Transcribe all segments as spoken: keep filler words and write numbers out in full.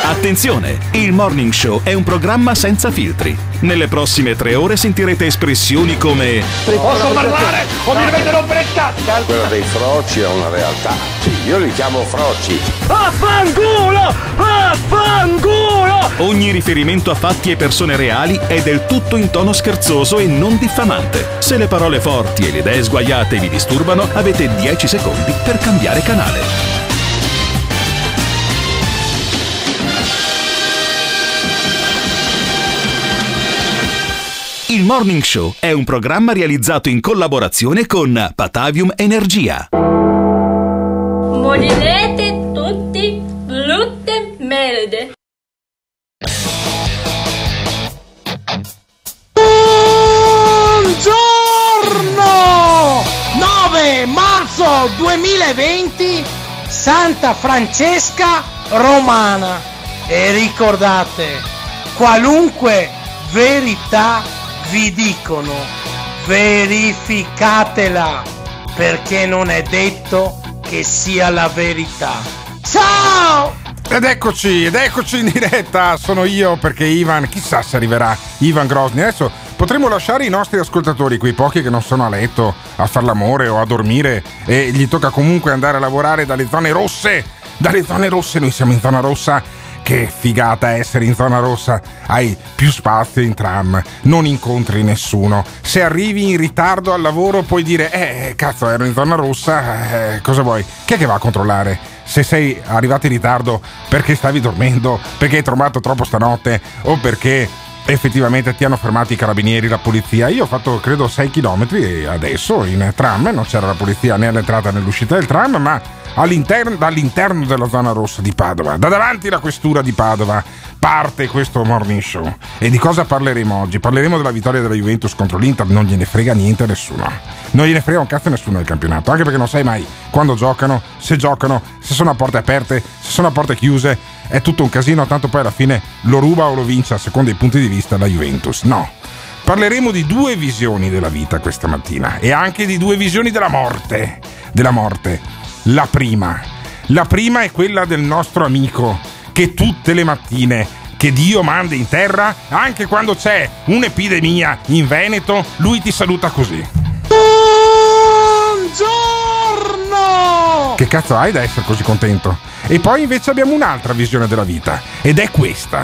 Attenzione! Il Morning Show è un programma senza filtri. Nelle prossime tre ore sentirete espressioni come: posso parlare o mi dovete rompere il cazzo? Quello dei froci è una realtà. Sì, io li chiamo froci. Affanculo! Affanculo! Ogni riferimento a fatti e persone reali è del tutto in tono scherzoso e non diffamante. Se le parole forti e le idee sguaiate vi disturbano, avete dieci secondi per cambiare canale. Il Morning Show è un programma realizzato in collaborazione con Patavium Energia. Morirete tutti brutte merde. Buongiorno! nove marzo duemilaventi, Santa Francesca Romana. E ricordate, qualunque verità vi dicono, verificatela, perché non è detto che sia la verità. Ciao! Ed eccoci, ed eccoci in diretta, sono io, perché Ivan, chissà se arriverà Ivan Grosny. Adesso potremo lasciare i nostri ascoltatori, quei pochi che non sono a letto a far l'amore o a dormire e gli tocca comunque andare a lavorare dalle zone rosse. Dalle zone rosse, noi siamo in zona rossa. Che figata essere in zona rossa, hai più spazio in tram, non incontri nessuno. Se arrivi in ritardo al lavoro puoi dire eh cazzo ero in zona rossa, eh, cosa vuoi? Chi è che va a controllare? Se sei arrivato in ritardo perché stavi dormendo, perché hai trovato troppo stanotte o perché effettivamente ti hanno fermato i carabinieri, la polizia. Io ho fatto credo sei chilometri e adesso in tram non c'era la polizia né all'entrata né all'uscita del tram, ma all'interno, dall'interno della zona rossa di Padova, da davanti alla questura di Padova, parte questo Morning Show. E di cosa parleremo oggi? Parleremo della vittoria della Juventus contro l'Inter. Non gliene frega niente a nessuno, non gliene frega un cazzo a nessuno del campionato, anche perché non sai mai quando giocano, se giocano, se sono a porte aperte, se sono a porte chiuse. È tutto un casino, tanto poi alla fine lo ruba o lo vince a seconda dei punti di vista la Juventus. No, parleremo di due visioni della vita questa mattina e anche di due visioni della morte. Della morte. La prima, la prima è quella del nostro amico che tutte le mattine che Dio manda in terra, anche quando c'è un'epidemia in Veneto, lui ti saluta così. Buongiorno! Che cazzo hai da essere così contento? E poi invece abbiamo un'altra visione della vita ed è questa.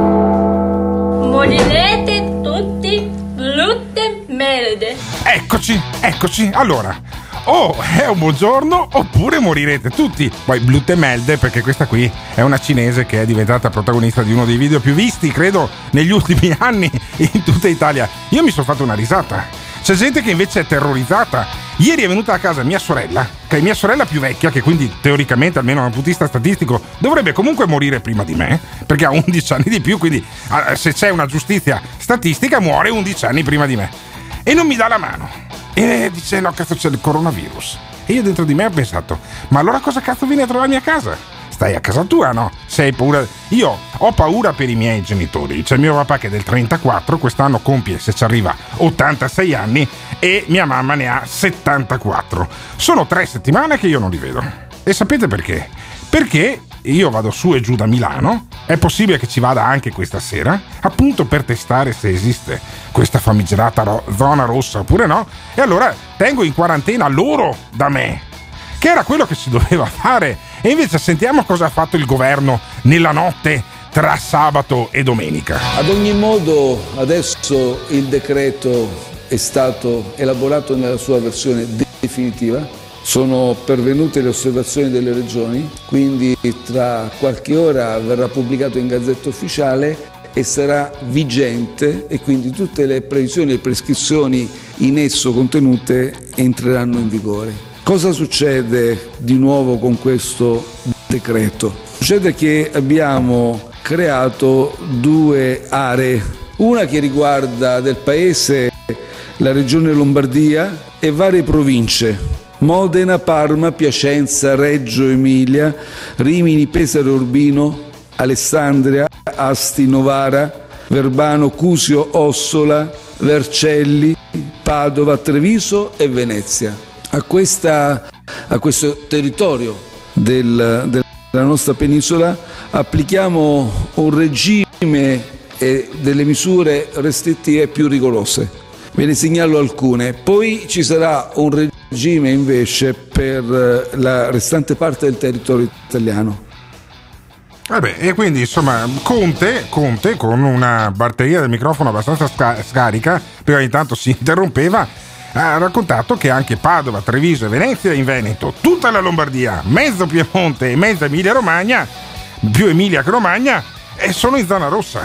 Morirete tutti brutte merde. Eccoci, eccoci, allora. O è un buongiorno oppure morirete tutti. Poi Blutte Melde, perché questa qui è una cinese che è diventata protagonista di uno dei video più visti, credo, negli ultimi anni in tutta Italia. Io mi sono fatto una risata. C'è gente che invece è terrorizzata. Ieri è venuta a casa mia sorella, che è mia sorella più vecchia, che quindi teoricamente, almeno da un punto di vista statistico, dovrebbe comunque morire prima di me, perché ha undici anni di più, quindi se c'è una giustizia statistica muore undici anni prima di me. E non mi dà la mano. E dice no cazzo c'è il coronavirus. E io dentro di me ho pensato, ma allora cosa cazzo vieni a trovarmi a casa? Stai a casa tua, no? Se hai paura. Io ho paura per i miei genitori. C'è mio papà che è del trentaquattro, quest'anno compie, se ci arriva, ottantasei anni, e mia mamma ne ha settantaquattro. Sono tre settimane che io non li vedo. E sapete perché? Perché io vado su e giù da Milano, è possibile che ci vada anche questa sera, appunto per testare se esiste questa famigerata ro- zona rossa oppure no, e allora tengo in quarantena loro da me, che era quello che si doveva fare. E invece sentiamo cosa ha fatto il governo nella notte tra sabato e domenica. Ad ogni modo adesso il decreto è stato elaborato nella sua versione definitiva. Sono pervenute le osservazioni delle regioni, quindi tra qualche ora verrà pubblicato in Gazzetta Ufficiale e sarà vigente, e quindi tutte le previsioni e prescrizioni in esso contenute entreranno in vigore. Cosa succede di nuovo con questo decreto? Succede che abbiamo creato due aree, una che riguarda del paese la regione Lombardia e varie province. Modena, Parma, Piacenza, Reggio Emilia, Rimini, Pesaro, Urbino, Alessandria, Asti, Novara, Verbano, Cusio, Ossola, Vercelli, Padova, Treviso e Venezia. A, questa, a questo territorio del, del nella nostra penisola applichiamo un regime e delle misure restrittive più rigorose. Ve ne segnalo alcune. Poi ci sarà un regime invece per la restante parte del territorio italiano. Vabbè, e quindi insomma Conte, Conte con una batteria del microfono abbastanza sca- scarica, perché ogni tanto si interrompeva, ha raccontato che anche Padova, Treviso e Venezia in Veneto, tutta la Lombardia, mezzo Piemonte e mezza Emilia Romagna, più Emilia che Romagna, e sono in zona rossa.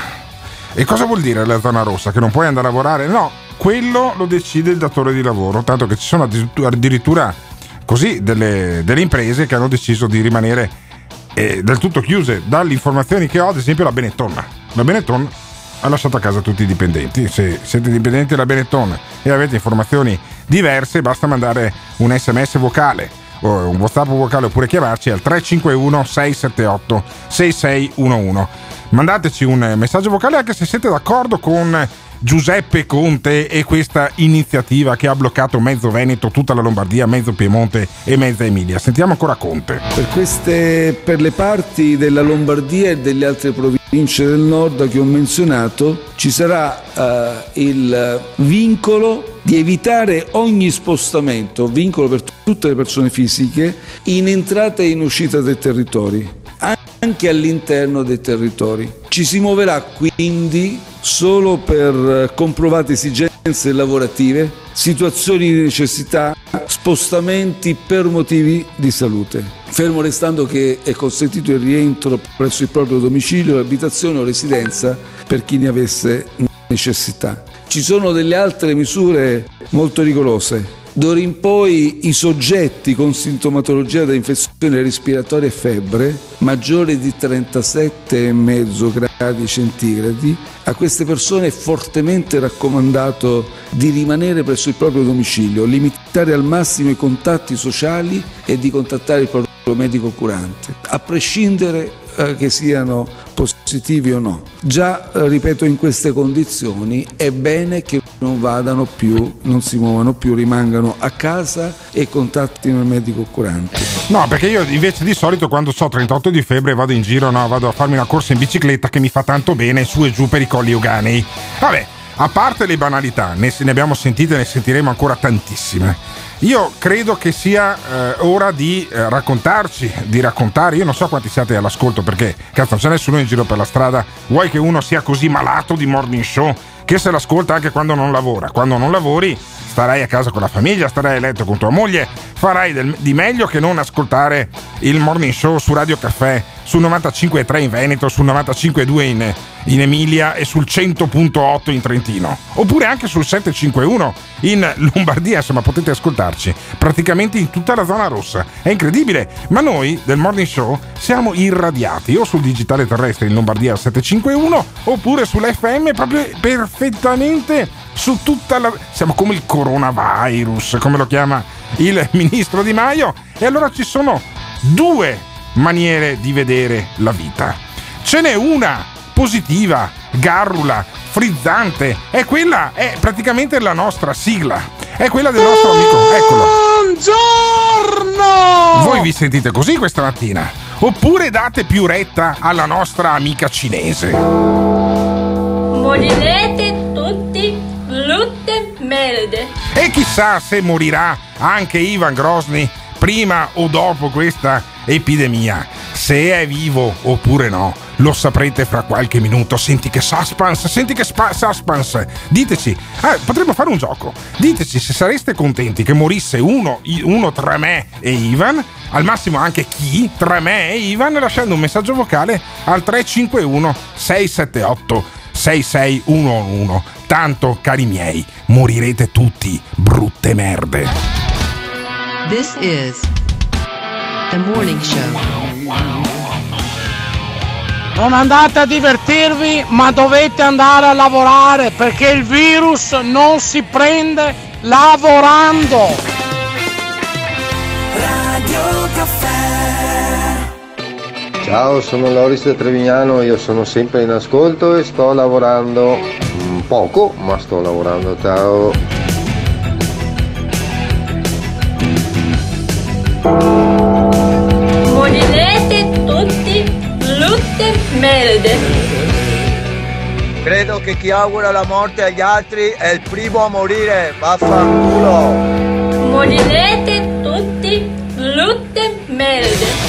E cosa vuol dire la zona rossa? Che non puoi andare a lavorare? No, quello lo decide il datore di lavoro, tanto che ci sono addirittura così delle, delle imprese che hanno deciso di rimanere eh, del tutto chiuse. Dalle informazioni che ho, ad esempio la Benetton la Benetton ha lasciato a casa tutti i dipendenti. Se siete dipendenti della Benetton e avete informazioni diverse, basta mandare un sms vocale o un WhatsApp vocale oppure chiamarci al tre cinque uno sei sette otto sei sei uno uno. Mandateci un messaggio vocale anche se siete d'accordo con Giuseppe Conte e questa iniziativa che ha bloccato mezzo Veneto, tutta la Lombardia, mezzo Piemonte e mezza Emilia. Sentiamo ancora Conte. Per queste, per le parti della Lombardia e delle altre province del nord che ho menzionato, ci sarà uh, il vincolo di evitare ogni spostamento, vincolo per tutte le persone fisiche, in entrata e in uscita dai territori, anche all'interno dei territori. Ci si muoverà quindi solo per comprovate esigenze lavorative, situazioni di necessità, spostamenti per motivi di salute, fermo restando che è consentito il rientro presso il proprio domicilio, abitazione o residenza per chi ne avesse necessità. Ci sono delle altre misure molto rigorose. D'ora in poi i soggetti con sintomatologia da infezione respiratoria e febbre maggiore di trentasette virgola cinque gradi centigradi, a queste persone è fortemente raccomandato di rimanere presso il proprio domicilio, limitare al massimo i contatti sociali e di contattare il proprio medico curante, a prescindere eh, che siano positivi o no. Già, eh, ripeto, in queste condizioni è bene che non vadano più, non si muovano più, rimangano a casa e contattino il medico curante. No, perché io invece di solito quando so trentotto di febbre vado in giro, no, vado a farmi una corsa in bicicletta che mi fa tanto bene su e giù per i colli euganei. Vabbè, a parte le banalità, ne, ne abbiamo sentite e ne sentiremo ancora tantissime. Io credo che sia eh, ora di eh, raccontarci, di raccontare. Io non so quanti siate all'ascolto, perché cazzo non c'è nessuno in giro per la strada. Vuoi che uno sia così malato di morning show che se l'ascolta anche quando non lavora? Quando non lavori starai a casa con la famiglia, starai a letto con tua moglie, farai del, di meglio che non ascoltare il morning show su Radio Caffè, sul novantacinque virgola tre in Veneto, sul novantacinque virgola due in, in Emilia e sul cento virgola otto in Trentino, oppure anche sul settecentocinquantuno in Lombardia. Insomma, potete ascoltarci praticamente in tutta la zona rossa. È incredibile, ma noi del morning show siamo irradiati o sul digitale terrestre in Lombardia al settecentocinquantuno oppure sull'F M proprio perfettamente su tutta la... siamo come il coronavirus, come lo chiama il ministro Di Maio. E allora ci sono due maniere di vedere la vita. Ce n'è una positiva, garrula, frizzante, è quella, è praticamente la nostra sigla, è quella del nostro amico, eccolo. Buongiorno! Voi vi sentite così questa mattina? Oppure date più retta alla nostra amica cinese? Morirete tutti brutte merde. E chissà se morirà anche Ivan Grosny prima o dopo questa epidemia. Se è vivo oppure no lo saprete fra qualche minuto. Senti che suspense, senti che spa- suspense. Diteci, ah, potremmo fare un gioco. Diteci se sareste contenti che morisse uno, uno tra me e Ivan, al massimo anche chi tra me e Ivan, lasciando un messaggio vocale al tre cinque uno sei sette otto sei sei uno uno. Tanto, cari miei, morirete tutti brutte merde. This is The Morning Show. Non andate a divertirvi, ma dovete andare a lavorare, perché il virus non si prende lavorando. Radio Caffè. Ciao, sono Loris da Trevignano, io sono sempre in ascolto e sto lavorando un poco, ma sto lavorando. Ciao. Morirete tutti brutte merde. Credo che chi augura la morte agli altri è il primo a morire, vaffanculo. Morirete tutti brutte merde.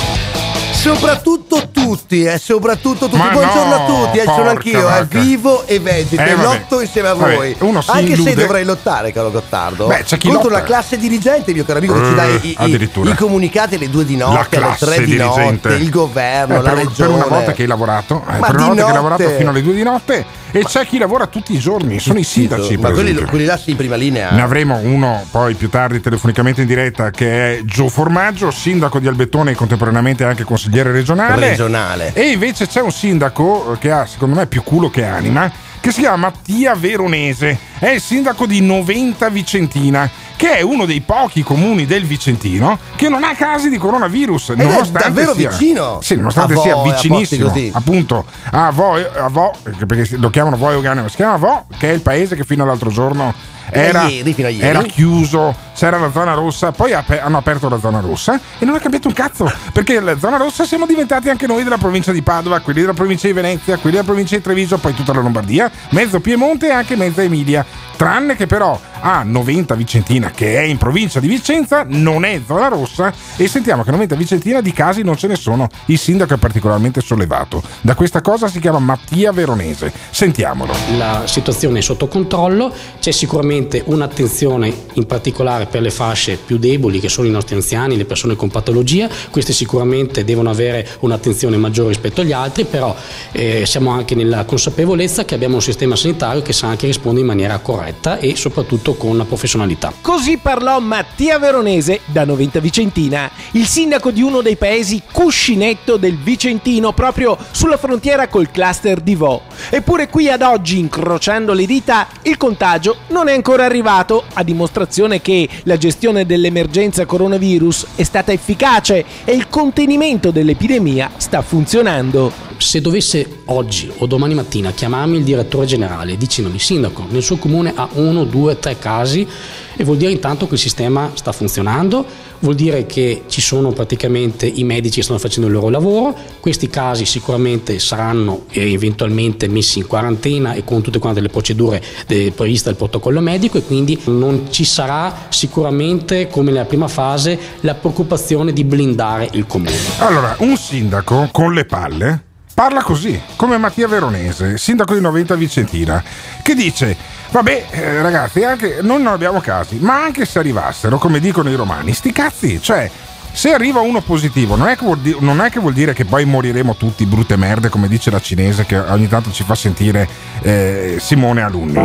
Soprattutto tutti, eh, soprattutto tutti. Ma Buongiorno no, a tutti, eh, sono anch'io, eh, vacca. vivo e vegeto, Eh, e vabbè. lotto insieme a Vabbè, voi. uno si Anche illude. se dovrei lottare, caro Gottardo, Beh, c'è chi contro lotta. la classe dirigente, mio caro amico, che ci dà i, i- addirittura. i comunicati alle due di La notte, alle classe tre di dirigente. notte, il governo, Eh, la per, regione. per una volta che hai lavorato, eh, Ma per una di volta che hai notte. lavorato fino alle due di notte, e c'è chi lavora tutti i giorni, sono i sindaci. Ma per quelli, esempio. quelli là sì, in prima linea. Ne avremo uno poi più tardi telefonicamente in diretta, che è Gio Formaggio, sindaco di Albettone e contemporaneamente anche consigliere regionale. Regionale. E invece c'è un sindaco che ha secondo me più culo che anima, che si chiama Mattia Veronese, è il sindaco di Noventa Vicentina, che è uno dei pochi comuni del Vicentino che non ha casi di coronavirus. Ed è nonostante davvero sia, vicino sì, nonostante a Vo, sia e a vicinissimo posti così. appunto a Vo, a Vo, perché lo chiamano Vo Euganeo, si chiama Vo, che è il paese che fino all'altro giorno era, ieri, fino a ieri. era chiuso, c'era la zona rossa, poi ap- hanno aperto la zona rossa e non ha cambiato un cazzo, perché la zona rossa siamo diventati anche noi della provincia di Padova, quelli della provincia di Venezia, quelli della provincia di Treviso, poi tutta la Lombardia, mezzo Piemonte e anche mezza Emilia, tranne che però a Noventa Vicentina, che è in provincia di Vicenza, non è zona rossa, e sentiamo che a Noventa Vicentina di casi non ce ne sono. Il sindaco è particolarmente sollevato da questa cosa, si chiama Mattia Veronese, sentiamolo. La situazione è sotto controllo, c'è sicuramente un'attenzione in particolare per le fasce più deboli, che sono i nostri anziani, le persone con patologia. Queste sicuramente devono avere un'attenzione maggiore rispetto agli altri, però eh, siamo anche nella consapevolezza che abbiamo un sistema sanitario che sa anche rispondere in maniera corretta e soprattutto con la professionalità. Così parlò Mattia Veronese da Noventa Vicentina, il sindaco di uno dei paesi cuscinetto del Vicentino, proprio sulla frontiera col cluster di Vo. Eppure qui ad oggi, incrociando le dita, il contagio non è ancora arrivato, a dimostrazione che la gestione dell'emergenza coronavirus è stata efficace e il contenimento dell'epidemia sta funzionando. Se dovesse oggi o domani mattina chiamarmi il direttore generale dicendomi: sindaco, nel suo comune ha uno, due, tre casi, e vuol dire intanto che il sistema sta funzionando, vuol dire che ci sono praticamente i medici che stanno facendo il loro lavoro, questi casi sicuramente saranno eventualmente messi in quarantena e con tutte quante le procedure previste dal protocollo medico, e quindi non ci sarà sicuramente, come nella prima fase, la preoccupazione di blindare il comune. Allora, un sindaco con le palle parla così, come Mattia Veronese, sindaco di Noventa Vicentina, che dice: vabbè eh, ragazzi, anche noi non abbiamo casi, ma anche se arrivassero, come dicono i romani, sti cazzi, cioè se arriva uno positivo non è che vuol, di- non è che vuol dire che poi moriremo tutti brutte merde, come dice la cinese che ogni tanto ci fa sentire eh, Simone Alunni.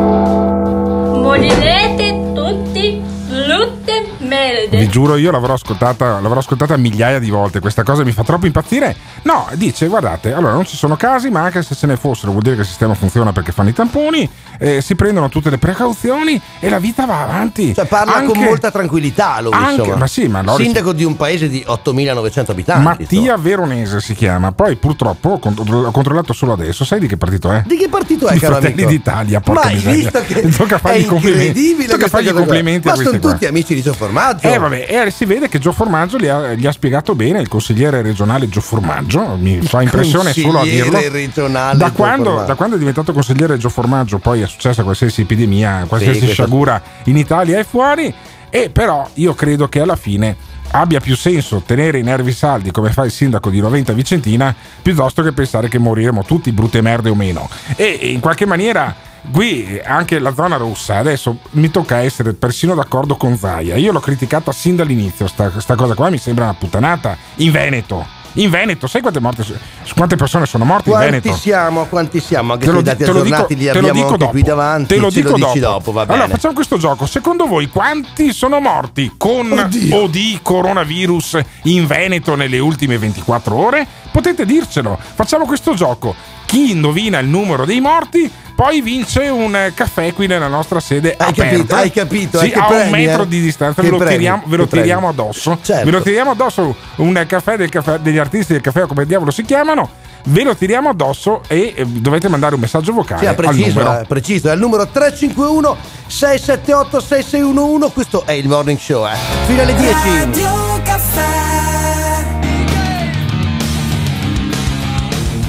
Morirete tutti brutte merde. Vi giuro, io l'avrò ascoltata, l'avrò ascoltata migliaia di volte, questa cosa mi fa troppo impazzire. No, dice: guardate, allora non ci sono casi, ma anche se ce ne fossero vuol dire che il sistema funziona perché fanno i tamponi, eh, si prendono tutte le precauzioni e la vita va avanti. Cioè parla anche, con molta tranquillità lui, anche, insomma. ma sì, ma Loris, sindaco di un paese di ottomilanovecento abitanti. Mattia insomma. Veronese si chiama. Poi purtroppo ho contro- ho controllato solo adesso. Sai di che partito è? Di che partito è, I caro Fratelli amico? d'Italia, porca Ma hai miseria. visto che Tocca fargli è i complimenti. incredibile Tocca questa fargli i cosa qua. complimenti Ma a questi sono qua. tutti amici di Gio Formaggio. Eh vabbè, e si vede che Gio Formaggio gli ha, gli ha spiegato bene, il consigliere regionale Gio Formaggio, mi fa impressione solo a dirlo. Regionale Da Gio quando, Formaggio. da quando è diventato consigliere Gio Formaggio, poi è successa qualsiasi epidemia, qualsiasi Sì, questo- sciagura in Italia e fuori, e però io credo che alla fine abbia più senso tenere i nervi saldi come fa il sindaco di Noventa Vicentina piuttosto che pensare che moriremo tutti brutte merde o meno. E in qualche maniera qui anche la zona rossa, adesso mi tocca essere persino d'accordo con Zaia, io l'ho criticata sin dall'inizio sta, sta cosa qua, mi sembra una puttanata. In Veneto in Veneto sai quante morte, quante persone sono morte Quanti in Veneto? siamo? Quanti siamo? Anche Te se lo, i dati te lo aggiornati dico, li te lo abbiamo dico anche dopo. qui davanti. Te lo ce dico lo dici dopo. dopo, va Allora bene. facciamo questo gioco. Secondo voi quanti sono morti con Oddio. o di coronavirus in Veneto nelle ultime ventiquattro ore? Potete dircelo. Facciamo questo gioco. Chi indovina il numero dei morti poi vince un caffè qui nella nostra sede Hai aperta. capito, hai capito, Sì, eh, che a premi, un metro eh? di distanza. Che Ve lo premi, tiriamo, ve lo che tiriamo premi. addosso. Certo. Ve lo tiriamo addosso un caffè, del caffè degli artisti del caffè, o come diavolo si chiamano. Ve lo tiriamo addosso e eh, dovete mandare un messaggio vocale Sì, è preciso, al numero. eh, preciso, è il numero tre cinque uno sei sette otto sei sei uno uno. Questo è il Morning Show, eh. Fino alle dieci. Radio Caffè.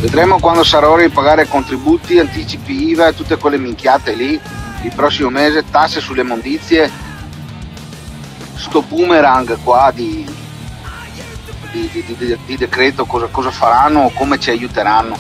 Vedremo quando sarò a ripagare contributi, anticipi I V A e tutte quelle minchiate lì. Il prossimo mese tasse sulle immondizie. Sto boomerang qua di, di, di, di, di decreto cosa, cosa faranno o come ci aiuteranno.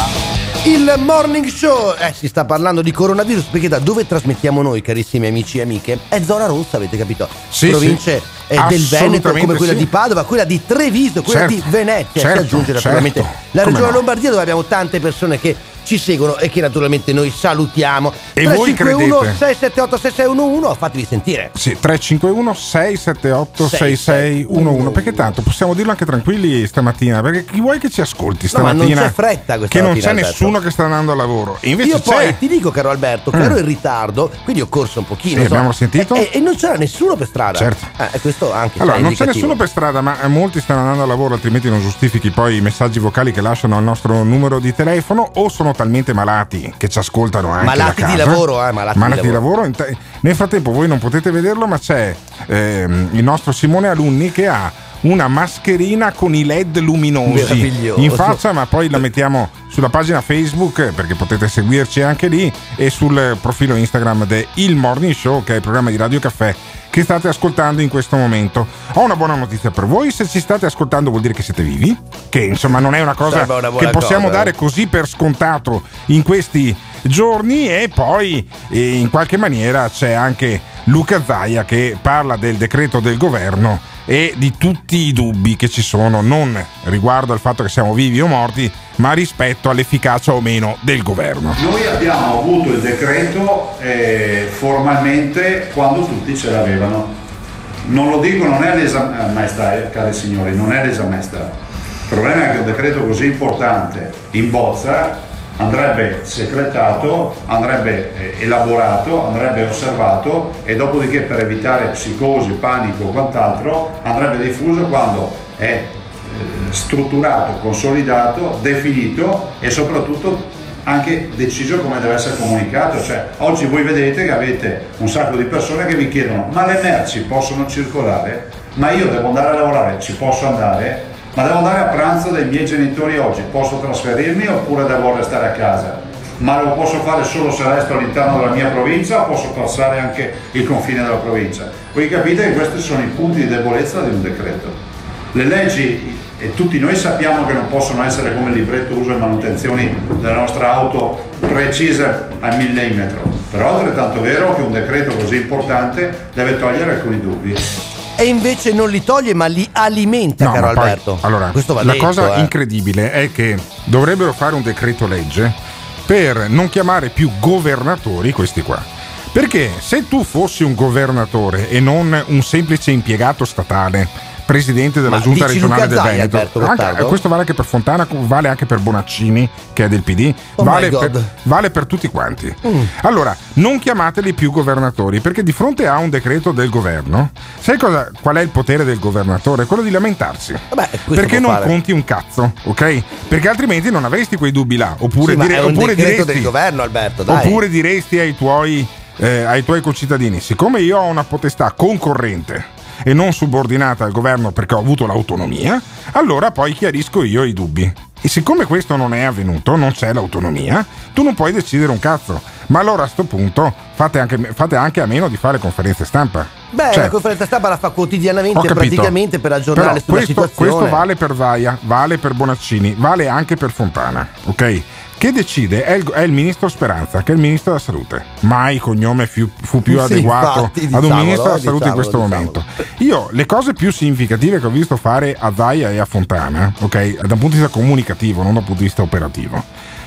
Il Morning Show, eh, si sta parlando di coronavirus perché da dove trasmettiamo noi, carissimi amici e amiche, è zona rossa, avete capito? Sì, province sì. eh, del Veneto, come quella sì. di Padova, quella di Treviso, quella Certo, di Venezia, certo, si aggiunge naturalmente certo. la Come regione no? Lombardia, dove abbiamo tante persone che ci seguono e che naturalmente noi salutiamo. E voi credete? sei sette otto sei sei uno uno, fatevi sentire. Sì, tre cinque uno sei sette otto sei sei uno uno, perché tanto possiamo dirlo anche tranquilli stamattina, perché chi vuoi che ci ascolti No, ma stamattina? non c'è fretta questa che non mattina, c'è Alberto. nessuno che sta andando al lavoro. E invece Io c'è. poi ti dico, caro Alberto, che Mm. ero in ritardo, quindi ho corso un pochino. Sì, abbiamo sentito. E, e non c'era nessuno per strada. Certo. Eh, e questo anche Allora, è non c'è indicativo. nessuno per strada, ma molti stanno andando al lavoro, altrimenti non giustifichi poi i messaggi vocali che lasciano al nostro numero di telefono, o sono talmente malati che ci ascoltano anche Malati da di casa. lavoro, eh, malati di di lavoro. Nel frattempo voi non potete vederlo, ma c'è ehm, il nostro Simone Alunni che ha una mascherina con i led luminosi Meraviglioso. in faccia, ma poi la mettiamo sulla pagina Facebook, perché potete seguirci anche lì, e sul profilo Instagram de Il Morning Show, che è il programma di Radio Caffè che state ascoltando in questo momento. Ho una buona notizia per voi: se ci state ascoltando vuol dire che siete vivi, che insomma non è una cosa Sembra una buona che possiamo cosa, dare eh. così per scontato in questi giorni. E poi eh, in qualche maniera c'è anche Luca Zaia che parla del decreto del governo e di tutti i dubbi che ci sono, non riguardo al fatto che siamo vivi o morti, ma rispetto all'efficacia o meno del governo. Noi abbiamo avuto il decreto eh, formalmente quando tutti ce l'avevano. Non lo dico, non è l'esa maestà, eh, cari signori, non è l'esa maestà. Il problema è che un decreto così importante in bozza andrebbe secretato, andrebbe eh, elaborato, andrebbe osservato e dopodiché, per evitare psicosi, panico o quant'altro, andrebbe diffuso quando è eh, strutturato, consolidato, definito e soprattutto anche deciso come deve essere comunicato. Cioè, oggi voi vedete che avete un sacco di persone che vi chiedono: ma le merci possono circolare? Ma io devo andare a lavorare, ci posso andare? Ma devo andare a pranzo dai miei genitori oggi, posso trasferirmi oppure devo restare a casa? Ma lo posso fare solo se resto all'interno della mia provincia o posso passare anche il confine della provincia? Voi capite che questi sono i punti di debolezza di un decreto. Le leggi, e tutti noi sappiamo che non possono essere come il libretto uso e manutenzioni della nostra auto, precise al millimetro, però è altrettanto vero che un decreto così importante deve togliere alcuni dubbi. E invece non li toglie, ma li alimenta, No, caro ma poi, Alberto. allora, Questo va la detto, cosa eh. incredibile è che dovrebbero fare un decreto legge per non chiamare più governatori questi qua. Perché se tu fossi un governatore e non un semplice impiegato statale, presidente della Ma giunta dici regionale Luca del Zaia, Veneto, Alberto anche- Gottardo? questo vale anche per Fontana, vale anche per Bonaccini, che è del P D, Oh my vale, God. per, vale per tutti quanti. Mm. Allora, non chiamateli più governatori, perché di fronte a un decreto del governo, sai cosa, qual è il potere del governatore? Quello di lamentarsi. Vabbè, questo Perché può non fare. conti un cazzo, ok? Perché altrimenti non avresti quei dubbi là. Oppure, Sì, ma dire- è un oppure decreto diresti, del governo, Alberto, dai. oppure diresti ai tuoi, eh, ai tuoi concittadini: siccome io ho una potestà concorrente e non subordinata al governo perché ho avuto l'autonomia, allora poi chiarisco io i dubbi. E siccome questo non è avvenuto, non c'è l'autonomia, tu non puoi decidere un cazzo. Ma allora a sto punto fate anche, fate anche a meno di fare conferenze stampa. Beh, Cioè, la conferenza stampa la fa ho quotidianamente, capito. praticamente, per aggiornare Però sulla questo, situazione. questo vale per Zaia, vale per Bonaccini, vale anche per Fontana, ok? Che decide è il, è il ministro Speranza, che è il ministro della salute. Mai cognome fu, fu più Sì, adeguato infatti, ad un diciamolo, ministro della salute in diciamolo, questo diciamolo. momento. Io le cose più significative che ho visto fare a Zaia e a Fontana, ok, da un punto di vista comunicativo, non da un punto di vista operativo,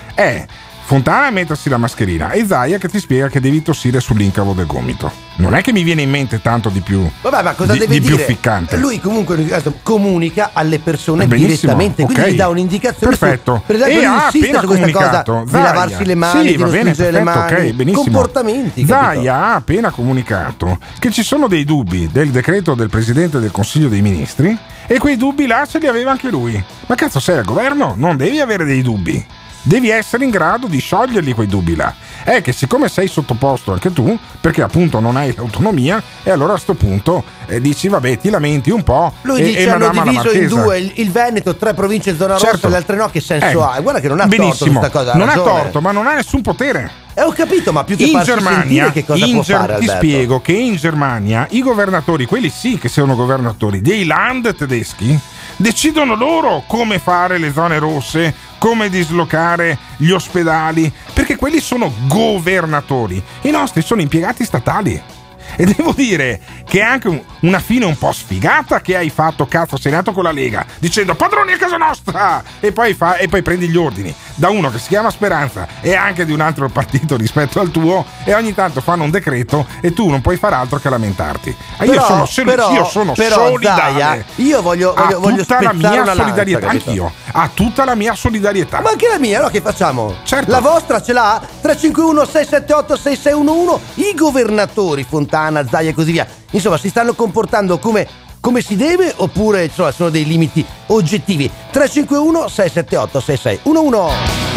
è Fontana mettersi la mascherina e Zaia che ti spiega che devi tossire sull'incavo del gomito. Non è che mi viene in mente tanto di più, Vabbè, ma cosa di, deve di dire? più ficcante. Lui comunque in questo caso, comunica alle persone Benissimo, direttamente, quindi ok. gli dà un'indicazione. Perfetto. Su, per esempio, E lui ha insiste appena su questa cosa comunicato, di Zaia. lavarsi le mani, Sì, di va non bene, stringere le perfetto, mani, ok, benissimo. comportamenti. capito? Zaia ha appena comunicato che ci sono dei dubbi del decreto del Presidente del Consiglio dei Ministri e quei dubbi là ce li aveva anche lui. Ma cazzo, sei al governo? Non devi avere dei dubbi. devi essere in grado di scioglierli quei dubbi là. È che siccome sei sottoposto anche tu, perché appunto non hai l'autonomia, e allora a sto punto eh, dici vabbè, ti lamenti un po'. Lui e, dice e hanno Madama la diviso in Marchesa. due il, il Veneto, tre province zona rossa, Certo. le altre no, che senso Ecco. ha? Guarda che non ha Benissimo. torto questa cosa, ha non ha ragione. torto, ma non ha nessun potere. Eh, ho capito, ma più che In farsi Germania, sentire che cosa in può Ger- fare, ti Alberto? spiego che in Germania i governatori, quelli sì che sono governatori dei Land tedeschi, decidono loro come fare le zone rosse, come dislocare gli ospedali, perché quelli sono governatori. I nostri sono impiegati statali. E devo dire che è anche un- una fine un po' sfigata che hai fatto, cazzo, sei nato con la Lega dicendo padroni a casa nostra, e poi, fa, e poi prendi gli ordini da uno che si chiama Speranza e anche di un altro partito rispetto al tuo, e ogni tanto fanno un decreto e tu non puoi fare altro che lamentarti. E io Però- sono, soli- però- io sono però, solidale. Zaia, io voglio- a voglio- voglio tutta la spezzare mia una lanza, solidarietà, capito? anch'io, a tutta la mia solidarietà. Ma anche la mia, allora che facciamo? Certo. La vostra ce l'ha? tre cinque uno sei sette otto sei sei uno uno. I governatori, Fontana, Zaia e così via, insomma, si stanno comportando come, come si deve, oppure insomma, sono dei limiti oggettivi? tre cinque uno sei sette otto sei sei uno uno.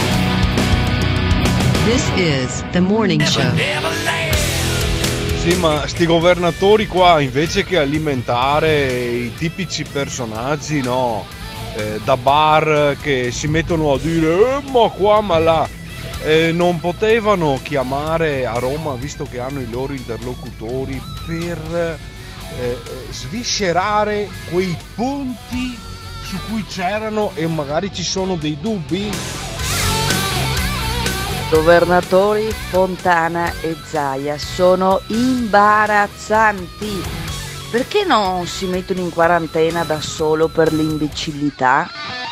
This is the morning show. Sì, ma sti governatori qua, invece che alimentare i tipici personaggi, no, eh, da bar che si mettono a dire eh, ma qua, ma là, eh, non potevano chiamare a Roma, visto che hanno i loro interlocutori, per eh, sviscerare quei punti su cui c'erano e magari ci sono dei dubbi? Governatori Fontana e Zaia sono imbarazzanti. Perché non si mettono in quarantena da solo per l'imbecillità?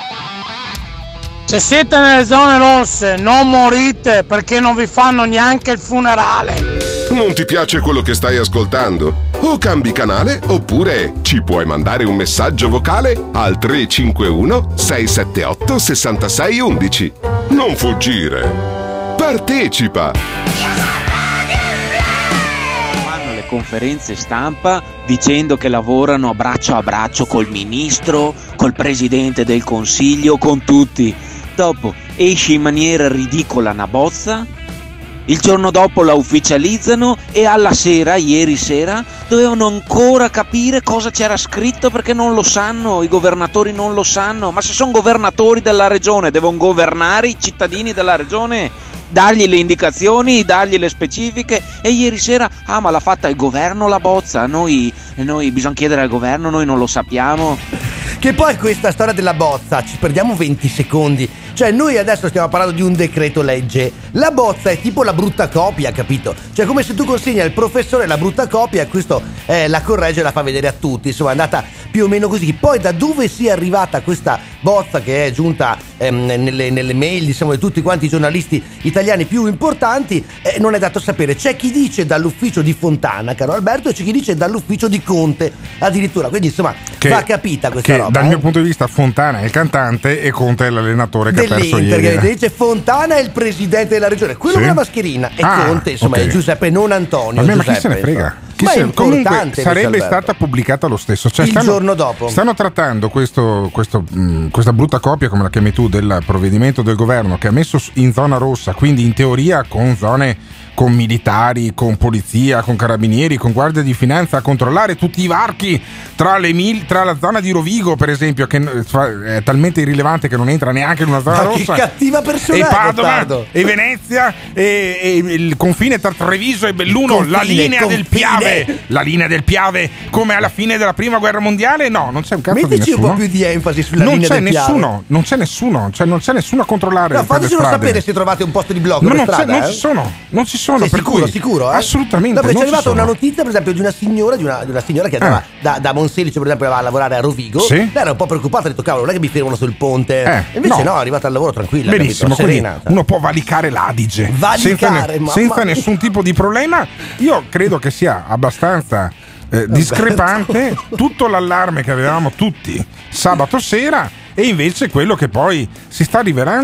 Se siete nelle zone rosse non morite perché non vi fanno neanche il funerale. Non ti piace quello che stai ascoltando? O cambi canale oppure ci puoi mandare un messaggio vocale al tre cinque uno sei sette otto sei sei uno uno. Non fuggire. Partecipa. Fanno le conferenze stampa dicendo che lavorano braccio a braccio col ministro, col presidente del consiglio, con tutti. Dopo esce in maniera ridicola una bozza, il giorno dopo la ufficializzano e alla sera, ieri sera, dovevano ancora capire cosa c'era scritto perché non lo sanno, i governatori non lo sanno. Ma se sono governatori della regione devono governare i cittadini della regione, dargli le indicazioni, dargli le specifiche. E ieri sera, ah ma l'ha fatta il governo la bozza, noi, noi bisogna chiedere al governo, noi non lo sappiamo. Che poi questa storia della bozza, ci perdiamo venti secondi. Cioè noi adesso stiamo parlando di un decreto legge. La bozza è tipo la brutta copia, capito? Cioè come se tu consegni al professore la brutta copia e questo eh, la corregge e la fa vedere a tutti. Insomma è andata più o meno così. Poi da dove sia arrivata questa bozza che è giunta ehm, nelle, nelle mail, diciamo, di tutti quanti i giornalisti italiani più importanti, eh, non è dato sapere. C'è chi dice dall'ufficio di Fontana, caro Alberto, e c'è chi dice dall'ufficio di Conte addirittura. Quindi insomma Che- va capita questa che roba. dal eh? mio punto di vista Fontana è il cantante e Conte è l'allenatore che ha perso dell'Inter, ieri. che dice Fontana è il presidente della regione, quello Sì? con la mascherina, e Ah, Conte insomma ok. è Giuseppe, non Antonio. Vabbè, ma Giuseppe, chi se ne frega? insomma. Chi Ma se- è importante comunque invece, sarebbe Alberto. stata pubblicata lo stesso. Cioè, Il stanno, giorno dopo. Stanno trattando questo, questo, mh, questa brutta copia, come la chiami tu, del provvedimento del governo che ha messo in zona rossa, quindi in teoria con zone con militari, con polizia, con carabinieri, con guardia di finanza a controllare tutti i varchi tra, le mil, tra la zona di Rovigo, per esempio, che è talmente irrilevante che non entra neanche in una zona Ma che rossa. cattiva persona e è, Padova, Gottardo. e Venezia, e, e il confine tra Treviso e Belluno, Il la confine, linea del confine. Piave, la linea del Piave, come alla fine della prima guerra mondiale. No, non c'è un cazzo Mettici di un nessuno. po' più di enfasi sulla non linea c'è del Piave. nessuno, non c'è nessuno, cioè non c'è nessuno a controllare No, per le fatecelo strade. sapere se trovate un posto di blog Ma per non, c'è- strada, non eh. ci sono, non ci sono. Sei per sicuro, cui, sicuro, eh? assolutamente. No, perché non c'è ci arrivata sono. una notizia, per esempio, di una signora, di una, di una signora che andava Eh. da, da Monselice, per esempio, andava a lavorare a Rovigo. Sì. Lei era un po' preoccupata, ha detto, cavolo, non è che mi fermano sul ponte. Eh, Invece no. no, è arrivata al lavoro tranquilla, Benissimo, capito? quindi Serena. uno può valicare l'Adige Valicare, senza, ne- mamma senza mia. nessun tipo di problema. Io credo che sia abbastanza eh, discrepante tutto l'allarme che avevamo tutti sabato sera e invece quello che poi si sta rivelando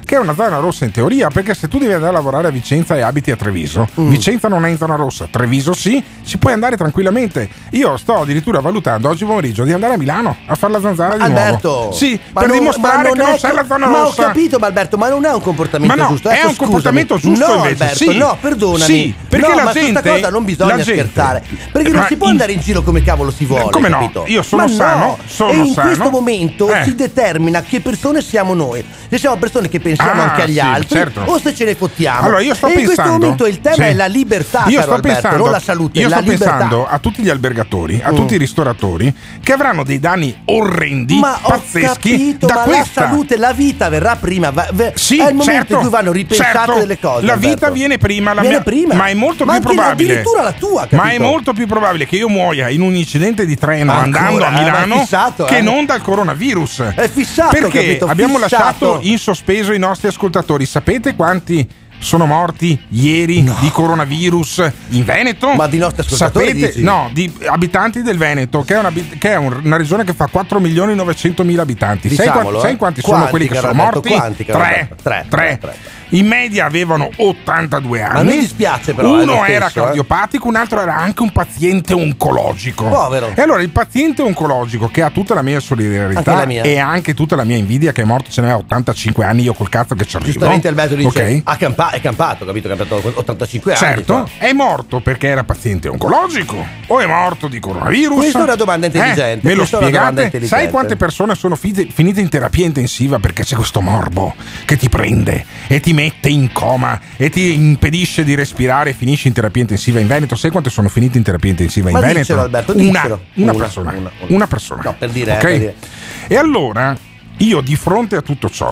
che è una zona rossa in teoria, perché se tu devi andare a lavorare a Vicenza e abiti a Treviso, mm. Vicenza non è in zona rossa, Treviso sì, si può andare tranquillamente. Io sto addirittura valutando oggi pomeriggio di andare a Milano a fare la zanzara di Alberto, nuovo. Sì, ma per non, dimostrare ma non che non è, sei la zona ma rossa. Ma ho capito, ma Alberto, ma non è un comportamento ma no, giusto. È ecco, un comportamento scusami. giusto no, invece. Alberto, Sì. no, perdonami. Sì, perché no, la ma gente, su sta cosa non bisogna la gente, scherzare. Perché non ma si può in, andare in giro come cavolo si vuole. Come no? Capito? Io sono ma sano, no. sono e in sano. questo momento eh. si determina che persone siamo noi. Se siamo persone che pensiamo ah, anche agli sì, altri, certo. o se ce ne fottiamo. Allora io sto e pensando, in questo momento il tema sì. è la libertà, io caro sto Alberto, pensando, non la salute. Io la sto libertà. pensando a tutti gli albergatori, a mm. tutti i ristoratori che avranno dei danni orrendi, ma pazzeschi. Ho capito, da ma questa. La salute, la vita verrà prima. Va, va, sì, è il momento certo, in cui vanno ripensate certo. delle cose. La Alberto. vita viene prima, la viene mia, prima, ma è molto ma più probabile. Addirittura la tua, capito? Ma è molto più probabile che io muoia in un incidente di treno Ancora, andando a Milano eh, fissato, che eh. non dal coronavirus. È fissato, perché capito? abbiamo fissato. lasciato in sospeso i nostri ascoltatori. Sapete quanti sono morti ieri no. di coronavirus in Veneto? Ma di nostri ascoltatori sapete? Dici? No, di abitanti del Veneto, che è una, che è una regione che fa quattro milioni novecentomila abitanti. Diciamolo, sai, eh? sai quanti quanti sono quelli che sono morti? Quanti, tre. Tre. Tre. Tre. In media avevano ottantadue anni. Ma mi dispiace però. Uno stesso, era cardiopatico, eh? un altro era anche un paziente oncologico. Povero. E allora il paziente oncologico, che ha tutta la mia solidarietà anche la mia. e anche tutta la mia invidia, che è morto, ce n'aveva ottantacinque anni, io col cazzo che ci arrivo. Giustamente Alberto dice, okay. ha campa- è campato, capito? È campato ottantacinque anni. Certo, qua. è morto perché era paziente oncologico o è morto di coronavirus? Questa è una domanda intelligente. Eh, me lo spiegate? Sai Sai quante persone sono finite, finite in terapia intensiva perché c'è questo morbo che ti prende e ti mette in coma e ti impedisce di respirare e finisci in terapia intensiva in Veneto? Sai quante sono finite in terapia intensiva in Ma Veneto? Dicelo, Alberto, una, dicelo. una, una persona. Una, una. una persona. No, per dire, okay? eh, per dire. E allora io di fronte a tutto ciò,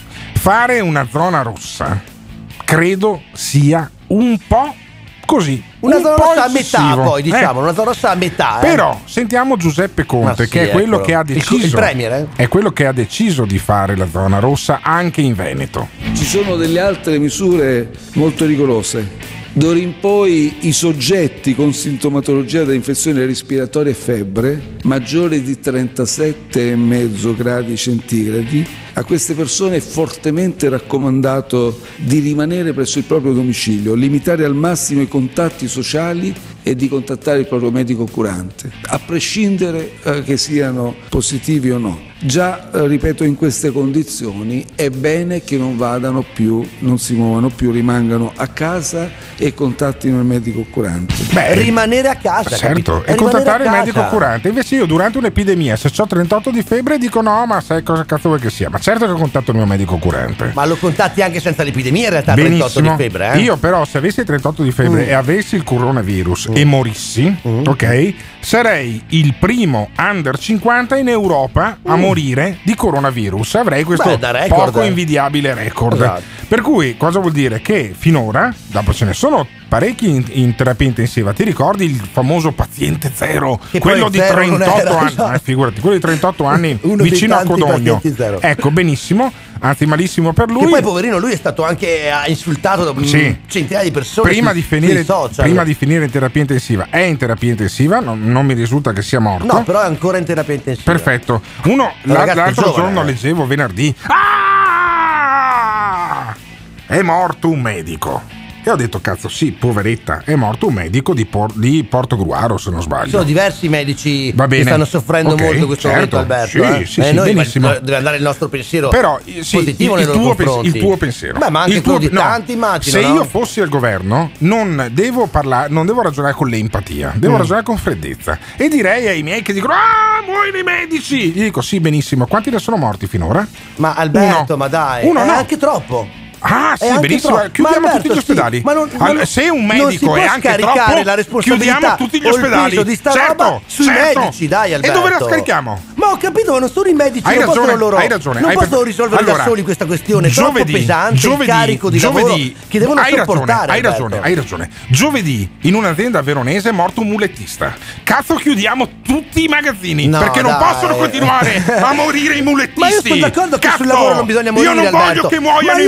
fare una zona rossa credo sia un po' così. Una un zona po' rossa a metà, eccessivo. poi diciamo, eh. una zona rossa a metà. Eh. Però sentiamo Giuseppe Conte, sì, che è quello eccolo. che ha deciso. Il, il premier, eh? È quello che ha deciso di fare la zona rossa anche in Veneto. Ci sono delle altre misure molto rigorose. D'ora in poi i soggetti con sintomatologia da infezione respiratoria e febbre maggiore di trentasette virgola cinque gradi centigradi, a queste persone è fortemente raccomandato di rimanere presso il proprio domicilio, limitare al massimo i contatti sociali e di contattare il proprio medico curante, a prescindere eh, che siano positivi o no. Già, eh, ripeto, in queste condizioni è bene che non vadano più, non si muovano più, rimangano a casa e contattino il medico curante. Beh, rimanere a casa. Certo, e contattare il medico curante. Invece io durante un'epidemia, se ho trentotto di febbre, dico no, ma sai cosa cazzo vuoi che sia? Ma certo che contatto il mio medico curante. Ma lo contatti anche senza l'epidemia in realtà. Benissimo. trentotto di febbre, eh? Io però se avessi trentotto di febbre mm. e avessi il coronavirus mm. e morissi, mm. ok, sarei il primo under cinquanta in Europa mm. a morire di coronavirus. Avrei questo Beh, record, poco eh. invidiabile record. Esatto. Per cui cosa vuol dire? Che finora, dopo ce ne sono parecchi in, in terapia intensiva. Ti ricordi il famoso paziente zero? Che quello di trentotto anni, esatto. eh, figurati, quello di trentotto anni vicino a Codogno. Ecco, benissimo, anzi malissimo per lui. Che poi poverino lui è stato anche insultato da sì. centinaia di persone prima, su, di finire, social. prima di finire in terapia intensiva. È in terapia intensiva, non, non mi risulta che sia morto. No, però è ancora in terapia intensiva. Perfetto. Uno, l'altro giovane, giorno eh. leggevo venerdì, ah! È morto un medico. E ho detto, cazzo, sì, poveretta, è morto un medico di, Por- di Portogruaro, se non sbaglio. Ci sono diversi medici Va bene. che stanno soffrendo okay, molto questo certo. momento, Alberto. Sì, eh? sì, e sì, noi benissimo. deve andare il nostro pensiero Però, sì, positivo il, nei il, loro tuo confronti. Pens- il tuo pensiero. Beh, ma anche il quello tuo, di no, tanti, immagino. Se no? io fossi al governo, non devo parlare, non devo ragionare con l'empatia, devo mm. ragionare con freddezza. E direi ai miei che dicono: ah, muoiono i medici! Gli dico: sì, benissimo. Quanti ne sono morti finora? Ma Alberto, Uno. ma dai, Uno è no. anche troppo. Ah sì, benissimo, troppo. chiudiamo Alberto, tutti gli ospedali. Sì, ma non, allora, non, se un non medico è anche troppo, la responsabilità chiudiamo tutti gli o il ospedali. peso di sta certo, roba sui certo. medici, dai Alberto. E dove la scarichiamo? Ma ho capito, ma non sono i medici, hai non ragione, possono loro, hai ragione, non hai possono per... risolvere allora, da soli questa questione, è troppo giovedì, pesante giovedì, il carico di giovedì, lavoro che devono hai sopportare. Ragione, hai Alberto. ragione, hai ragione. Giovedì in un'azienda veronese è morto un mulettista. Cazzo, chiudiamo tutti i magazzini no, perché non dai. possono continuare a morire i mulettisti. Ma io sono d'accordo che Cazzo, sul lavoro non bisogna morire, io non Alberto. voglio che muoiano ma i io non mulettisti. voglio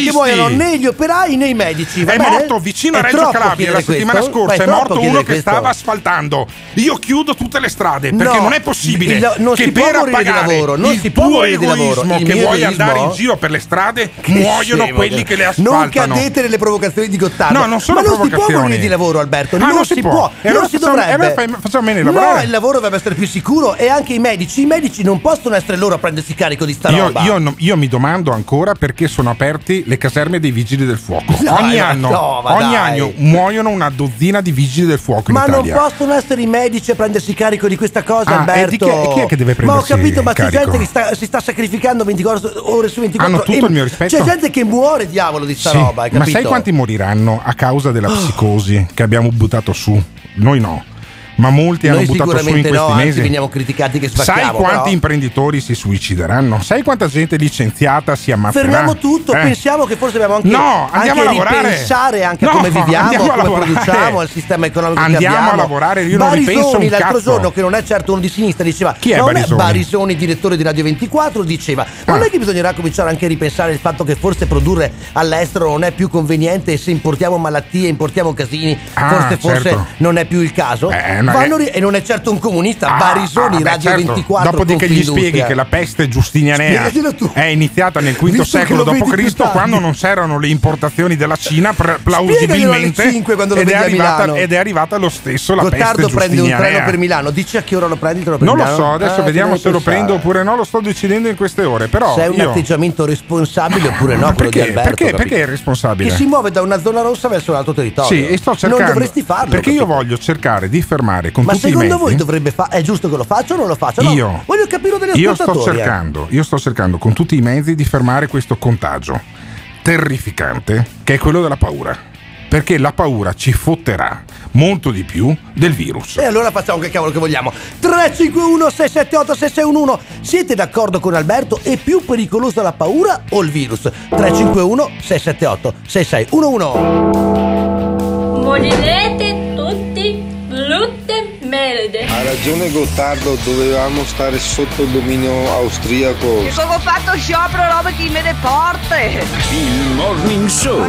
che muoiono né gli operai né i medici. Va è bene? morto vicino a È Reggio troppo Calabria la chiedere settimana questo? scorsa. Ma È, è troppo morto uno chiedere che questo? stava asfaltando. Io chiudo tutte le strade perché No, non è possibile il- non che si può per morire di appagare lavoro, non il si può tuo morire di lavoro. egoismo Il che mio vuoi egoismo? andare in giro per le strade Che muoiono scemo, quelli che- che le Non asfaltano. cadete nelle provocazioni di Gottardo. No, non sono Ma non si può provocazioni. morire di lavoro, Alberto. Ah, non, non si si può. può. E non allora si facciamo- dovrebbe. e allora fai- facciamo bene lavorare. No, il lavoro deve essere più sicuro e anche i medici. I medici non possono essere loro a prendersi carico di sta Io, roba. io non- io mi domando ancora perché sono aperti le caserme dei vigili del fuoco. Dai, ogni ma anno, no, ma ogni dai. anno muoiono una dozzina di vigili del fuoco in Ma non Italia. possono essere i medici a prendersi carico di questa cosa, Ah, Alberto. e di chi è- chi è che deve Ma ho prendersi capito, ma c'è carico? gente che sta- si sta sacrificando ventiquattro ore su ventiquattro. Hanno tutto e il mio rispetto. C'è gente che muore, diavolo, di sta Sì, roba, hai ma capito? sai quanti moriranno a causa della psicosi che abbiamo buttato su? Noi no. Ma molti Noi hanno buttato su in sicuramente questi no, anzi mesi. veniamo criticati che Sai spacchiamo. quanti però. imprenditori si suicideranno? Sai quanta gente licenziata si ammazserà? Fermiamo tutto, Eh? pensiamo che forse dobbiamo anche, No, andiamo anche a lavorare. ripensare anche a No, come viviamo, a andiamo a come lavorare. produciamo, al sistema economico Andiamo che abbiamo. a lavorare, io non Barisoni, ripenso un l'altro cazzo. giorno, che non è certo uno di sinistra, diceva Chi è non Barisoni? è Barisoni, direttore di Radio ventiquattro, diceva non Ah. è che bisognerà cominciare anche a ripensare il fatto che forse produrre all'estero non è più conveniente e se importiamo malattie, importiamo casini, Ah, forse, forse certo. non è più il caso. Eh, no, Vanno eh. ri- e non è certo un comunista, Ah, Barisoni, ah, beh, Radio certo. ventiquattro. Dopodiché gli Confindustria. spieghi che la peste giustinianea Spiegatelo tu. è iniziata nel quinto Visto che secolo lo vedi dopo più Cristo, tardi. quando non c'erano le importazioni della Cina, pr- plausibilmente, alle cinque quando lo ed, è vedi a arrivata, Milano. ed è arrivata lo stesso la Gottardo peste prende un giustinianea. treno per Milano. Dici a che ora lo prendi il treno per Non lo Milano? so, adesso Eh, vediamo ti se lo devi prendo pensare. oppure no, lo sto decidendo in queste ore. Però Se è un io... atteggiamento responsabile oppure no, Ma quello di perché, Alberto. perché, capito? perché è irresponsabile? Che si muove da una zona rossa verso un altro territorio. Sì, e sto cercando. Non dovresti farlo. Perché io capito? voglio cercare di fermare con Ma tutti i secondo mezzi. voi dovrebbe fare? È giusto che lo faccia o non lo faccia? No, Io, voglio capire delle io sto ascoltatori. eh. cercando, io sto cercando con tutti i mezzi di fermare questo contagio terrificante che è quello della paura. Perché la paura ci fotterà molto di più del virus. E allora facciamo che cavolo che vogliamo. tre cinque uno sei sette otto sei sei uno uno. Siete d'accordo con Alberto? È più pericolosa la paura o il virus? tre cinque uno sei sette otto sei sei uno uno. Morirete tutti brutte merde. Ha ragione Gottardo, dovevamo stare sotto il dominio austriaco. Che come ho fatto sciopero roba che me le porte. Il Morning Show.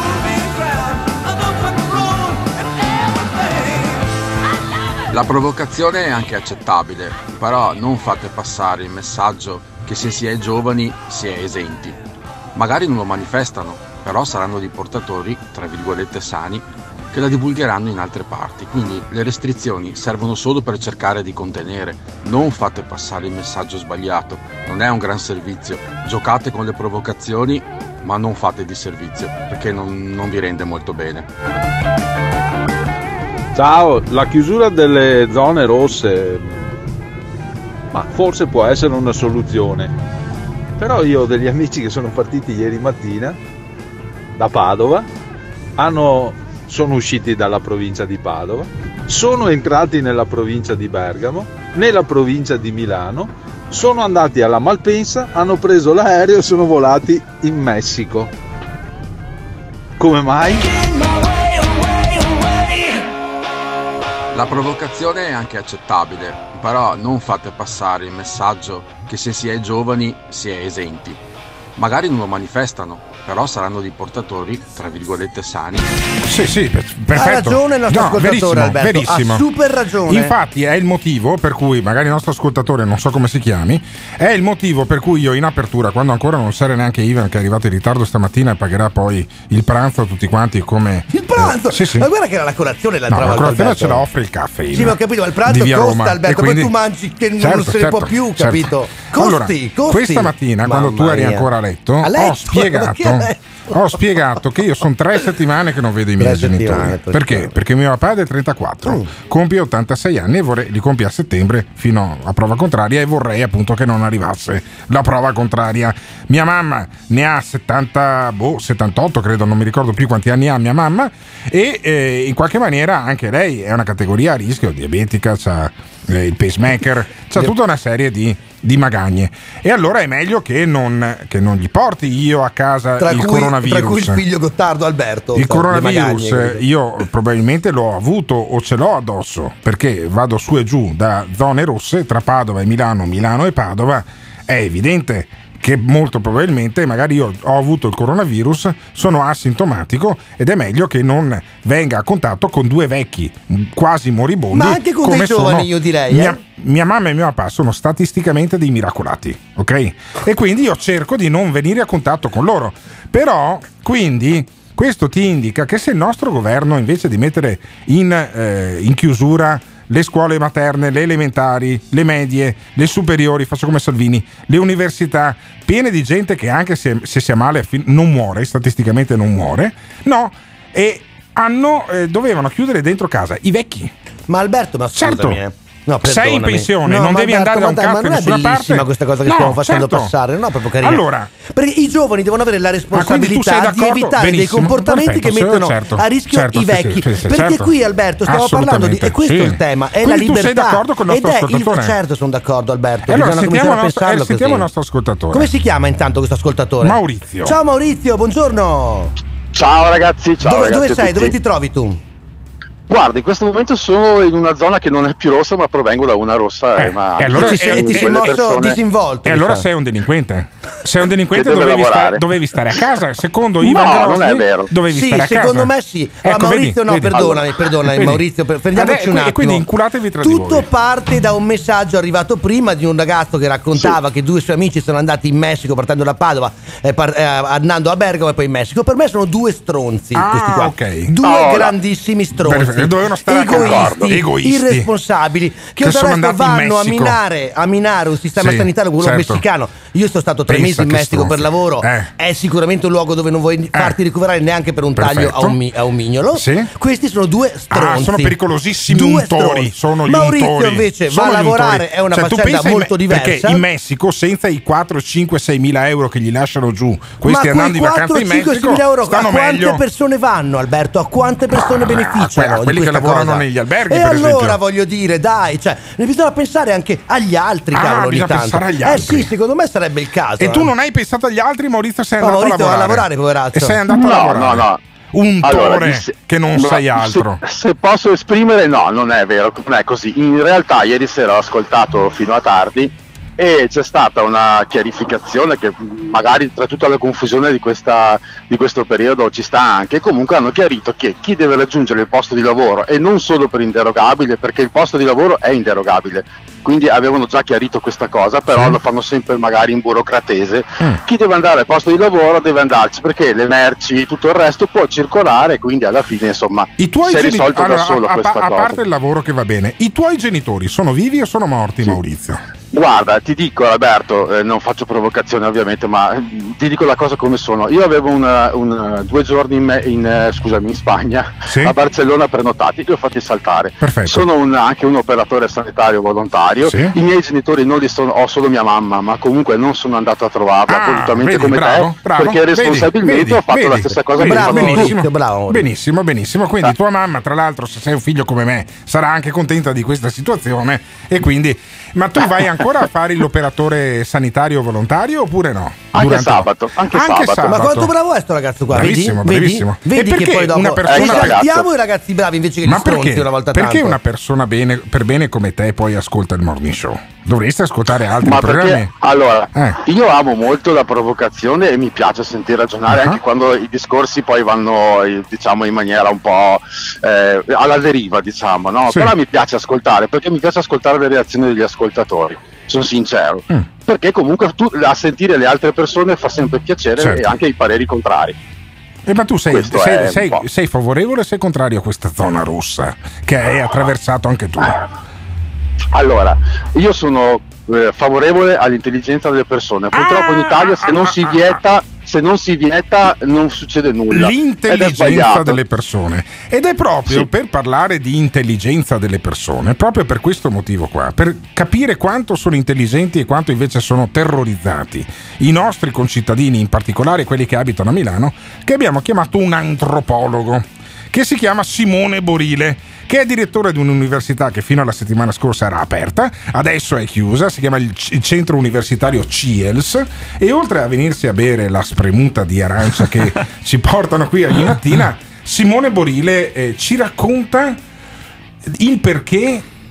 La provocazione è anche accettabile, però non fate passare il messaggio che se si è giovani si è esenti. Magari non lo manifestano, però saranno dei portatori, tra virgolette sani, che la divulgheranno in altre parti. Quindi le restrizioni servono solo per cercare di contenere, non fate passare il messaggio sbagliato. Non è un gran servizio. Giocate con le provocazioni, ma non fate di servizio, perché non, non vi rende molto bene. Ciao, la chiusura delle zone rosse, ma forse può essere una soluzione, però io ho degli amici che sono partiti ieri mattina da Padova, hanno, sono usciti dalla provincia di Padova, sono entrati nella provincia di Bergamo, nella provincia di Milano, sono andati alla Malpensa, hanno preso l'aereo e sono volati in Messico. Come mai? La provocazione è anche accettabile, però non fate passare il messaggio che se si è giovani si è esenti. Magari non lo manifestano, però saranno dei portatori, tra virgolette sani. Sì, sì, per- perfetto. Ha ragione il nostro No, ascoltatore, verissimo, Alberto, verissimo. ha super ragione. Infatti è il motivo per cui, magari il nostro ascoltatore, non so come si chiami, è il motivo per cui io in apertura, quando ancora non c'era neanche Ivan, che è arrivato in ritardo stamattina e pagherà poi il pranzo a tutti quanti come... Il pranzo? Eh, sì, sì. Ma guarda che era la colazione l'altra No, la volta, colazione Alberto. ce la offre il caffè. Sì, ma ho capito, ma il pranzo di via costa, Roma. Alberto, E quindi- poi tu mangi che non Certo, se ne certo, può più, certo. capito? Costi, Allora, costi. questa mattina, quando tu Mamma eri mia. ancora a letto, A letto? ho spiegato Perché a letto? ho spiegato che io sono tre settimane che non vedo i miei Tre genitori. settimane, per Perché? certo. Perché mio papà è del trentaquattro, Mm. compie ottantasei anni e vorrei, li compie a settembre fino a prova contraria, e vorrei appunto che non arrivasse la prova contraria. Mia mamma ne ha settanta, boh, settantotto credo, non mi ricordo più quanti anni ha mia mamma, e eh, in qualche maniera anche lei è una categoria a rischio, diabetica, c'ha eh, il pacemaker, c'ha tutta una serie di, di magagne, e allora è meglio che non, che non gli porti io a casa Tra il cui, coronavirus. tra cui il figlio Gottardo Alberto. Il cioè, le coronavirus magagne, credo. io probabilmente l'ho avuto o ce l'ho addosso, perché vado su e giù da zone rosse tra Padova e Milano, Milano e Padova. È evidente che molto probabilmente magari io ho avuto il coronavirus, sono asintomatico ed è meglio che non venga a contatto con due vecchi quasi moribondi. Ma anche con dei giovani, io direi. Mia, eh? mia mamma e mio papà sono statisticamente dei miracolati, ok? E quindi io cerco di non venire a contatto con loro. Però, quindi, questo ti indica che se il nostro governo, invece di mettere in, eh, in chiusura le scuole materne, le elementari, le medie, le superiori, faccio come Salvini, le università, piene di gente che anche se, se si ammala non muore, statisticamente non muore, no, e hanno, eh, dovevano chiudere dentro casa i vecchi. Ma Alberto, ma scusami, certo. eh. No, sei in pensione, no, non devi Alberto, andare da un dai, cazzo ma non da è nessuna bellissima parte. questa cosa che No, stiamo facendo certo. passare, non è proprio carina. Allora, perché i giovani devono avere la responsabilità di evitare dei comportamenti perfetto, che mettono certo, a rischio certo, i sì, vecchi. sì, sì, perché certo. qui, Alberto, stiamo parlando di, e questo sì. è il tema, è Quindi la tu libertà. sei d'accordo con il nostro ed è il, ascoltatore? certo, sono d'accordo, Alberto. Allora, bisogna sentiamo, cominciare a nostro, pensarlo eh, sentiamo così. il nostro ascoltatore. Come si chiama intanto questo ascoltatore? Maurizio. Ciao Maurizio, buongiorno. Ciao ragazzi, ciao Dove, ragazzi dove a sei? tutti. Dove ti trovi tu? Guarda, in questo momento sono in una zona che non è più rossa, ma provengo da una rossa. Eh, ma e allora ti sei, ti sei mosso persone... disinvolto. E allora sei un delinquente. Sei un delinquente, deve dovevi, lavorare. stare, dovevi stare a casa. Secondo No, Ivan Grosni, non è vero. dovevi Sì, stare a casa. secondo me sì. Ah, Ecco, Maurizio, vedi, no, vedi. perdonami, Allora, perdonami, vedi. Maurizio, per- fermiamoci Adè, un attimo. E quindi inculatevi tra di Tutto voi. parte da un messaggio arrivato prima di un ragazzo che raccontava Sì. che due suoi amici sono andati in Messico partendo da Padova, eh, par- eh, andando a Bergamo e poi in Messico. Per me sono due stronzi Ah, questi qua. ok. Due Allora. grandissimi stronzi. Perfetto, dovevano stare a casa. egoisti, Egoisti. irresponsabili, che, Che oltre sono al resto andati in vanno a Messico. minare, a minare un sistema Sì, sanitario, quello certo. messicano. Io sono stato tre Pensa mesi in che Messico stronzi. per lavoro. Eh. È sicuramente un luogo dove non vuoi farti ricoverare neanche per un taglio Perfetto. a un, mi- a un mignolo. Sì. Questi sono due stronzi. Ah, sono pericolosissimi Due untori. stronzi. Sono gli Maurizio untori. invece Sono va a gli lavorare, untori. è una Cioè, tu faccenda pensa in- molto diversa. Perché in Messico, senza i quattro, cinque, sei mila euro che gli lasciano giù, questi Ma andando in quei vacanza in quattro, cinque, Messico, sei mila euro a stanno quante meglio. persone vanno, Alberto? A quante persone Ah, beneficiano? a quelli di che questa lavorano cosa? negli alberghi, E per allora esempio. voglio dire, dai, cioè, ne bisogna pensare anche agli altri, Ah, cavolo, ogni bisogna tanto. pensare agli Eh altri. sì, secondo me sarebbe il caso. E tu eh. non hai pensato agli altri, Maurizio, sei No, andato Maurizio a va a lavorare. lavorare, poverazzo. E sei andato No, a lavorare. no, no. Un Allora, tore se- che non no, sei altro. Se, se posso esprimere, no, non è vero, non è così. In realtà ieri sera ho ascoltato fino a tardi e c'è stata una chiarificazione che magari tra tutta la confusione di, questa, di questo periodo ci sta anche. Comunque hanno chiarito che chi deve raggiungere il posto di lavoro, e non solo per inderogabile, perché il posto di lavoro è inderogabile, quindi avevano già chiarito questa cosa, però Sì. lo fanno sempre magari in burocratese. Mm. Chi deve andare al posto di lavoro deve andarci, perché le merci e tutto il resto può circolare, quindi alla fine insomma I tuoi si è geni- risolto allora, da solo a, a- questa a cosa. parte il lavoro che va bene, i tuoi genitori sono vivi o sono morti, Maurizio? Guarda, ti dico Alberto, eh, non faccio provocazione ovviamente, ma eh, ti dico la cosa come sono. Io avevo un, un, due giorni in, me- in, eh, scusami, in Spagna, Sì. a Barcellona prenotati, li ho fatti saltare. Perfetto. Sono un- anche un operatore sanitario volontario. Sì. I miei genitori non li sono, ho solo mia mamma, ma comunque non sono andato a trovarla, Ah, volutamente vedi, come bravo, te, bravo. perché Vedi, responsabilmente vedi, ho fatto vedi. la stessa cosa Vedi, che fanno benissimo, tutti. bravo. benissimo, benissimo. Quindi tua mamma, tra l'altro, se sei un figlio come me, sarà anche contenta di questa situazione. E quindi, ma tu vai ancora a fare l'operatore sanitario volontario oppure no? Anche Durante- sabato, anche sabato. Ma quanto bravo è sto ragazzo qua? Bravissimo, vedi? bravissimo. Vedi, E vedi che perché poi dopo una persona- esaltiamo i ragazzi bravi invece che gli Ma stronzi perché, una volta perché tanto. una persona bene, per bene come te poi ascolta il morning show? Dovresti ascoltare altri Ma programmi. perché allora Eh. io amo molto la provocazione e mi piace sentire ragionare Uh-huh. anche quando i discorsi poi vanno eh, diciamo in maniera un po' eh, alla deriva, diciamo, no? Sì. Però mi piace ascoltare, perché mi piace ascoltare le reazioni degli ascoltatori, sono sincero, Mm. perché comunque tu, a sentire le altre persone fa sempre piacere, Certo. e anche i pareri contrari. Eh, ma tu sei, Questo sei, è un sei- po'. sei favorevole o sei contrario a questa zona rossa che hai attraversato anche tu? Allora, io sono eh, favorevole all'intelligenza delle persone. Purtroppo in Italia se non si vieta, se non si vieta non succede nulla. Ed è L'intelligenza sbagliato. delle persone. Ed è proprio Sì. per parlare di intelligenza delle persone, proprio per questo motivo qua, per capire quanto sono intelligenti e quanto invece sono terrorizzati i nostri concittadini, in particolare quelli che abitano a Milano, che abbiamo chiamato un antropologo che si chiama Simone Borile, che è direttore di un'università che fino alla settimana scorsa era aperta, adesso è chiusa, si chiama il, C- il centro universitario C I E L S, e oltre a venirsi a bere la spremuta di arancia che ci portano qui ogni mattina, Simone Borile eh, ci racconta il perché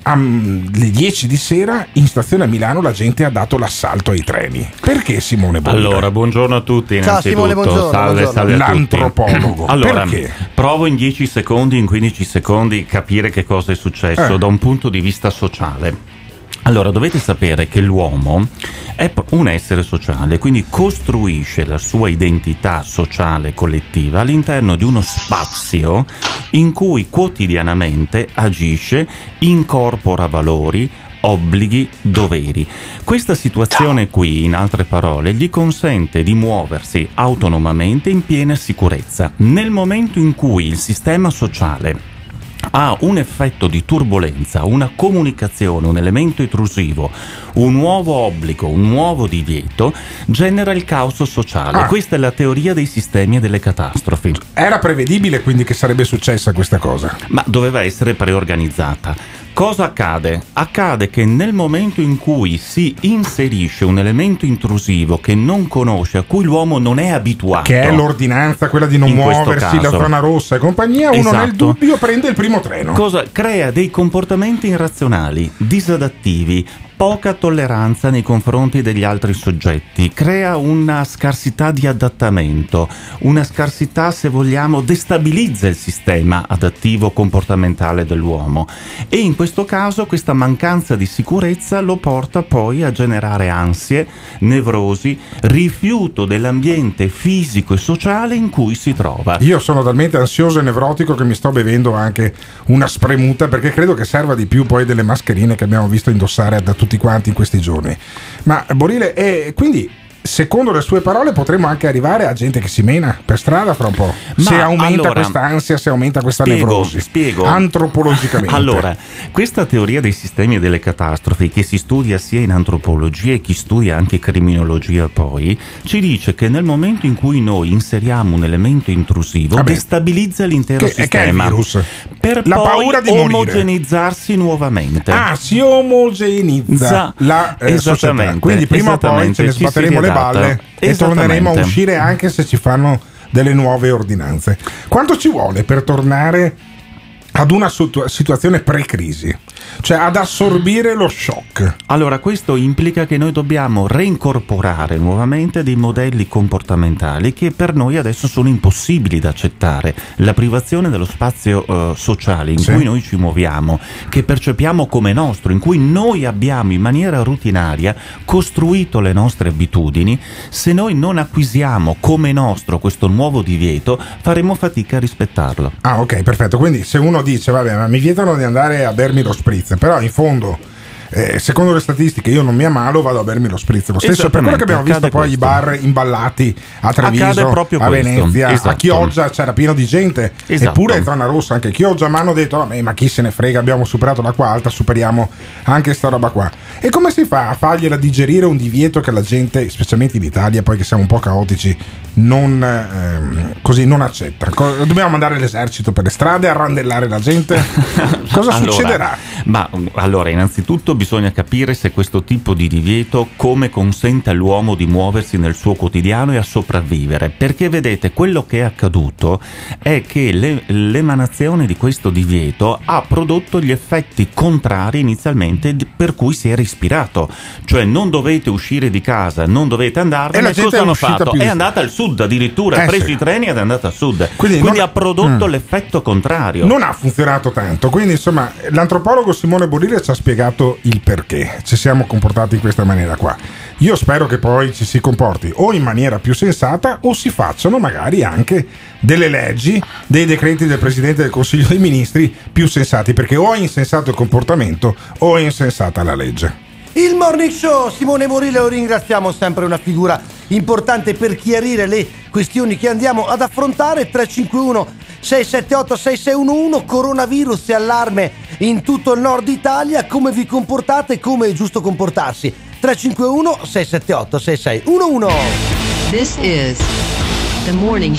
alle dieci di sera in stazione a Milano la gente ha dato l'assalto ai treni. Perché, Simone Bolire? Allora, buongiorno a tutti. Ciao Simone, buongiorno. Salve, buongiorno. salve a L'antropologo. tutti. Allora, perché? provo in dieci secondi, in quindici secondi capire che cosa è successo Eh. da un punto di vista sociale. Allora, dovete sapere che l'uomo è un essere sociale, quindi costruisce la sua identità sociale collettiva all'interno di uno spazio in cui quotidianamente agisce, incorpora valori, obblighi, doveri. Questa situazione qui, in altre parole, gli consente di muoversi autonomamente in piena sicurezza. Nel momento in cui il sistema sociale ha un effetto di turbolenza, una comunicazione, un elemento intrusivo, un nuovo obbligo, un nuovo divieto, genera il caos sociale. Ah. Questa è la teoria dei sistemi e delle catastrofi. Era prevedibile quindi che sarebbe successa questa cosa? Ma doveva essere preorganizzata. Cosa accade? Accade che nel momento in cui si inserisce un elemento intrusivo che non conosce, a cui l'uomo non è abituato, Che è l'ordinanza, quella di non in questo muoversi, la caso. zona rossa e compagnia, uno Esatto. nel dubbio prende il primo treno. Cosa crea dei comportamenti irrazionali, disadattivi, poca tolleranza nei confronti degli altri soggetti, crea una scarsità di adattamento, una scarsità, se vogliamo, destabilizza il sistema adattivo comportamentale dell'uomo e in questo caso questa mancanza di sicurezza lo porta poi a generare ansie, nevrosi, rifiuto dell'ambiente fisico e sociale in cui si trova. Io sono talmente ansioso e nevrotico che mi sto bevendo anche una spremuta, perché credo che serva di più poi delle mascherine che abbiamo visto indossare da tutti quanti in questi giorni. Ma Borile, e quindi secondo le sue parole potremmo anche arrivare a gente che si mena per strada fra un po', Ma se aumenta allora, questa ansia, se aumenta questa spiego, nevrosi spiego. antropologicamente. Allora, questa teoria dei sistemi e delle catastrofi, che si studia sia in antropologia e chi studia anche criminologia poi, ci dice che nel momento in cui noi inseriamo un elemento intrusivo, Vabbè, destabilizza l'intero che, che è il sistema virus, per la poi paura di morire. omogenizzarsi nuovamente. Ah, si omogenizza Za- la eh, società. esattamente, Quindi prima o poi esattamente, ce ne ci sbatteremo si le adatta. balle e torneremo a Esattamente. uscire anche se ci fanno delle nuove ordinanze. Quanto ci vuole per tornare ad una situ- situazione pre-crisi? Cioè ad assorbire lo shock? Allora, questo implica che noi dobbiamo reincorporare nuovamente dei modelli comportamentali che per noi adesso sono impossibili da accettare. La privazione dello spazio eh, sociale in Sì. cui noi ci muoviamo, che percepiamo come nostro, in cui noi abbiamo in maniera rutinaria costruito le nostre abitudini, se noi non acquisiamo come nostro questo nuovo divieto, faremo fatica a rispettarlo. Ah, ok, perfetto. Quindi se uno dice vabbè, ma mi vietano di andare a bermi lo spritz, però in fondo eh, secondo le statistiche io non mi ammalo, vado a bermi lo spritz lo stesso. Per quello che abbiamo visto poi i bar imballati a Treviso, proprio a questo. Venezia, Esatto. a Chioggia c'era pieno di gente, Esatto. eppure è zona rossa anche Chioggia, ma hanno detto vabbè, ma chi se ne frega, abbiamo superato l'acqua alta, superiamo anche sta roba qua. E come si fa a fargliela digerire un divieto che la gente, specialmente in Italia, poi che siamo un po' caotici, non ehm, così non accetta? Co- dobbiamo mandare l'esercito per le strade a randellare la gente? Cosa Allora, succederà? Ma allora, innanzitutto bisogna capire se questo tipo di divieto come consente all'uomo di muoversi nel suo quotidiano e a sopravvivere, perché vedete, quello che è accaduto è che le, l'emanazione di questo divieto ha prodotto gli effetti contrari inizialmente di- per cui si era ispirato, cioè non dovete uscire di casa, non dovete andarvene. E la gente cosa è hanno uscita fatto? più- È andata al sud addirittura, Eh, ha preso sì. i treni ed è andata a sud, Quindi quindi, non- ha prodotto Mm. l'effetto contrario. Non ha funzionato tanto, quindi insomma l'antropologo Simone Borile ci ha spiegato il perché ci siamo comportati in questa maniera qua. Io spero che poi ci si comporti o in maniera più sensata o si facciano magari anche delle leggi, dei decreti del Presidente del Consiglio dei Ministri più sensati, perché o è insensato il comportamento o è insensata la legge. Il Morning Show, Simone Borile, lo ringraziamo, sempre una figura importante per chiarire le questioni che andiamo ad affrontare. Tre cinque uno sei sette otto sei sei uno uno, coronavirus e allarme in tutto il nord Italia, come vi comportate, come è giusto comportarsi? Tre cinque uno sei sette otto sei sei uno uno. This is the Morning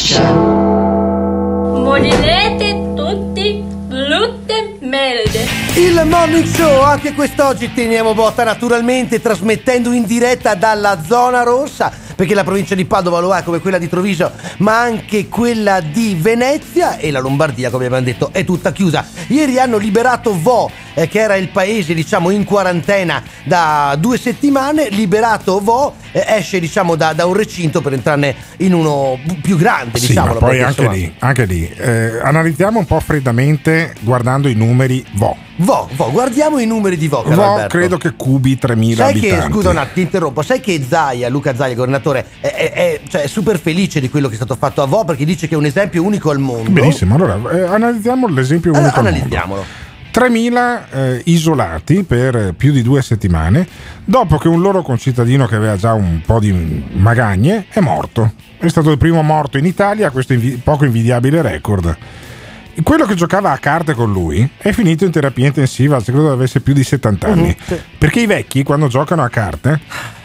Show. Morirete tutti brutte merde. Il Morning Show, anche quest'oggi teniamo botta naturalmente, trasmettendo in diretta dalla zona rossa, perché la provincia di Padova lo è come quella di Treviso, ma anche quella di Venezia, e la Lombardia, come abbiamo detto, è tutta chiusa. Ieri hanno liberato Vo, eh, che era il paese, diciamo, in quarantena da due settimane, liberato Vo, eh, esce, diciamo, da, da un recinto per entrarne in uno più grande, sì, diciamolo. Ma poi perché, anche insomma, lì, anche lì eh, analizziamo un po' freddamente guardando i numeri Vo. Vo, Vo, guardiamo i numeri di Vo, caro Vo Alberto. credo che cubi tremila Sai abitanti. che, scusa un attimo, ti interrompo, sai che Zaia, Luca Zaia, il governatore, è, è, è, cioè, è super felice di quello che è stato fatto a Vo, perché dice che è un esempio unico al mondo. Benissimo, allora eh, analizziamo l'esempio unico allora, al analizziamolo. mondo. tremila eh, isolati per più di due settimane dopo che un loro concittadino che aveva già un po' di magagne è morto. È stato il primo morto in Italia a questo invi- poco invidiabile record. Quello che giocava a carte con lui è finito in terapia intensiva, credo avesse più di settanta anni. Uh-huh, sì. Perché i vecchi, quando giocano a carte,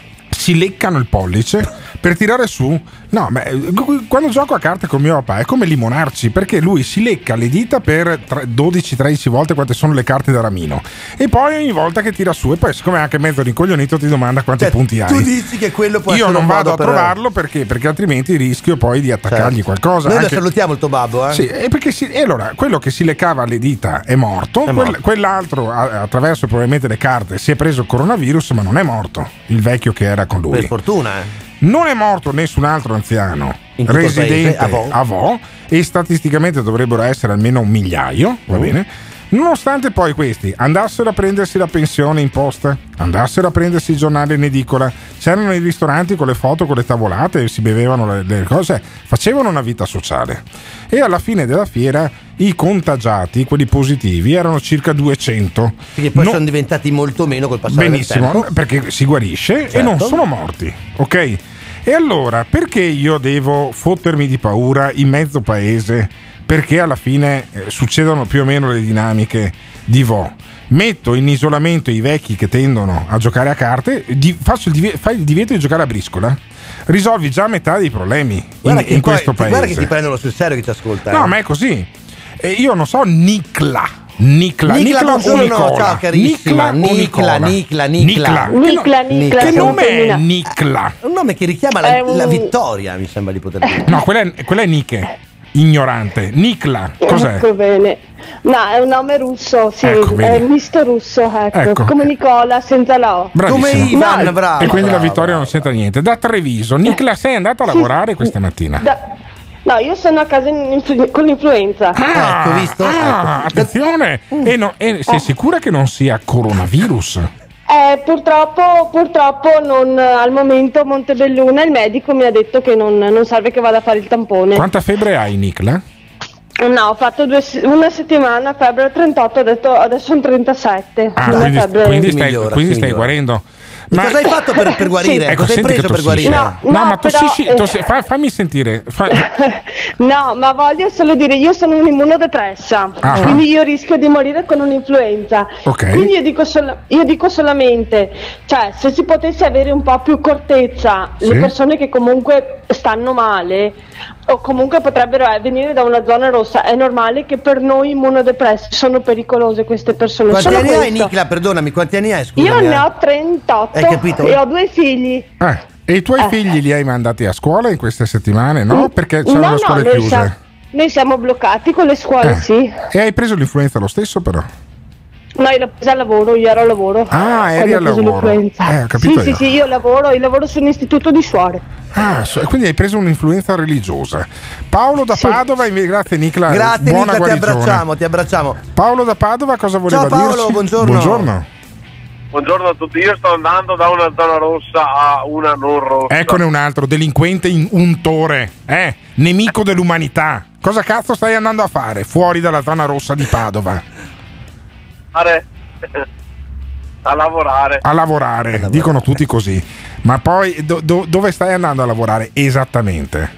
si leccano il pollice per tirare su. No, beh, quando gioco a carte con mio papà è come limonarci, perché lui si lecca le dita per dodici tredici volte quante sono le carte da ramino, e poi ogni volta che tira su, e poi siccome è anche mezzo rincoglionito ti domanda quanti Cioè, punti tu hai. dici che quello può Io essere non un vado modo a per- provarlo perché, perché altrimenti rischio poi di attaccargli Certo. qualcosa. Noi lo anche- salutiamo il tuo babbo, eh? Sì, e perché si, e allora quello che si leccava le dita è morto, È quel- morto. quell'altro a- attraverso probabilmente le carte si è preso il coronavirus, ma non è morto il vecchio che era con lui. Per fortuna, eh. Non è morto nessun altro anziano In tutto il residente paese, a Vo. a Vo, e statisticamente dovrebbero essere almeno un migliaio, va Mm. bene? Nonostante poi questi andassero a prendersi la pensione in posta, andassero a prendersi il giornale in edicola, c'erano i ristoranti con le foto, con le tavolate, si bevevano le, le cose, facevano una vita sociale. E alla fine della fiera i contagiati, quelli positivi, erano circa duecento. Che poi Non- sono diventati molto meno col passare Benissimo, del tempo. perché si guarisce e Certo. non sono morti, ok? E allora, perché io devo fottermi di paura in mezzo paese? Perché alla fine eh, succedono più o meno le dinamiche di Vo. Metto in isolamento i vecchi che tendono a giocare a carte, di, faccio il divie- fai il divieto di giocare a briscola, risolvi già metà dei problemi in, Guarda che in poi- questo paese. Guarda che ti prendono sul serio chi ci ascolta. No, eh. ma è così. E io non so, Nicla. Nicla, Nicla, Nicla o buongiorno, Nicola? ciao carissima. Nicla o Nicla, Nicola? Nicla, Nicla. Nicla. Nicla, Che no- Nicla, Che siamo nome è femmina. Nicla? Un nome che richiama la, È un- la vittoria, mi sembra di poter dire. No, quella è, quella è Nike, ignorante. Nicla, cos'è? Ecco bene. No, è un nome russo, sì, Ecco, è vedi. misto russo, ecco, Ecco. come Nicola senza la O. Bravissimo. Come Ivan, No, bravo. E quindi la bravo. vittoria non c'entra niente. Da Treviso, Nicla, sei andato a lavorare questa mattina? Da- No, io sono a casa in influ- con l'influenza. Ah, Ecco, visto? ah, Ecco. attenzione! E, no- e sei sicura che non sia coronavirus? Eh, purtroppo, purtroppo non, al momento Montebelluna il medico mi ha detto che non, non serve che vada a fare il tampone. Quanta febbre hai, Nicla? No, ho fatto due, se- una settimana, febbre trentotto, ho detto adesso sono trentasette. Ah, Una quindi, febbre- quindi Si stai, migliora, quindi si stai migliora. guarendo. E cosa hai fatto per, per guarire? Ecco, Cosa hai senti che preso per tossisci. guarire? No, No, no, ma però, tossisci, eh, tossi- fa- fammi sentire. fa- No, ma voglio solo dire, io sono un'immunodepressa, Ah. quindi io rischio di morire con un'influenza. Ok. Quindi io dico, sol- io dico solamente, cioè, se si potesse avere un po' più accortezza, Sì. le persone che comunque stanno male o comunque potrebbero eh, venire da una zona rossa, è normale che per noi immunodepressi sono pericolose queste persone. Quanti Solo anni hai, questo. Nicla? Perdonami, quanti anni hai? Scusami. Io ne eh. ho trentotto Hai capito? e ho due figli. Eh, e i tuoi Eh. figli li hai mandati a scuola in queste settimane, no? Perché c'erano No, le no, scuole noi chiuse. siamo, noi siamo bloccati con le scuole, Eh. sì. E hai preso l'influenza lo stesso, però? No, io l'ho presa al lavoro, io ero al lavoro. Ah, eri quando ho al preso lavoro. l'influenza. Eh, ho capito sì, io. sì, sì, io lavoro, io lavoro su un istituto di suore. Ah, so- quindi hai preso un'influenza religiosa. Paolo da Sì. Padova, inve- grazie Nicla. Grazie buona Nicla, ti guarigione. abbracciamo, ti abbracciamo. Paolo da Padova cosa voleva Ciao Paolo, dirci? buongiorno. Buongiorno. Buongiorno a tutti, io sto andando da una zona rossa a una non rossa. Eccone un altro, delinquente in- untore, eh? Nemico dell'umanità. Cosa cazzo stai andando a fare fuori dalla zona rossa di Padova? Fare- a lavorare. A lavorare, dicono tutti così. Ma poi do- do- dove stai andando a lavorare esattamente?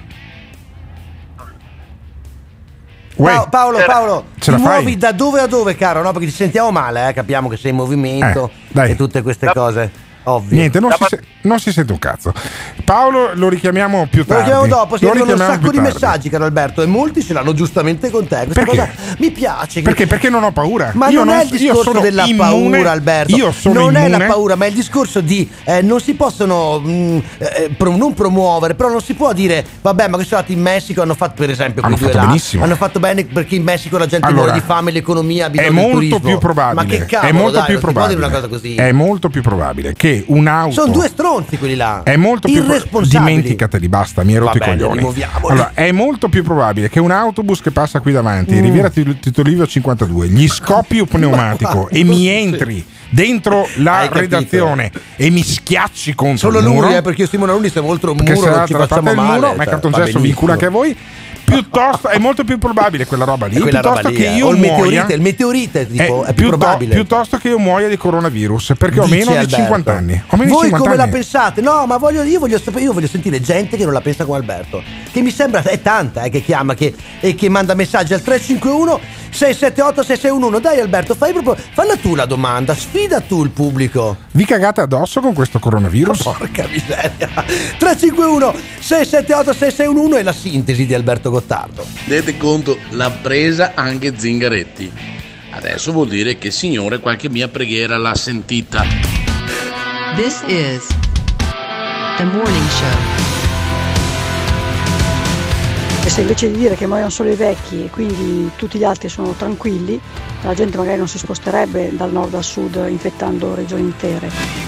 Uè, Pa- Paolo, Paolo, ce ti la fai? muovi da dove a dove, caro? No, perché ti sentiamo male, eh? Capiamo che sei in movimento Eh, dai. e tutte queste Da- cose ovvie. Niente, non Da, si, ma- se- Non si sente un cazzo. Paolo lo richiamiamo più tardi. Lo chiamiamo dopo, si Lo arrivano un richiamiamo sacco di più tardi. messaggi, caro Alberto, e molti ce l'hanno giustamente con te. Questa Perché? cosa mi piace. Perché? Perché non ho paura. Ma Io non, non è il io discorso sono della immune, paura, Alberto. Io sono non immune. è la paura, ma è il discorso di eh, non si possono mh, eh, pro, non promuovere, però non si può dire vabbè, ma che sono andati in Messico, hanno fatto per esempio Hanno quei due fatto là, benissimo. hanno fatto bene perché in Messico la gente Allora, muore di fame, l'economia ha bisogno È del molto turismo. più probabile. Ma che cavolo, è molto dai, più non si può dire probabile. una cosa così. È molto più probabile che un'auto. Sono due stronzi quelli là. È molto più pro- irresponsabili. Dimenticateli, basta, mi hai rotto Vabbè, i coglioni. rimuoviamoli. Allora, è molto più probabile che un autobus che passa qui davanti, Mm. Riviera Tito Livio cinquantadue, gli scoppi un pneumatico e mi entri dentro la Hai capito. redazione e mi schiacci contro Solo il muro. lui, eh, perché io Simone Alunni siamo oltre un Perché muro, se non ci dalla parte facciamo del male. muro, ma è cioè, cartongesso va vi incula benissimo. che a voi. Piuttosto è molto più probabile quella roba lì. È quella piuttosto roba lì, che eh. io O il muoia. meteorite, il meteorite tipo, è più piutto- probabile. Piuttosto che io muoia di coronavirus, perché ho Dice meno di Alberto. cinquanta anni. Ho meno Voi di cinquanta come anni. la pensate? No, ma voglio, io, voglio sapere, io voglio sentire gente che non la pensa come Alberto. Che mi sembra è tanta eh, che chiama che, e che manda messaggi al tre cinque uno sei sette otto sei sei uno uno. Dai Alberto, fai proprio, falla tu la domanda, sfida tu il pubblico. Vi cagate addosso con questo coronavirus? Porca miseria. tre cinque uno sei sette otto sei sei uno uno è la sintesi di Alberto Gottardo. Tenete conto, l'ha presa anche Zingaretti. Adesso vuol dire che il Signore qualche mia preghiera l'ha sentita. This is The Morning Show. E se invece di dire che muoiono solo i vecchi e quindi tutti gli altri sono tranquilli, la gente magari non si sposterebbe dal nord al sud infettando regioni intere.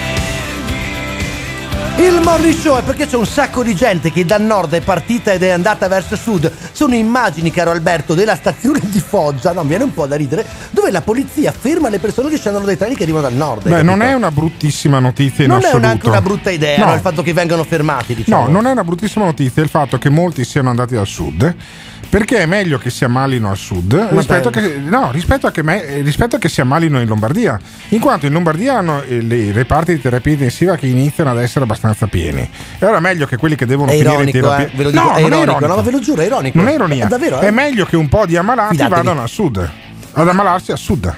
Il Morning Show è perché c'è un sacco di gente che da nord è partita ed è andata verso sud. Sono immagini, caro Alberto, della stazione di Foggia, no, mi viene un po' da ridere, dove la polizia ferma le persone che scendono dai treni che arrivano dal nord. Beh, non è una bruttissima notizia in Non è assoluto. neanche una brutta idea, No. no, il fatto che vengano fermati, diciamo. No, non è una bruttissima notizia il fatto che molti siano andati al sud, perché è meglio che si ammalino al sud rispetto, che, no, rispetto, a che me, rispetto a che si ammalino in Lombardia, in quanto in Lombardia hanno eh, le- i reparti di terapia intensiva che iniziano ad essere abbastanza pieni. E allora è meglio che quelli che devono È finire ironico, in terapia eh, ve lo dico, no, è non ironico, no, ma ve lo giuro, è ironico. Non è ironia, È davvero, eh? è meglio che un po' di ammalati Fidatevi. vadano al sud, ad ammalarsi al sud.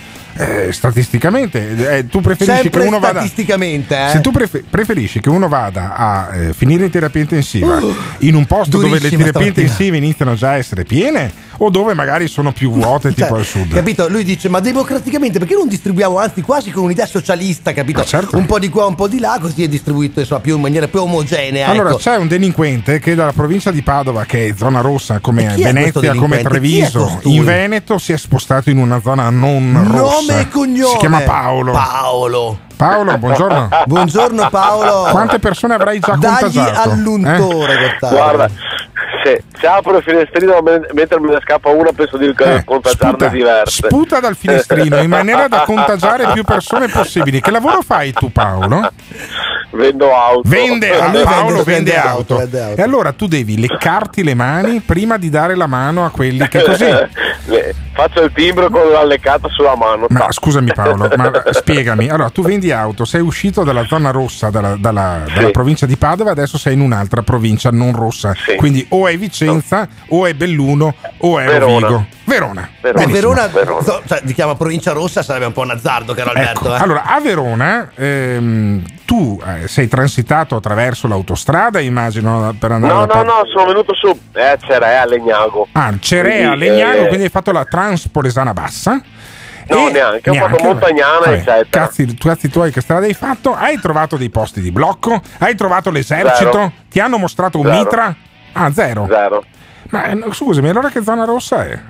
Eh, statisticamente eh, tu preferisci Sempre che uno vada statisticamente, eh? se tu prefe- preferisci che uno vada a eh, finire in terapia intensiva Uh, in un posto dove le durissima terapie stamattina. intensive iniziano già a essere piene o dove magari sono più vuote tipo Cioè, al sud. Capito? Lui dice: ma democraticamente perché non distribuiamo, anzi quasi con un'idea socialista, capito? certo. Un po' di qua, un po' di là, così è distribuito insomma, più in maniera più omogenea. Allora ecco. c'è un delinquente che dalla provincia di Padova, che è zona rossa come E chi è questo Venezia, come delinquente? Chi è Treviso, costui? in Veneto si è spostato in una zona non Nome rossa. e cognome. Si chiama Paolo. Paolo. Paolo, buongiorno. Buongiorno Paolo. Quante persone avrai già Dagli contagiato? all'untore, Eh? Gottardo. Guarda, se, se apro il finestrino men- mentre me ne scappa una penso di Eh, contagiarne sputa, diverse. sputa dal finestrino in maniera da contagiare più persone possibili. Che lavoro fai tu, Paolo? Vendo auto. Vende, Ah, Paolo vende- vende, vende auto. auto, vende auto. E allora tu devi leccarti le mani prima di dare la mano a quelli che così. Le- Faccio il timbro con la leccata sulla mano. Ma scusami Paolo, ma spiegami. Allora, tu vendi auto, sei uscito dalla zona rossa, dalla, dalla, dalla Sì. provincia di Padova, adesso sei in un'altra provincia non rossa. Sì. Quindi o è Vicenza, o è Belluno, o è Verona. Rovigo. Verona. Beh, Benissimo. Verona, so- cioè, si chiama provincia rossa, sarebbe un po' un azzardo, caro Alberto. Ecco, eh. allora a Verona ehm, tu eh, sei transitato attraverso l'autostrada, immagino, per andare No, da no, Padova. no, sono venuto su eh, Cerea, Legnago. Ah, Cerea, Quindi, Legnago, eh, quindi hai fatto la Transpolesana Bassa. No, E- neanche, ho fatto neanche, Montagnana, vabbè, eccetera. Cazzi, cazzi tuoi, che strada hai fatto? Hai trovato dei posti di blocco? Hai trovato l'esercito? Zero. Ti hanno mostrato un Zero. mitra? Ah, zero. Zero. Ma eh, no, scusami, allora che zona rossa è?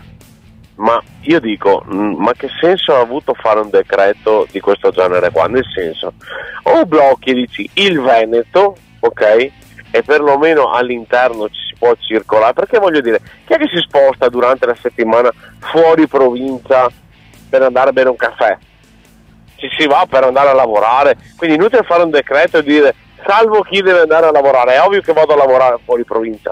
Ma io dico, mh, ma che senso ha avuto fare un decreto di questo genere qua? Nel senso, o blocchi, dici, il Veneto, ok? E perlomeno all'interno ci si può circolare, perché voglio dire, chi è che si sposta durante la settimana fuori provincia per andare a bere un caffè? Ci si va per andare a lavorare, quindi è inutile fare un decreto e dire salvo chi deve andare a lavorare, è ovvio che vado a lavorare fuori provincia.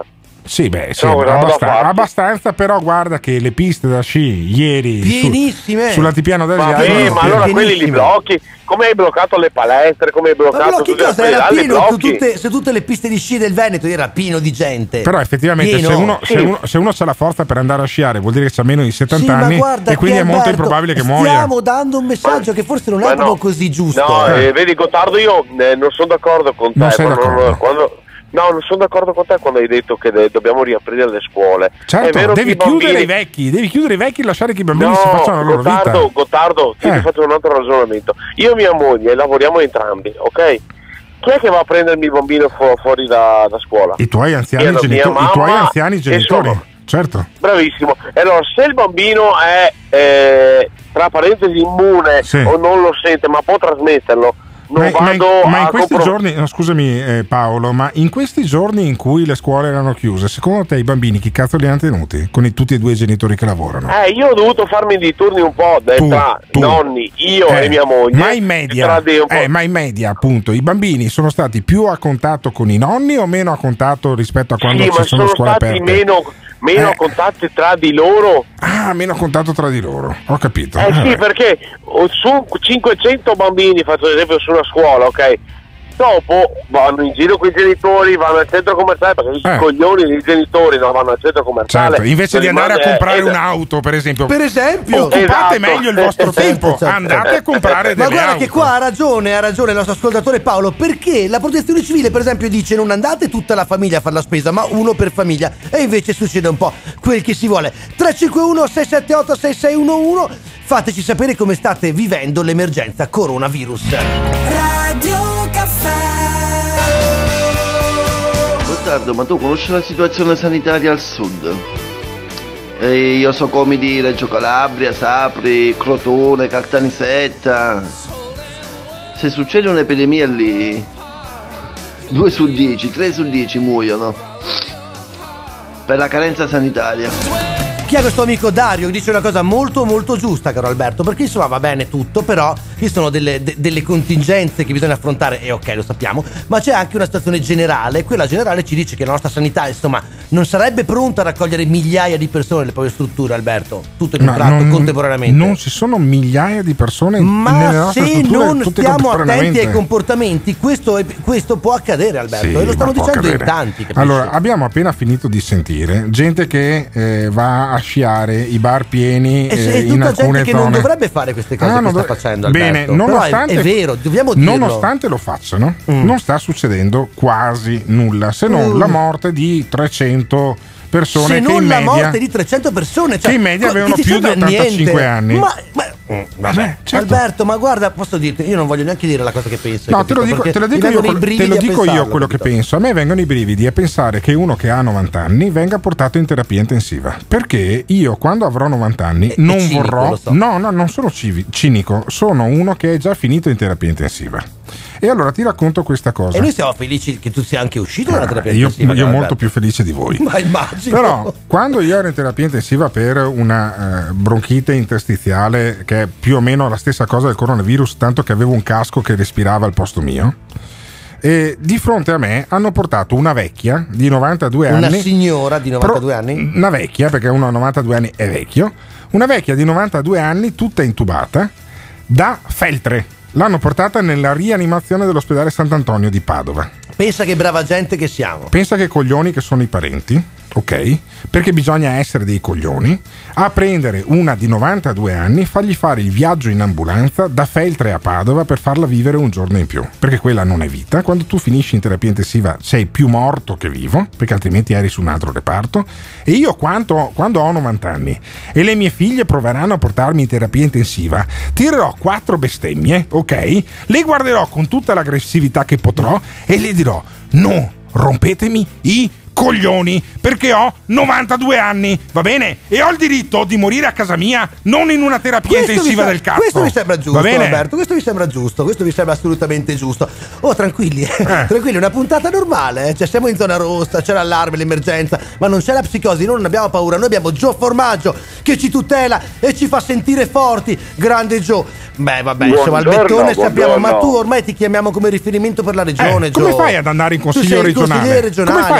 Sì, beh, sì, No, cosa vado a abbastan- farci? abbastanza, però guarda che le piste da sci ieri Pienissime. su- sull'altipiano Ma, d'Asiago beh, erano ma allora piene. quelli li blocchi? Come hai bloccato le palestre? Come hai Ma bloccato blocchi tutte le cosa? Era ospedali? Li pieno su blocchi? tutte, su tutte le piste di sci del Veneto, era pieno di gente. Però effettivamente Pieno. se uno, Sì. se, uno, se uno ha la forza per andare a sciare vuol dire che c'ha meno di settanta Sì, ma anni guarda e quindi che, è molto Alberto, improbabile che muoia. Stiamo dando un messaggio che forse non è Ma proprio no. così giusto. No, Eh. eh, vedi Gottardo, io eh, non sono d'accordo con te. Non sei ma d'accordo? quando- no, non sono d'accordo con te quando hai detto che de- dobbiamo riaprire le scuole. è Certo, vero che devi i bambini- chiudere i vecchi, devi chiudere i vecchi e lasciare che i bambini No, si facciano la loro Gottardo, vita. Gottardo, ti Eh. faccio un altro ragionamento. Io e mia moglie lavoriamo entrambi, ok? Chi è che va a prendermi il bambino fu- fuori da, da scuola? I tuoi anziani, Io, mia genitori, i tuoi mamma anziani e genitori, sono- certo. Bravissimo. E allora, se il bambino è eh, tra parentesi immune Sì. o non lo sente, ma può trasmetterlo, non Ma, ma in, vado ma in a questi compro- giorni, no, scusami eh, Paolo, ma in questi giorni in cui le scuole erano chiuse, secondo te i bambini chi cazzo li hanno tenuti? Con i, tutti e due i genitori che lavorano? Eh, io ho dovuto farmi dei turni un po' de- Tu, tra tu. nonni, io Eh, e mia moglie. Ma in e media, tra dei un po'- eh, ma in media, appunto, i bambini sono stati più a contatto con i nonni o meno a contatto rispetto a quando sì, ci ma sono sono scuole stati aperte? meno, meno Eh. contatti tra di loro. Ah, meno contatto tra di loro, ho capito. Eh sì, Eh, perché oh, su cinquecento bambini, faccio esempio su una scuola, ok? Dopo vanno in giro con i genitori, vanno al centro commerciale perché i Eh. coglioni dei genitori non vanno al centro commerciale. Certo, invece di Non andare a rimane- comprare eh, un'auto, per esempio, Per esempio. occupate Esatto. meglio il vostro Esatto, tempo, certo. andate a comprare Ma delle guarda auto. che qua ha ragione, ha ragione il nostro ascoltatore Paolo, perché la protezione civile per esempio dice non andate tutta la famiglia a fare la spesa, ma uno per famiglia, e invece succede un po' quel che si vuole. tre cinque uno sei sette otto sei sei uno uno, fateci sapere come state vivendo l'emergenza coronavirus. Radio Caffè. Gottardo, ma tu conosci la situazione sanitaria al sud? E io so come di Reggio Calabria, Sapri, Crotone, Caltanissetta. Se succede un'epidemia lì, due su dieci, tre su dieci muoiono per la carenza sanitaria. Chi è questo amico Dario che dice una cosa molto molto giusta, caro Alberto, perché insomma va bene tutto, però ci sono delle, de- delle contingenze che bisogna affrontare, e ok, lo sappiamo, ma c'è anche una situazione generale. Quella generale ci dice che la nostra sanità insomma non sarebbe pronta a raccogliere migliaia di persone nelle proprie strutture, Alberto, tutto in un Ma tratto, non- contemporaneamente. Non ci sono migliaia di persone nelle Ma nostre se strutture, non tutte stiamo attenti contemporaneamente. ai comportamenti, questo, è- questo può accadere, Alberto, Sì, e lo ma stanno può dicendo accadere. in tanti, capisci? Allora, abbiamo appena finito di sentire gente che eh, va a sciare, i bar pieni E se eh, è in tutta alcune gente che zone. non dovrebbe fare queste cose Ah, che non sta dov- facendo, Alberto. Bene, Però nonostante, è, è vero, dobbiamo dirlo. nonostante lo facciano, Mm. non sta succedendo quasi nulla, se non Mm. la morte di trecento persone se che non in la media morte di trecento persone, cioè, che in media co- avevano che ti più di sembra ottantacinque niente? anni. Ma, ma- mm, vabbè, certo. Alberto, ma guarda, posso dirti, io non voglio neanche dire la cosa che penso. No, capito? te lo dico, Perché te lo mi dico io, vengono i quello- te brividi lo a dico io pensarlo, quello che capito? penso. A me vengono i brividi a pensare che uno che ha novanta anni venga portato in terapia intensiva. Perché io, quando avrò novanta anni, non cinico, vorrò. lo so. No, no, non sono civi- cinico, sono uno che è già finito in terapia intensiva. E allora ti racconto questa cosa. E noi siamo felici che tu sia anche uscito dalla terapia Io, intensiva, io caro molto Alberto. più felice di voi. Ma immagino. Però quando io ero in terapia intensiva per una eh, bronchite interstiziale, che è più o meno la stessa cosa del coronavirus, tanto che avevo un casco che respirava al posto mio, e di fronte a me hanno portato una vecchia di novantadue Una anni. signora di novantadue Pro- anni? Una vecchia, perché uno a novantadue anni è vecchio. Una vecchia di novantadue anni, tutta intubata, da Feltre. L'hanno portata nella rianimazione dell'ospedale Sant'Antonio di Padova. Pensa che brava gente che siamo. Pensa che coglioni che sono i parenti, ok? Perché bisogna essere dei coglioni a prendere una di novantadue anni, fargli fare il viaggio in ambulanza da Feltre a Padova per farla vivere un giorno in più, perché quella non è vita. Quando tu finisci in terapia intensiva sei più morto che vivo, perché altrimenti eri su un altro reparto. E io quanto, quando ho novanta anni e le mie figlie proveranno a portarmi in terapia intensiva, tirerò quattro bestemmie, ok? Le guarderò con tutta l'aggressività che potrò e le dirò: no, rompetemi i coglioni, perché ho novantadue anni, va bene? E ho il diritto di morire a casa mia, non in una terapia Questo intensiva mi sa- del cazzo. Questo mi sembra giusto, va bene? Alberto. Questo mi sembra giusto. Questo mi sembra assolutamente giusto. Oh, tranquilli, tranquilli, una puntata normale. Eh? Cioè, siamo in zona rossa, c'è l'allarme, l'emergenza, ma non c'è la psicosi. Noi non abbiamo paura. Noi abbiamo Gio Formaggio che ci tutela e ci fa sentire forti. Grande Gio. Beh, vabbè, insomma, al Buongiorno, Bettone sappiamo, ma buongiorno. tu ormai ti chiamiamo come riferimento per la regione, Eh, Gio. come fai ad andare in Tu sei consiglio il regionale? consigliere regionale. Come fai, come fai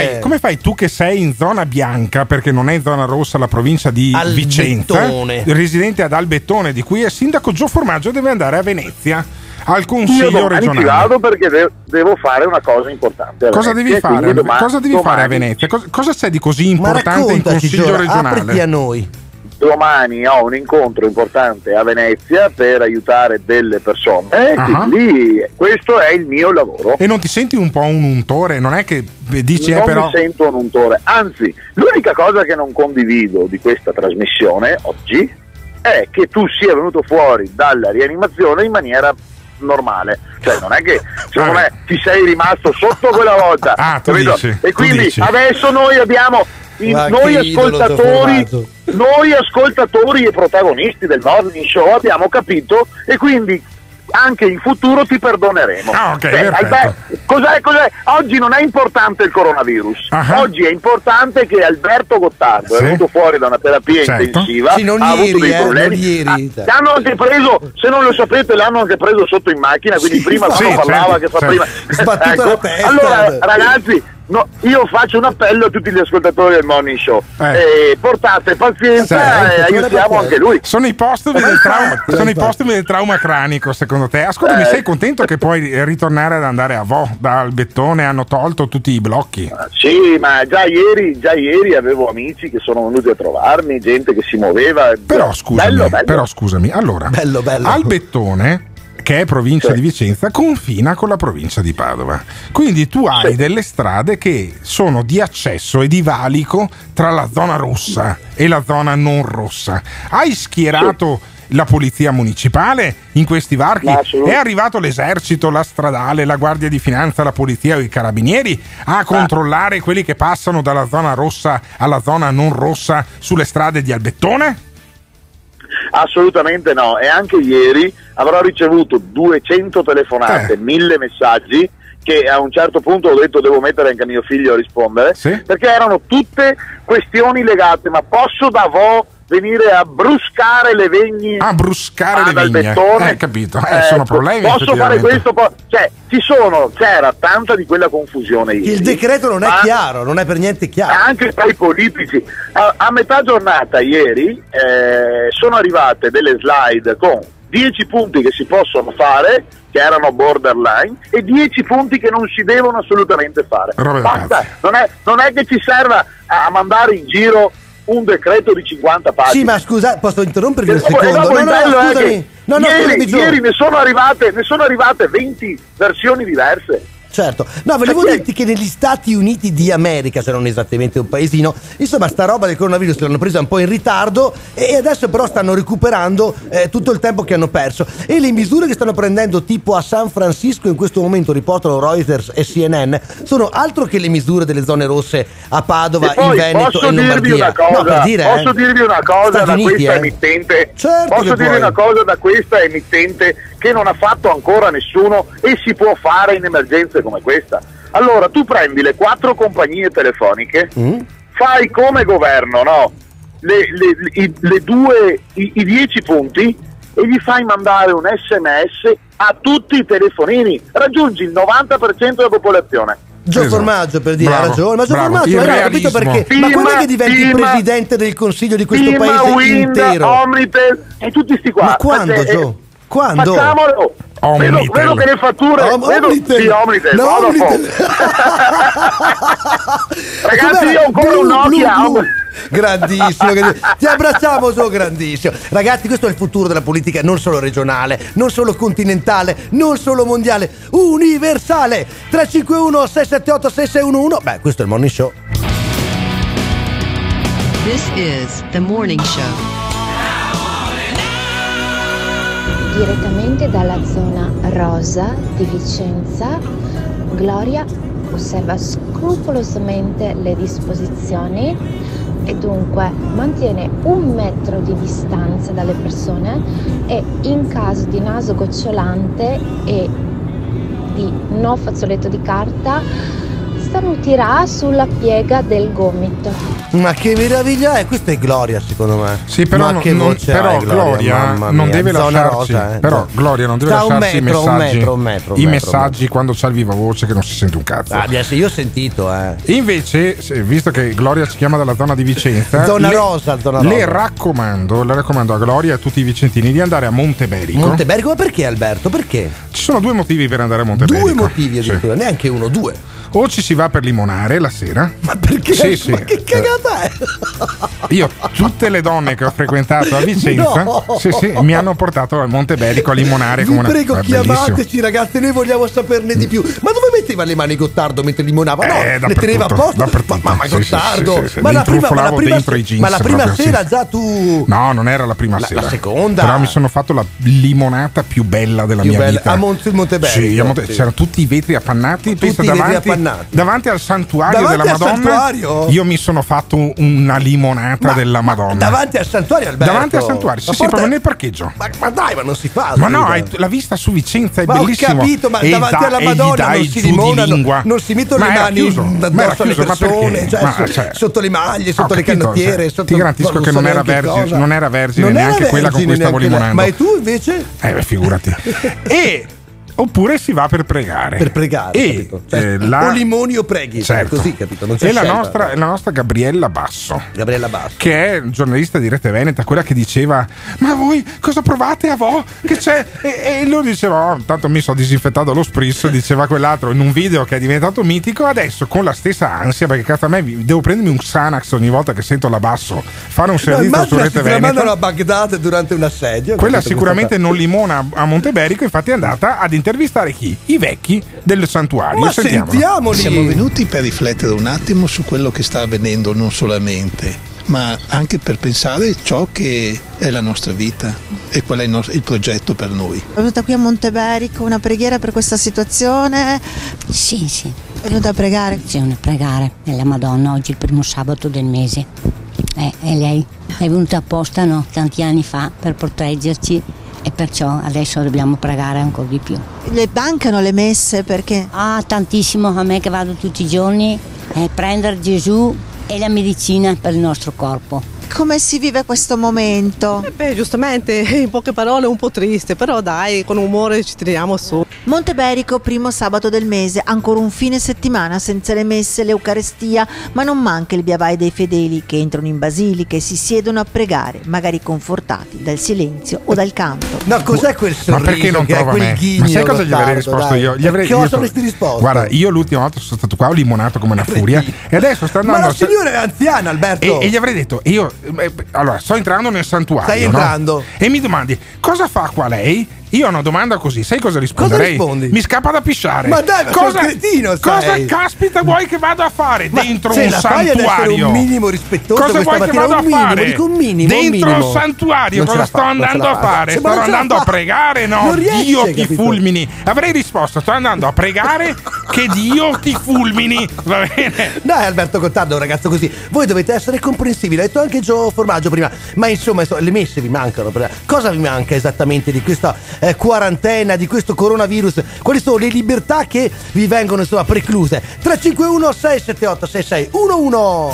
fai tu che sei in zona bianca, perché non è zona rossa, la provincia di Vicenza, residente ad Albettone, di cui è sindaco Gio Formaggio, deve andare a Venezia al Consiglio Io domani regionale. ci vado perché de- devo fare una cosa importante. Cosa Venezia, devi fare? domani, Cosa devi domani, fare a Venezia? Cosa, cosa c'è di così Ma importante in raccontaci, Consiglio Giora, regionale? apriti a noi. Domani ho un incontro importante a Venezia per aiutare delle persone, e Ah. quindi questo è il mio lavoro. E non ti senti un po' un untore? Non è che dici non eh, però mi sento un untore, anzi, l'unica cosa che non condivido di questa trasmissione oggi è che tu sia venuto fuori dalla rianimazione in maniera normale, cioè non è che secondo me ti sei rimasto sotto quella volta. Ah, tu capito? dici, E tu quindi dici. adesso noi abbiamo i- Ma noi che idolo ascoltatori t'ho formato. noi ascoltatori e protagonisti del Morning Show abbiamo capito, e quindi anche in futuro ti perdoneremo. Ah, ok, Cioè, perfetto. Albe- cos'è, cos'è? Oggi non è importante il coronavirus, Ah. oggi è importante che Alberto Gottardo Sì. è venuto fuori da una terapia Certo. intensiva, Sì, non ha ieri, avuto dei eh, problemi. non ieri. Ah, l'hanno anche preso, se non lo sapete, l'hanno anche preso sotto in macchina, quindi Sì, prima sì, quando parlava certo, che fa certo. prima. Sbattuto la testa. Allora, ragazzi, no, io faccio un appello a tutti gli ascoltatori del Morning Show. Eh. Eh, portate pazienza Sì, e aiutiamo anche lui. sono i postumi del trauma, sono i postumi del trauma cranico, secondo te? Ascolta, mi Eh. sei contento che puoi ritornare ad andare a Vo? Da Albettone hanno tolto tutti i blocchi. Sì, ma già ieri, già ieri avevo amici che sono venuti a trovarmi, gente che si muoveva. Però scusami, bello, bello. però scusami, allora, Bello, bello. Albettone, che è provincia Sì. di Vicenza, confina con la provincia di Padova. Quindi tu hai Sì. delle strade che sono di accesso e di valico tra la zona rossa e la zona non rossa. Hai schierato la polizia municipale in questi varchi? Ma assolut- È arrivato l'esercito, la stradale, la guardia di finanza, la polizia o i carabinieri a controllare quelli che passano dalla zona rossa alla zona non rossa sulle strade di Albettone? Assolutamente no, e anche ieri avrò ricevuto duecento telefonate, Eh. mille messaggi che a un certo punto ho detto devo mettere anche mio figlio a rispondere, Sì. perché erano tutte questioni legate, ma posso da Vo venire a bruscare le vigni A bruscare ad le vigne. Albettone? Eh, capito. Eh, sono problemi, Posso fare effettivamente. questo? Po- cioè, ci sono, c'era tanta di quella confusione ieri. Il decreto non è ma- chiaro, non è per niente chiaro. anche tra i politici. A, a metà giornata ieri eh, sono arrivate delle slide con dieci punti che si possono fare, che erano borderline, e dieci punti che non si devono assolutamente fare. Roba da Basta, cazzo. non è, non è che ci serva a, a mandare in giro un decreto di cinquanta pagine. Sì, ma scusa, posso interrompervi un E dopo- e secondo? dopo No, il no, bello è scusami. che No, no, ieri, scusami, Gio. ieri ne sono arrivate ne sono arrivate venti versioni diverse. Certo, no, volevo Perché? dirti che negli Stati Uniti di America, se non esattamente un paesino, insomma, sta roba del coronavirus l'hanno presa un po' in ritardo e adesso però stanno recuperando eh, tutto il tempo che hanno perso. E le misure che stanno prendendo, tipo a San Francisco in questo momento, riportano Reuters e C N N, sono altro che le misure delle zone rosse a Padova, E poi in Veneto posso e in dirvi Lombardia. una cosa, no, per dire, posso eh. dirvi una cosa Stati da Uniti, questa eh. emittente, Certo posso che dirvi puoi. una cosa da questa emittente che non ha fatto ancora nessuno e si può fare in emergenze come questa. Allora, tu prendi le quattro compagnie telefoniche, Mm? fai come governo, no? Le, le- i, le due, i, i dieci punti, e gli fai mandare un S M S a tutti i telefonini, raggiungi il novanta per cento della popolazione. Gio Esatto. Formaggio, per dire, Bravo, ha ragione, ma Gio bravo. Formaggio, Il eh, no, ho capito realismo. perché. ma Prima- quando è che diventi il prima- presidente del consiglio di questo Prima paese Wind, intero? Omnitel e tutti sti qua. Ma quando, Perché, Gio? eh, Quando? Facciamolo! Vedo, Omnitel. vedo che le fatture Om- vedo, Omnitel. sì, Omnitel, No, Vodafone. Omnitel. Ragazzi, Com'era? io ho ancora Blu, un Nokia. blu, blu. Grandissimo, grandissimo. Ti abbracciamo, Gio, grandissimo. Ragazzi, questo è il futuro della politica, non solo regionale, non solo continentale, non solo mondiale, universale. tre cinque uno sei sette otto sei sei uno uno. Beh, questo è il Morning Show. This is the morning show. Direttamente dalla zona rosa di Vicenza, Gloria osserva scrupolosamente le disposizioni e dunque mantiene un metro di distanza dalle persone e in caso di naso gocciolante e di no fazzoletto di carta starnutirà sulla piega del gomito. Ma che meraviglia è? Questa è Gloria, secondo me. Sì, però, Ma non, che non- voce però hai, Gloria, mamma non mia. deve Zona lasciarci rosa, eh. però Gloria non deve Sta un lasciarci metro, i un messaggi metro, un metro, un i metro, messaggi quando c'ha il viva voce che non si sente un cazzo. Ah, adesso io ho sentito, eh. Invece, se- visto che Gloria ci chiama dalla zona di Vicenza, Zona le, rosa, zona le rosa. raccomando, le raccomando a Gloria e a tutti i vicentini di andare a Monteberico. Monteberico, ma perché Alberto? Perché? Ci sono due motivi per andare a Monteberico. Due motivi Sì. addirittura, neanche uno, due. O ci si va per limonare la sera. Ma perché? Sì, sì. Ma che cagata è? Io, tutte le donne che ho frequentato a Vicenza, No. sì, sì, mi hanno portato a Monteberico a limonare Vi come una. prego, è bellissimo. chiamateci ragazzi, noi vogliamo saperne di più. Ma dove metteva le mani Gottardo mentre limonava? No, Eh, le teneva a posto. dappertutto. Ma, ma Sì, sì, Gottardo, sì, sì, sì. ma, Li la prima, ma la intrufolavo prima, dentro i jeans ma la prima proprio, sera sì. già tu. No, non era la prima La- sera. la seconda. Però mi sono fatto la limonata più bella della Più mia bella. vita. A Monte- Monteberico, Sì, a Monte- sì. c'erano tutti i vetri appannati. Pensa i vetri davanti, appannati. davanti al santuario Davanti della al Madonna. santuario? Io mi sono fatto una limonata della Madonna. Davanti al santuario, Alberto. Davanti al santuario, sì, Ma sì, porta- proprio nel parcheggio. Ma, ma dai, ma non si fa. Ma no, scusa. hai la vista su Vicenza è Ma ho bellissimo. capito, ma E davanti da- alla e gli Madonna dai non si giù di limonano, lingua. non si mettono Ma le era mani chiuso, ma era addosso alle chiuso, ma persone, perché? cioè, Ma, so- cioè, sotto le maglie, ho sotto le capito, canottiere. cioè, Sotto, ti garantisco non che so non era, neanche vergine, cosa. non era vergine Non era neanche quella con vergine cui stavo neanche lei. limonando. Ma e tu invece? Eh beh, figurati. E oppure si va per pregare. Per pregare, E capito? Cioè, eh, la- o limoni o preghi, cioè, Certo. così, capito? Non c'è E la scelta. nostra, la nostra Gabriella Basso, Gabriella Basso, che è giornalista di Rete Veneta, quella che diceva: ma voi cosa provate a vo? Che c'è? E, e lui diceva: oh, tanto mi sono disinfettato lo spritz, diceva quell'altro in un video che è diventato mitico. Adesso con la stessa ansia, perché cazzo a me vi- devo prendermi un Xanax ogni volta che sento la Basso fare un No, servizio su immagina Rete se te la mandano Veneta. a Baghdad durante un assedio. Quella capito? sicuramente Questa- non limona a Monteberico, infatti è andata ad intervistare chi? I vecchi del santuario. Ma Sentiamolo. sentiamoli! Siamo venuti per riflettere un attimo su quello che sta avvenendo, non solamente, ma anche per pensare ciò che è la nostra vita e qual è il, nostro, il progetto per noi. È venuta qui a Monteberico, una preghiera per questa situazione? Sì, sì. È venuta a pregare? Sì, una pregare nella Madonna, oggi è il primo sabato del mese. Eh, e lei è venuta apposta, no, tanti anni fa per proteggerci e perciò adesso dobbiamo pregare ancora di più. Le mancano le messe perché? Ah, tantissimo, a me che vado tutti i giorni a prendere Gesù e la medicina per il nostro corpo. Come si vive questo momento? Eh beh, giustamente, in poche parole un po' triste, però dai, con umore ci tiriamo su. Monteberico, primo sabato del mese, ancora un fine settimana senza le messe, l'Eucarestia, ma non manca il via vai dei fedeli che entrano in basilica e si siedono a pregare, magari confortati dal silenzio o dal canto. No, cos'è quel sorriso? Ma perché non che è trova quel me? ghigno, Ma sai cosa gli avrei Gottardo, risposto dai? io? Gli avrei, Che io cosa so- avresti risposto? Guarda, io l'ultima volta sono stato qua, ho limonato come una furia e adesso sta andando. Ma la a- signora è anziana, Alberto. E, e gli avrei detto, io eh, allora sto entrando nel santuario. Stai no? entrando. E mi domandi, cosa fa qua lei? Io ho una domanda così, sai cosa risponderei? Cosa rispondi? Mi scappa da pisciare. Ma dai, ma sei cosa, un cretino, cosa sei. caspita vuoi che vado a fare Ma dentro se un la fai ad essere santuario? un minimo rispettoso cosa questa vuoi che mattina, vado un a minimo, fare? dico un minimo, un dentro minimo. un santuario, Non ce cosa la sto fa, non andando ce a la fa. fare? Se- Sto ma non ce la andando fa. a pregare, no? Non riesce, Dio ti capito? fulmini. Avrei risposto, sto andando a pregare che Dio ti fulmini. Va bene? Dai Alberto Gottardo, un ragazzo così. Voi dovete essere comprensivi, l'ha detto anche Gio Formaggio prima. Ma insomma, insomma, le messe vi mancano. Cosa vi manca esattamente di questa eh, quarantena, di questo coronavirus? Quali sono le libertà che vi vengono insomma precluse? tre cinque uno sei sette otto sei sei uno uno.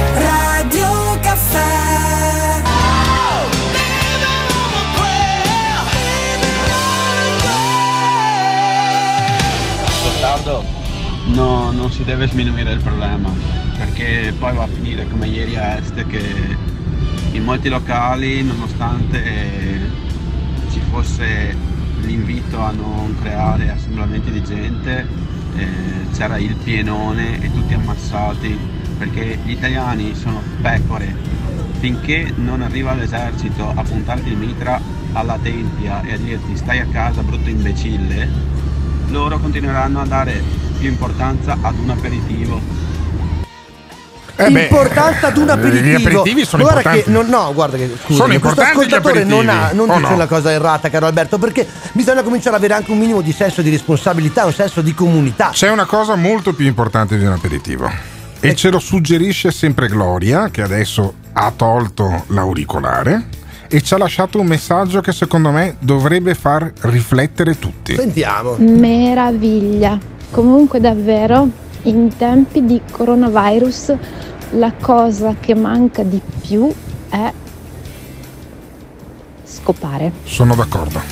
Radio Caffè. Gottardo, no, non si deve sminuire il problema, perché poi va a finire come ieri a Est, che in molti locali, nonostante ci fosse l'invito a non creare assemblamenti di gente, eh, c'era il pienone e tutti ammassati, perché gli italiani sono pecore. Finché non arriva l'esercito a puntarti il mitra alla tempia e a dirti stai a casa brutto imbecille, loro continueranno a dare più importanza ad un aperitivo. Eh beh, Importanza ad un aperitivo. Gli aperitivi sono guarda importanti. Che, non, no, guarda che scusa, Sono questo importanti gli ascoltatore non, ha, aperitivi, non o dice no? una cosa errata, caro Alberto, perché bisogna cominciare ad avere anche un minimo di senso di responsabilità, un senso di comunità. C'è una cosa molto più importante di un aperitivo e ce lo suggerisce sempre Gloria, che adesso ha tolto l'auricolare e ci ha lasciato un messaggio che secondo me dovrebbe far riflettere tutti. Sentiamo. Meraviglia. Comunque davvero In tempi di coronavirus la cosa che manca di più è scopare. Sono d'accordo.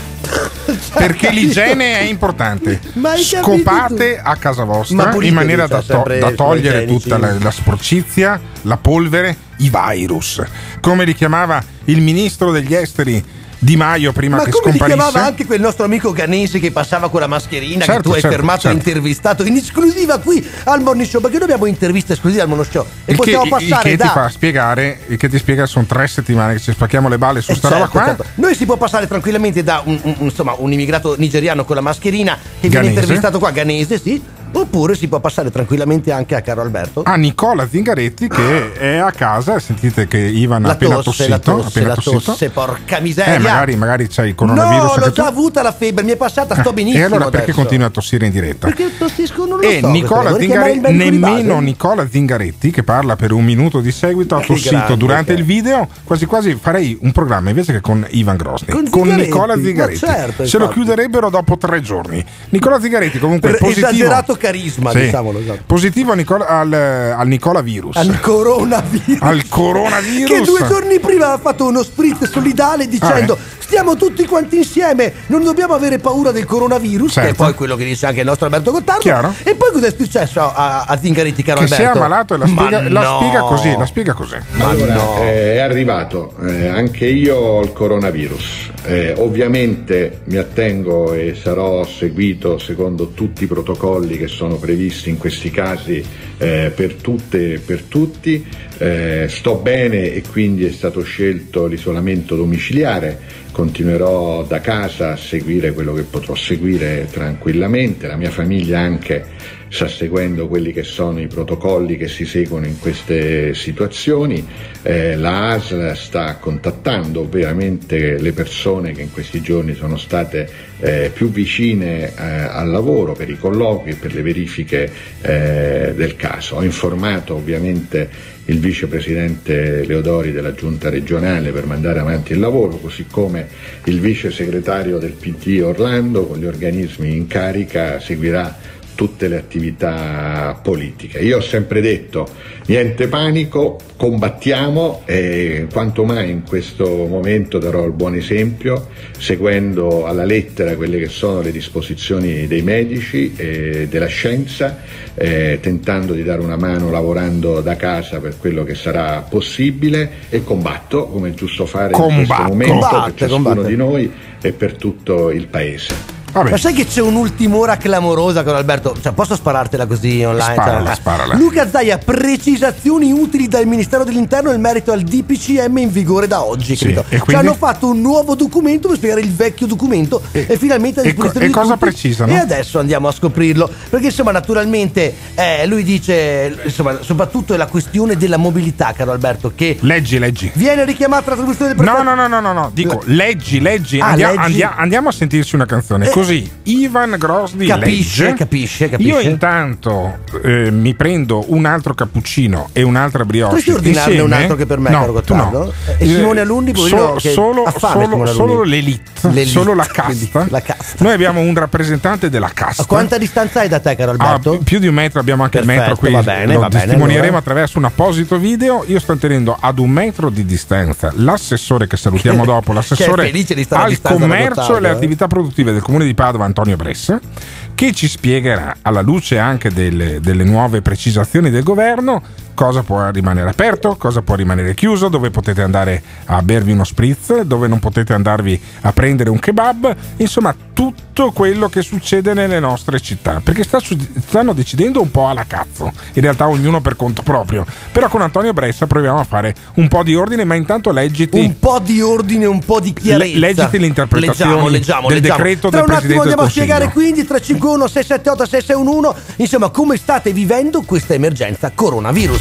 Perché l'igiene è importante. Ma hai capito Scopate tu? a casa Ma vostra pulite, in maniera cioè, da, to- sempre da togliere igienici. tutta la, la sporcizia, la polvere, i virus. Come li chiamava il ministro degli esteri Di Maio prima Ma che come li scomparisse. chiamava anche quel nostro amico Ganesi che passava con la mascherina, Certo, che tu hai certo, fermato certo. e intervistato in esclusiva qui al Morning Show, perché noi abbiamo interviste esclusive al Morning Show e Il che, possiamo il passare che da ti fa spiegare, il che ti spiega sono tre settimane che ci spacchiamo le balle su Eh, sta certo, roba qua. certo. Noi si può passare tranquillamente da un, un- insomma, un immigrato nigeriano con la mascherina che viene Ghanese. intervistato qua, Ganese, sì, oppure si può passare tranquillamente anche a Caro Alberto. A Nicola Zingaretti che è a casa. Sentite che Ivan ha La appena tosse, tossito, la tosse, appena la tossito. tosse, porca miseria. Eh, magari, magari c'hai il coronavirus No, anche l'ho tu. già avuta la febbre, mi è passata, sto Eh, benissimo E allora perché adesso. continui a tossire in diretta? Perché tossisco, non lo E so. Nicola vorrei chiamare il Zingaretti, medico di nemmeno base. Nicola Zingaretti, che parla per un minuto di seguito, ha Che tossito grande, durante che- il video. Quasi quasi farei un programma invece che con Ivan Grosny, Con con Zingaretti, Nicola ma Zingaretti. certo, Se lo infatti. chiuderebbero dopo tre giorni. Nicola Zingaretti comunque Per positivo. esagerato carisma, Sì. diciamolo. esatto. Positivo a Nicola- al, al Nicola virus. Al coronavirus. Al coronavirus. Che due giorni prima ha fatto uno spritz solidale dicendo Ah, eh. stiamo tutti quanti insieme, non dobbiamo avere paura del coronavirus, che è Certo. poi quello che dice anche il nostro Alberto Gottardo. Chiaro. E poi cosa è successo a, a Zingaretti, caro Che Alberto? si è ammalato e la Ma spiega, la no. spiega così, la spiega così. Allora, no. eh, è arrivato, eh, anche io ho il coronavirus. Eh, ovviamente mi attengo e sarò seguito secondo tutti i protocolli che sono previsti in questi casi eh, per tutte e per tutti. Eh, sto bene e quindi è stato scelto l'isolamento domiciliare. Continuerò da casa a seguire quello che potrò seguire tranquillamente. La mia famiglia anche sta seguendo quelli che sono i protocolli che si seguono in queste situazioni. Eh, la A S L sta contattando ovviamente le persone che in questi giorni sono state eh, più vicine eh, al lavoro per i colloqui e per le verifiche eh, del caso. Ho informato ovviamente il vicepresidente Leodori della giunta regionale per mandare avanti il lavoro, così come il vice segretario del P D Orlando con gli organismi in carica seguirà tutte le attività politiche. Io ho sempre detto niente panico, combattiamo e quanto mai in questo momento darò il buon esempio seguendo alla lettera quelle che sono le disposizioni dei medici e della scienza, eh, tentando di dare una mano lavorando da casa per quello che sarà possibile e combatto come è giusto fare in questo Combatto. momento Combatte, per ciascuno combatte. di noi e per tutto il paese. Vabbè. Ma sai che c'è un'ultim'ora clamorosa, caro Alberto? Cioè, posso sparartela così online? Sparala, Cioè, sparala. Luca Zaia, precisazioni utili dal Ministero dell'Interno in merito al D P C M in vigore da oggi. Sì, capito? e Cioè, quindi? hanno fatto un nuovo documento per spiegare il vecchio documento e, finalmente a e co- disposizione e di cosa tutti. precisano? E adesso andiamo a scoprirlo. Perché insomma, naturalmente, eh, lui dice, insomma, soprattutto è la questione della mobilità, caro Alberto, che Leggi, leggi. viene richiamata la traduzione del No, prefetto. no, no, no, no, no. Dico, leggi, leggi. Ah, Andia- leggi. andia- andiamo a sentirci una canzone. Eh. Così, Ivan Grosny Capisce, legge. capisce, capisce. Io intanto eh, mi prendo un altro cappuccino e un'altra brioche. Potresti ordinarne insieme. un altro che per me, no, caro tu no. Gottardo? E Simone Alunni, poverino, solo, che solo, ha fame, solo, Simone solo Alunni. l'elite, L'elite, solo la quindi casta. la casta. Noi abbiamo un rappresentante della casta. A quanta distanza hai da te, caro Alberto? Ah, più di un metro, abbiamo anche Perfetto, il metro qui. va bene, lo va bene, testimonieremo allora. attraverso un apposito video. Io sto tenendo ad un metro di distanza l'assessore che salutiamo dopo, l'assessore Che è felice di stare a al distanza da commercio Gottardo, e alle eh. attività produttive del comune di Padova, Antonio Bressa, che ci spiegherà alla luce anche delle, delle nuove precisazioni del governo cosa può rimanere aperto, cosa può rimanere chiuso, dove potete andare a bervi uno spritz, dove non potete andarvi a prendere un kebab, insomma tutto quello che succede nelle nostre città, perché sta, stanno decidendo un po' alla cazzo, in realtà ognuno per conto proprio, però con Antonio Bressa proviamo a fare un po' di ordine, ma intanto leggiti Un po' di ordine, un po' di chiarezza. Le- leggiti le interpretazioni leggiamo, leggiamo, del leggiamo. decreto Tra del un attimo Presidente andiamo del a spiegare Consiglio. quindi tre cinque uno sei sette otto sei sei uno uno, insomma, come state vivendo questa emergenza coronavirus.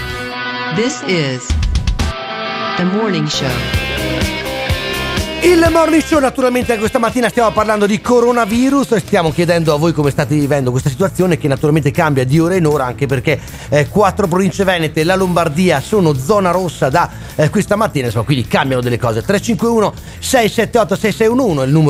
This is The Morning Show. Il Morning Show, naturalmente questa mattina stiamo parlando di coronavirus e stiamo chiedendo a voi come state vivendo questa situazione che naturalmente cambia di ora in ora, anche perché eh, quattro province venete e la Lombardia sono zona rossa da eh, questa mattina, insomma, quindi cambiano delle cose. Tre cinque uno sei sette otto sei sei uno uno è il numero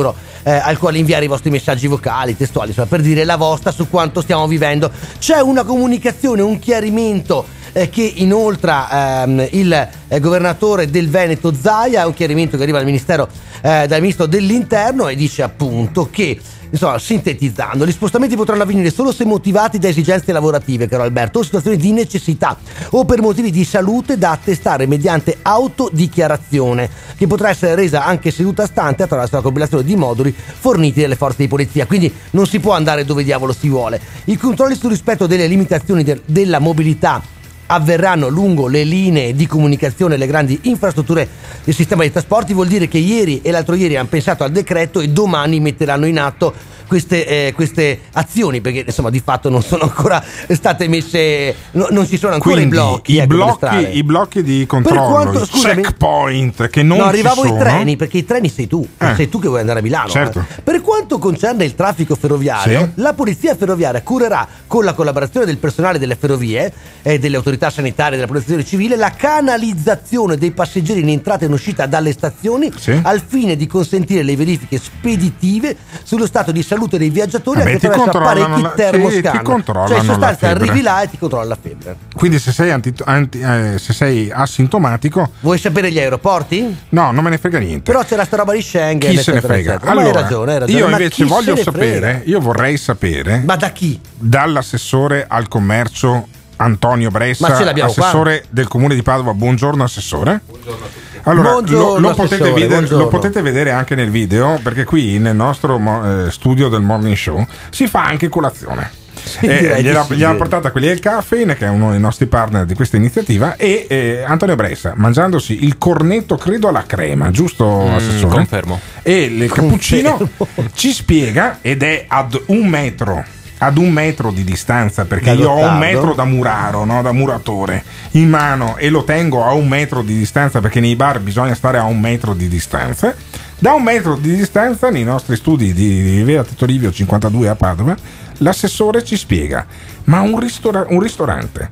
eh, al quale inviare i vostri messaggi vocali, testuali, insomma, per dire la vostra su quanto stiamo vivendo. C'è una comunicazione, un chiarimento eh, che inoltra ehm, il eh, governatore del Veneto Zaia, un chiarimento che arriva dal ministero eh, dal ministro dell'interno, e dice appunto che, insomma, sintetizzando, gli spostamenti potranno avvenire solo se motivati da esigenze lavorative, caro Alberto, o situazioni di necessità o per motivi di salute da attestare mediante autodichiarazione, che potrà essere resa anche seduta stante attraverso la compilazione di moduli forniti dalle forze di polizia. Quindi non si può andare dove diavolo si vuole. I controlli sul rispetto delle limitazioni de- della mobilità avverranno lungo le linee di comunicazione e le grandi infrastrutture del sistema dei trasporti. Vuol dire che ieri e l'altro ieri hanno pensato al decreto e domani metteranno in atto queste, eh, queste azioni, perché insomma di fatto non sono ancora state messe, no, non ci sono ancora. Quindi, i blocchi i, ecco, blocchi, i blocchi di controllo, quanto, i scusami, checkpoint che non no, ci arrivavo sono. ai treni, perché i treni sei tu eh. sei tu che vuoi andare a Milano, certo. eh. Per quanto concerne il traffico ferroviario, sì, la polizia ferroviaria curerà, con la collaborazione del personale delle ferrovie e delle autorità sanitarie, della protezione civile, la canalizzazione dei passeggeri in entrata e in uscita dalle stazioni, sì, al fine di consentire le verifiche speditive sullo stato di salute dei viaggiatori. Vabbè, anche attraverso apparecchi la, termoscan, sì, cioè in sostanza arrivi là e ti controlla la febbre. Quindi se sei, anti, anti, eh, se sei asintomatico, vuoi sapere gli aeroporti? No, non me ne frega niente. Però c'è la sta roba di Schengen, chi se ne frega. Allora, ma hai ragione, hai ragione. Io ma invece voglio sapere, io vorrei sapere, ma da chi? Dall'assessore al commercio Antonio Bressa, assessore qua del comune di Padova. Buongiorno assessore. Buongiorno. Allora, buongiorno, lo, lo, potete vedere, lo potete vedere anche nel video, perché qui nel nostro eh, studio del Morning Show si fa anche colazione. Sì, eh, gliela, sì, gliela portata quelli del Caffeine, che è uno dei nostri partner di questa iniziativa, e eh, Antonio Bressa mangiandosi il cornetto, credo alla crema, giusto mm, assessore? Confermo. E il cappuccino ci spiega, ed è ad un metro ad un metro di distanza, perché io ho un metro da muraro, no? Da muratore in mano, e lo tengo a un metro di distanza, perché nei bar bisogna stare a un metro di distanza. Da un metro di distanza, nei nostri studi di Via Tito Livio cinquantadue a Padova, l'assessore ci spiega: ma un, ristora- un ristorante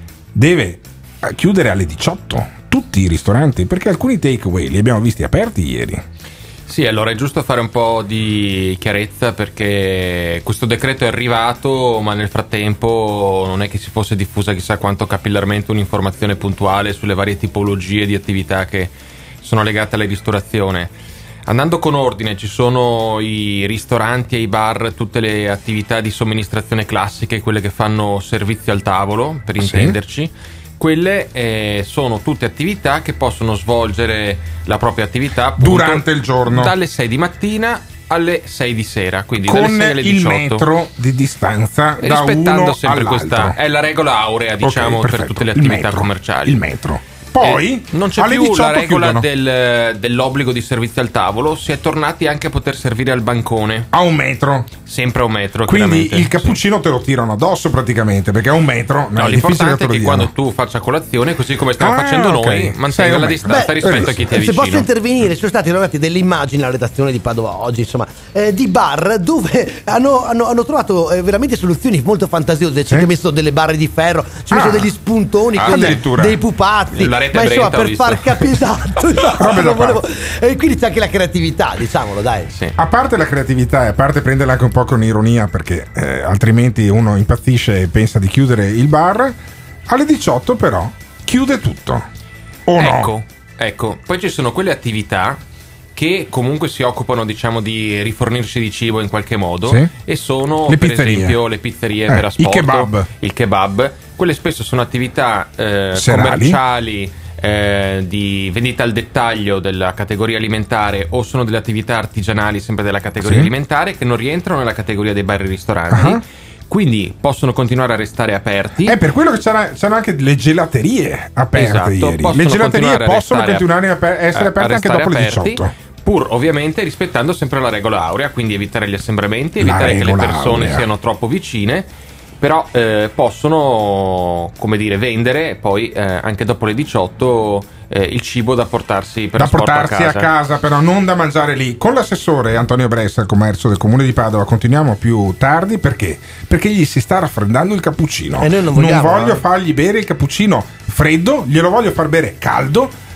deve chiudere alle diciotto? Tutti i ristoranti? Perché alcuni takeaway li abbiamo visti aperti ieri. Sì, allora è giusto fare un po' di chiarezza, perché questo decreto è arrivato, ma nel frattempo non è che si fosse diffusa chissà quanto capillarmente un'informazione puntuale sulle varie tipologie di attività che sono legate alla ristorazione. Andando con ordine, ci sono i ristoranti e i bar, tutte le attività di somministrazione classiche, quelle che fanno servizio al tavolo, per intenderci. Sì. Quelle eh, sono tutte attività che possono svolgere la propria attività appunto, durante il giorno, dalle sei di mattina alle sei di sera, quindi con dalle sei alle diciotto, il metro di distanza, rispettando da uno sempre all'altro. Questa è la regola aurea, diciamo, okay, per tutte le attività il metro, commerciali. Il metro. Poi eh, non c'è alle più la regola chiudono. del, dell'obbligo di servizio al tavolo, si è tornati anche a poter servire al bancone a un metro, sempre a un metro, quindi il cappuccino sì. te lo tirano addosso praticamente, perché a un metro no, no, l'importante è che, che quando tu faccia colazione, così come stiamo ah, facendo okay. noi, mantenga la distanza. Beh, rispetto a chi ti è se vicino. Se posso intervenire, ci sono stati ragazzi delle immagini alla redazione di Padova oggi, insomma, eh, di bar dove hanno, hanno, hanno trovato eh, veramente soluzioni molto fantasiose. Ci hanno eh? messo delle barre di ferro, ci hanno ah. messo degli spuntoni ah, con dei pupazzi, la rete ma insomma Brenta, per far capire esatto, esatto volevo... e quindi c'è anche la creatività, diciamolo, dai. Sì. A parte la creatività e a parte prenderla anche un po' con ironia, perché eh, altrimenti uno impazzisce e pensa di chiudere il bar, alle diciotto però chiude tutto, o ecco, no? Ecco, poi ci sono quelle attività che comunque si occupano, diciamo, di rifornirsi di cibo in qualche modo, sì. e sono le per pizzerie. esempio le pizzerie eh, per asporto, il kebab. il kebab. Quelle spesso sono attività eh, commerciali, eh, di vendita al dettaglio della categoria alimentare, o sono delle attività artigianali sempre della categoria sì. alimentare, che non rientrano nella categoria dei bar e ristoranti. Uh-huh. Quindi possono continuare a restare aperti. È per quello che c'erano anche le gelaterie aperte esatto, ieri. Le gelaterie possono continuare a per- essere aperte anche dopo le diciotto. Pur ovviamente rispettando sempre la regola aurea, quindi evitare gli assembramenti, evitare che le persone aurea. siano troppo vicine. Però eh, possono, come dire, vendere poi eh, anche dopo le diciotto eh, il cibo da portarsi per da portarsi a casa. a casa, però non da mangiare lì. Con l'assessore Antonio Bressa al commercio del comune di Padova continuiamo più tardi, perché? Perché gli si sta raffreddando il cappuccino. E noi non vogliamo, non voglio eh. fargli bere il cappuccino freddo, glielo voglio far bere caldo,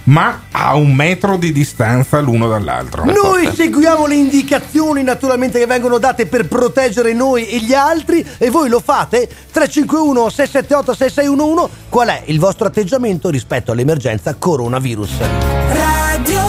ma a un metro di distanza l'uno dall'altro. Noi seguiamo le indicazioni naturalmente che vengono date per proteggere noi e gli altri, e voi lo fate. Tre cinque uno sei sette otto sei sei uno uno. Qual è il vostro atteggiamento rispetto all'emergenza coronavirus? Radio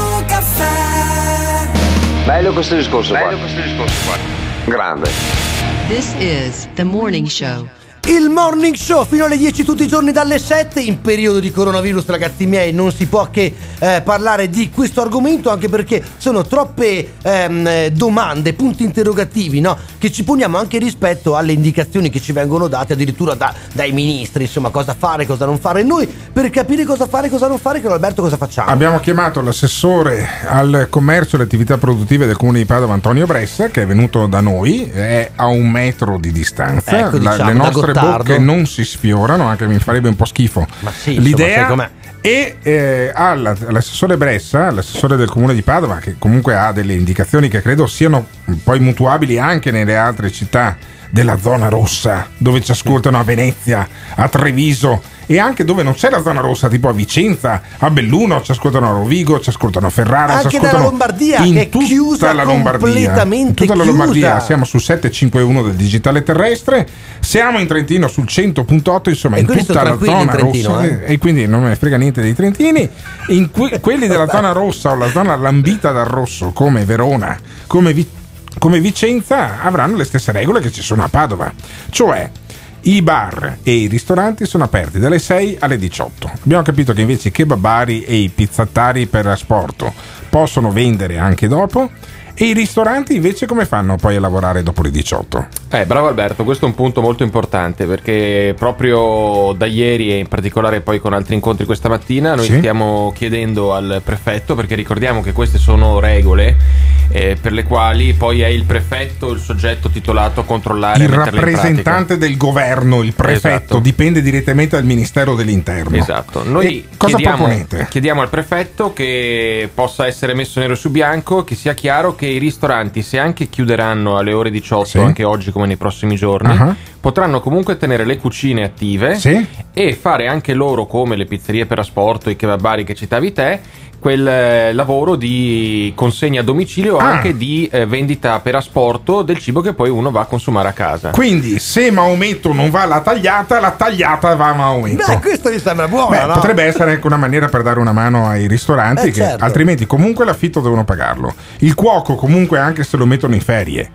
Caffè. Bello questo discorso qua. Bello questo discorso qua. Grande. This is the morning show. Il morning show fino alle dieci tutti i giorni dalle sette. In periodo di coronavirus, ragazzi miei, non si può che eh, parlare di questo argomento, anche perché sono troppe ehm, domande, punti interrogativi, no? Che ci poniamo anche rispetto alle indicazioni che ci vengono date addirittura da, dai ministri, insomma, cosa fare, cosa non fare. Noi, per capire cosa fare e cosa non fare, con Alberto cosa facciamo? Abbiamo chiamato l'assessore al commercio e alle attività produttive del comune di Padova, Antonio Bressa, che è venuto da noi, è a un metro di distanza. Ecco, diciamo, La, le nostre bocche non si sfiorano, anche mi farebbe un po' schifo Ma sì, l'idea. insomma, sai com'è. E eh, alla, all'assessore Bressa, l'assessore del comune di Padova, che comunque ha delle indicazioni che credo siano poi mutuabili anche nelle altre città della zona rossa, dove ci ascoltano a Venezia, a Treviso, e anche dove non c'è la zona rossa, tipo a Vicenza, a Belluno, ci ascoltano a Rovigo, ci ascoltano a Ferrara, anche ci ascoltano dalla Lombardia, in che è tutta chiusa la Lombardia, completamente in tutta la chiusa. Lombardia. Siamo su settecentocinquantuno del digitale terrestre, siamo in Trentino sul cento punto otto, insomma E in quelli tutta sono la tranquilli zona in Trentino, rossa, eh. e quindi non me ne frega niente dei trentini. In que- quelli della zona rossa o la zona lambita dal rosso, come Verona, come, Vi- come Vicenza, avranno le stesse regole che ci sono a Padova, cioè i bar e i ristoranti sono aperti dalle sei alle diciotto. Abbiamo capito che invece i kebabari e i pizzattari per asporto possono vendere anche dopo. E i ristoranti invece come fanno poi a lavorare dopo le diciotto? Eh, bravo Alberto, questo è un punto molto importante, perché proprio da ieri, e in particolare poi con altri incontri questa mattina, noi Sì. stiamo chiedendo al prefetto, perché ricordiamo che queste sono regole eh, per le quali poi è il prefetto il soggetto titolato a controllare Il e metterle in pratica. rappresentante del governo, il prefetto, Esatto. dipende direttamente dal Ministero dell'Interno. Esatto. Noi E cosa chiediamo, proponete? chiediamo al prefetto che possa essere messo nero su bianco, che sia chiaro che i ristoranti, se anche chiuderanno alle ore diciotto, Sì. anche oggi come nei prossimi giorni, Uh-huh. potranno comunque tenere le cucine attive, Sì. e fare anche loro, come le pizzerie per asporto, i kebabari che citavi te, quel eh, lavoro di consegna a domicilio, Ah. anche di eh, vendita per asporto del cibo che poi uno va a consumare a casa. Quindi se Maometto non va alla tagliata, la tagliata va a Maometto. Beh, questo mi sembra buono, Beh, no? potrebbe essere anche una maniera per dare una mano ai ristoranti, Eh, che certo. altrimenti comunque l'affitto devono pagarlo. Il cuoco comunque, anche se lo mettono in ferie,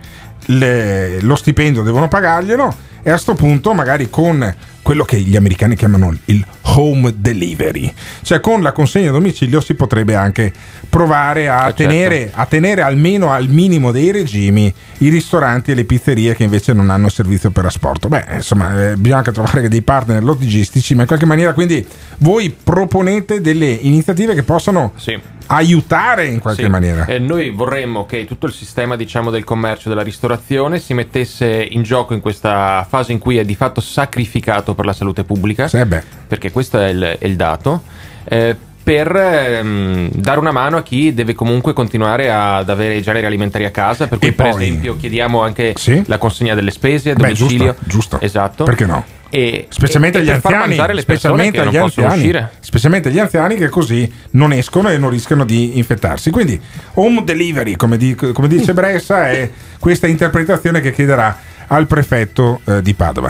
le- lo stipendio devono pagarglielo, e a sto punto magari con quello che gli americani chiamano il home delivery, cioè con la consegna a domicilio, si potrebbe anche provare a, Eh, tenere, certo. a tenere almeno al minimo dei regimi i ristoranti e le pizzerie che invece non hanno servizio per asporto. Beh, insomma, eh, bisogna anche trovare dei partner logistici, ma in qualche maniera, quindi voi proponete delle iniziative che possano Sì. aiutare in qualche Sì. maniera. Eh, noi vorremmo che tutto il sistema, diciamo, del commercio e della ristorazione si mettesse in gioco in questa fase in cui è di fatto sacrificato per la salute pubblica, Sì, beh. perché questo è il, è il dato, eh, per ehm, dare una mano a chi deve comunque continuare ad avere i generi alimentari a casa, per cui E per poi- esempio chiediamo anche Sì. la consegna delle spese a Beh, domicilio. giusto, giusto. Esatto. Perché no? E, Specialmente e- e agli per far anziani, mangiare le persone specialmente che non agli possono anziani, uscire. specialmente agli anziani, che così non escono e non rischiano di infettarsi. Quindi home delivery, come, di- come dice Bressa, è questa interpretazione che chiederà al prefetto eh, di Padova.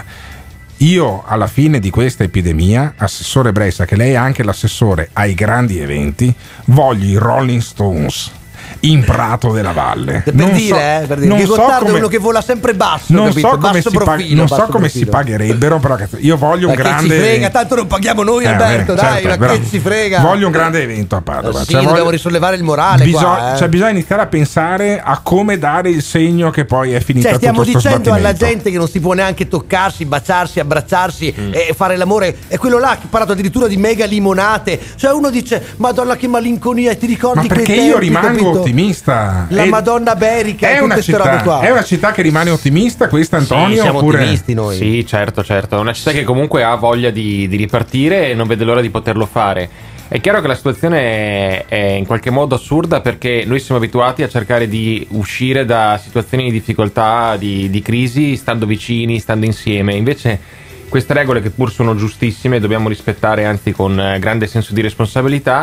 Io alla fine di questa epidemia, assessore Bressa, che lei è anche l'assessore ai grandi eventi, voglio i Rolling Stones in Prato della Valle. Per Non dire, so- eh, per dire. non che so Gottardo come- è uno che vola sempre basso, non capito? so come, basso si, pag- profilo, non so basso come si profilo. pagherebbero, però cazzo, io voglio un Ma grande. che ci frega, tanto non paghiamo noi, Eh, Alberto, beh, dai, certo, ma però che ci frega. Voglio un grande evento a Padova. Sì, Cioè, dobbiamo voglio- risollevare il morale Bisog- qua, eh. cioè, bisogna iniziare a pensare a come dare il segno che poi è finita Cioè, stiamo tutto sto dicendo alla sbattimento. gente che non si può neanche toccarsi, baciarsi, abbracciarsi Mm. e fare l'amore. È quello là che ha parlato addirittura di mega limonate. Cioè, uno dice: Madonna, che malinconia, ti ricordi Ma che perché tempi, io rimango capito? ottimista. La E- Madonna Berica è e una, tutte queste robe città, qua. è una città che rimane ottimista, questa, Antonio? Sì, siamo oppure... ottimisti noi. Sì, certo, certo. È una città che comunque ha voglia di, di ripartire e non vede l'ora di poterlo fare. È chiaro che la situazione è, è in qualche modo assurda, perché noi siamo abituati a cercare di uscire da situazioni di difficoltà, di, di crisi, stando vicini, stando insieme. Invece queste regole, che pur sono giustissime, dobbiamo rispettare, anzi con eh, grande senso di responsabilità,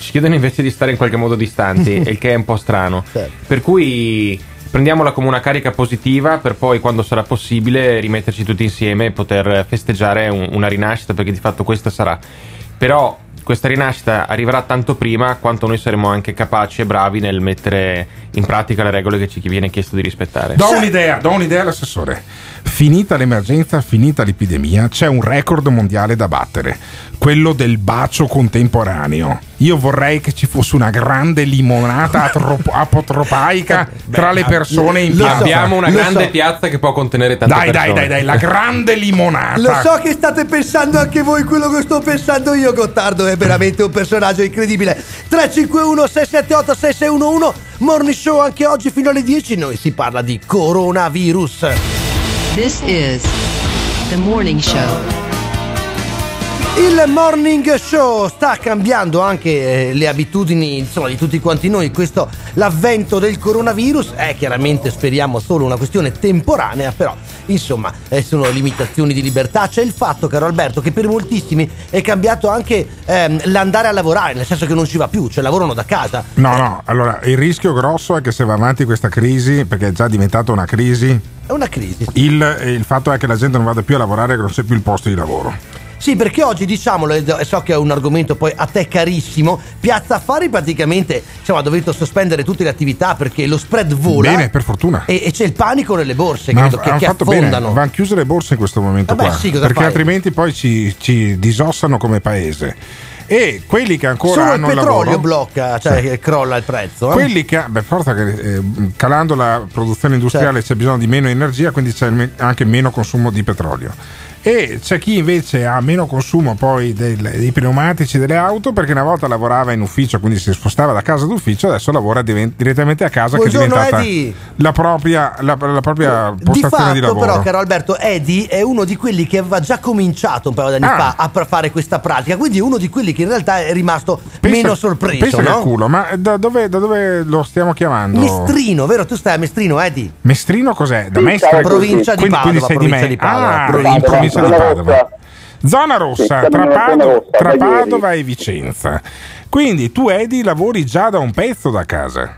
ci chiedono invece di stare in qualche modo distanti, il che è un po' strano. Certo. Per cui prendiamola come una carica positiva per poi, quando sarà possibile, rimetterci tutti insieme e poter festeggiare un, una rinascita, perché di fatto questa sarà. Però questa rinascita arriverà tanto prima quanto noi saremo anche capaci e bravi nel mettere in pratica le regole che ci viene chiesto di rispettare. Do un'idea, do un'idea all'assessore. Finita l'emergenza, finita l'epidemia, c'è un record mondiale da battere, quello del bacio contemporaneo. Io vorrei che ci fosse una grande limonata atrop- apotropaica tra le persone in piazza. Abbiamo una grande so. piazza che può contenere tante dai, persone. Dai, dai, dai, la grande limonata. Lo so che state pensando anche voi quello che sto pensando io. Gottardo è veramente un personaggio incredibile. tre cinque uno sei sette otto sei sei uno uno, Morning Show anche oggi fino alle dieci. Noi si parla di coronavirus. This is the Morning Show. Il Morning Show sta cambiando anche eh, le abitudini, insomma, di tutti quanti noi. Questo, l'avvento del coronavirus è chiaramente, speriamo, solo una questione temporanea, però insomma eh, sono limitazioni di libertà. C'è il fatto, caro Alberto, che per moltissimi è cambiato anche ehm, l'andare a lavorare, nel senso che non si va più, cioè lavorano da casa. No, no, allora il rischio grosso è che se va avanti questa crisi, perché è già diventata una crisi, è una crisi. Il, il fatto è che la gente non vada più a lavorare, che non c'è più il posto di lavoro. Sì, perché oggi, diciamolo, e so che è un argomento poi a te carissimo, Piazza Affari praticamente, diciamo, ha dovuto sospendere tutte le attività perché lo spread vola. Bene, per fortuna. E, e c'è il panico nelle borse, Ma credo, che, che fatto affondano. Bene. Vanno chiuse le borse in questo momento. Vabbè, qua, sì, cosa perché fai? altrimenti poi ci, ci disossano come paese. E quelli che ancora solo hanno il petrolio lavoro, blocca, cioè sì. crolla il prezzo. Eh? Quelli che, beh, forza che eh, calando la produzione industriale certo. c'è bisogno di meno energia, quindi c'è anche meno consumo di petrolio. E c'è chi invece ha meno consumo poi del, dei pneumatici delle auto, perché una volta lavorava in ufficio, quindi si spostava da casa d'ufficio, adesso lavora divent- direttamente a casa. Buongiorno, che è diventata Eddie. la propria, la, la propria di postazione fatto, di lavoro. Però, caro Alberto, Eddie è uno di quelli che aveva già cominciato un paio d'anni ah. fa a fare questa pratica, quindi è uno di quelli che in realtà è rimasto pensa, meno sorpreso. Pensa no? che culo, ma da dove, da dove lo stiamo chiamando? Mestrino, vero? Tu stai a Mestrino, Eddie? Mestrino cos'è? Da sì, Mestre? Provincia di quindi, Padova. Quindi sei provincia di, di Padova. Ah, provincia in provincia di Padova. Zona rossa, sì, tra, Padova, rossa, tra Padova e Vicenza. Quindi tu, Edi, lavori già da un pezzo da casa.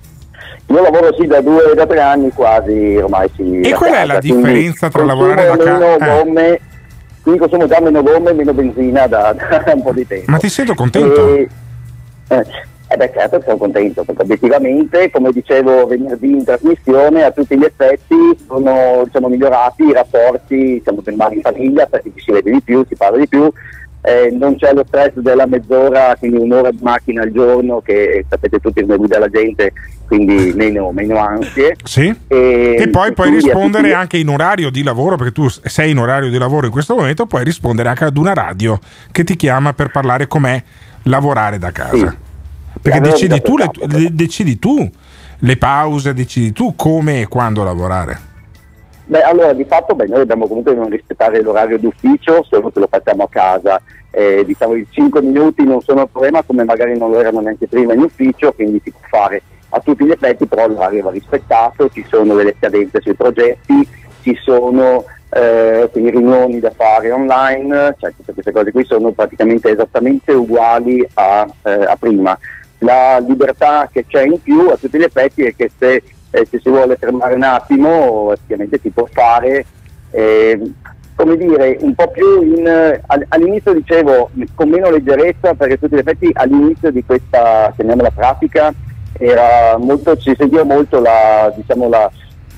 Io lavoro sì da due da tre anni quasi ormai sì. E qual casa, è la differenza tra lavorare da casa? casa? Eh. Quindi consumo già meno gomme e meno benzina da, da un po' di tempo. Ma ti sento contento? E, eh, eh beh, certo che sono contento, perché obiettivamente, come dicevo venerdì in trasmissione, a tutti gli effetti sono, diciamo, migliorati i rapporti, diciamo, del mare in famiglia, perché ci si vede di più, si parla di più, eh, non c'è lo stress della mezz'ora, quindi un'ora di macchina al giorno, che sapete tutti come guida la gente, quindi meno, meno ansie. Sì. E, e poi e puoi rispondere tutti... anche in orario di lavoro, perché tu sei in orario di lavoro in questo momento, puoi rispondere anche ad una radio che ti chiama per parlare com'è lavorare da casa. Sì. Perché decidi tu, le, le, decidi tu le pause, decidi tu come e quando lavorare. Beh, allora di fatto beh, noi dobbiamo comunque non rispettare l'orario d'ufficio, solo che lo facciamo a casa. Eh, diciamo i cinque minuti non sono un problema, come magari non lo erano neanche prima in ufficio, quindi si può fare a tutti gli effetti, però l'orario va rispettato, ci sono delle scadenze sui progetti, ci sono eh, quindi riunioni da fare online, cioè tutte queste cose qui sono praticamente esattamente uguali a, eh, a prima. La libertà che c'è in più a tutti gli effetti è che se eh, ci si vuole fermare un attimo, ovviamente si può fare, eh, come dire, un po' più in, all'inizio dicevo con meno leggerezza, perché a tutti gli effetti all'inizio di questa, chiamiamola pratica, era molto, ci sentiva molto la, diciamo, la,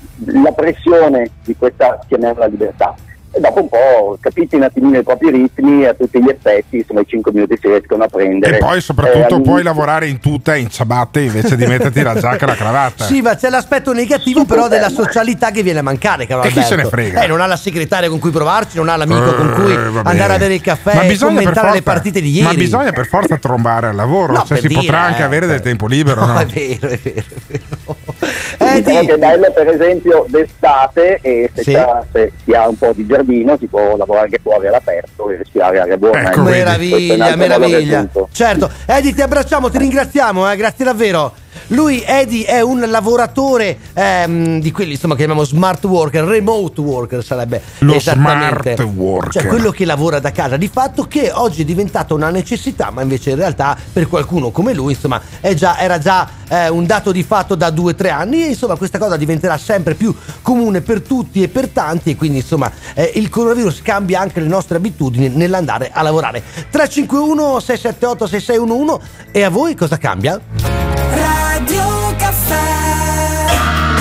la pressione di questa, chiamiamola libertà. E dopo un po' capite un attimino i propri ritmi, a tutti gli effetti, insomma i cinque minuti si riescono a prendere. E poi soprattutto eh, puoi lavorare in tuta e in ciabatte invece di metterti la giacca e la cravatta. Sì, ma c'è l'aspetto negativo però della socialità che viene a mancare, caro Alberto. E chi se ne frega? Eh, non ha la segretaria con cui provarci, non ha l'amico eh, con cui vabbè. andare a bere il caffè e commentare forza, le partite di ieri. Ma bisogna per forza trombare al lavoro, no, cioè si dire, potrà anche eh, avere del tempo libero, no? no? È vero, è vero, è vero. Eh, diciamo che è bello per esempio d'estate, e se, sì. se si ha un po' di giardino si può lavorare anche fuori all'aperto e respirare aria buona. Ecco, meraviglia, meraviglia. Certo, Eddie, ti abbracciamo, ti ringraziamo, eh, grazie davvero. Lui, Eddie, è un lavoratore ehm, di quelli insomma che chiamiamo smart worker, remote worker sarebbe lo esattamente, smart worker, cioè quello che lavora da casa, di fatto, che oggi è diventata una necessità, ma invece in realtà per qualcuno come lui insomma è già, era già eh, un dato di fatto da due o tre anni, e insomma questa cosa diventerà sempre più comune per tutti e per tanti, e quindi insomma eh, il coronavirus cambia anche le nostre abitudini nell'andare a lavorare. Tre cinque uno sei sette otto sei sei uno uno. E a voi cosa cambia? Radio Caffè.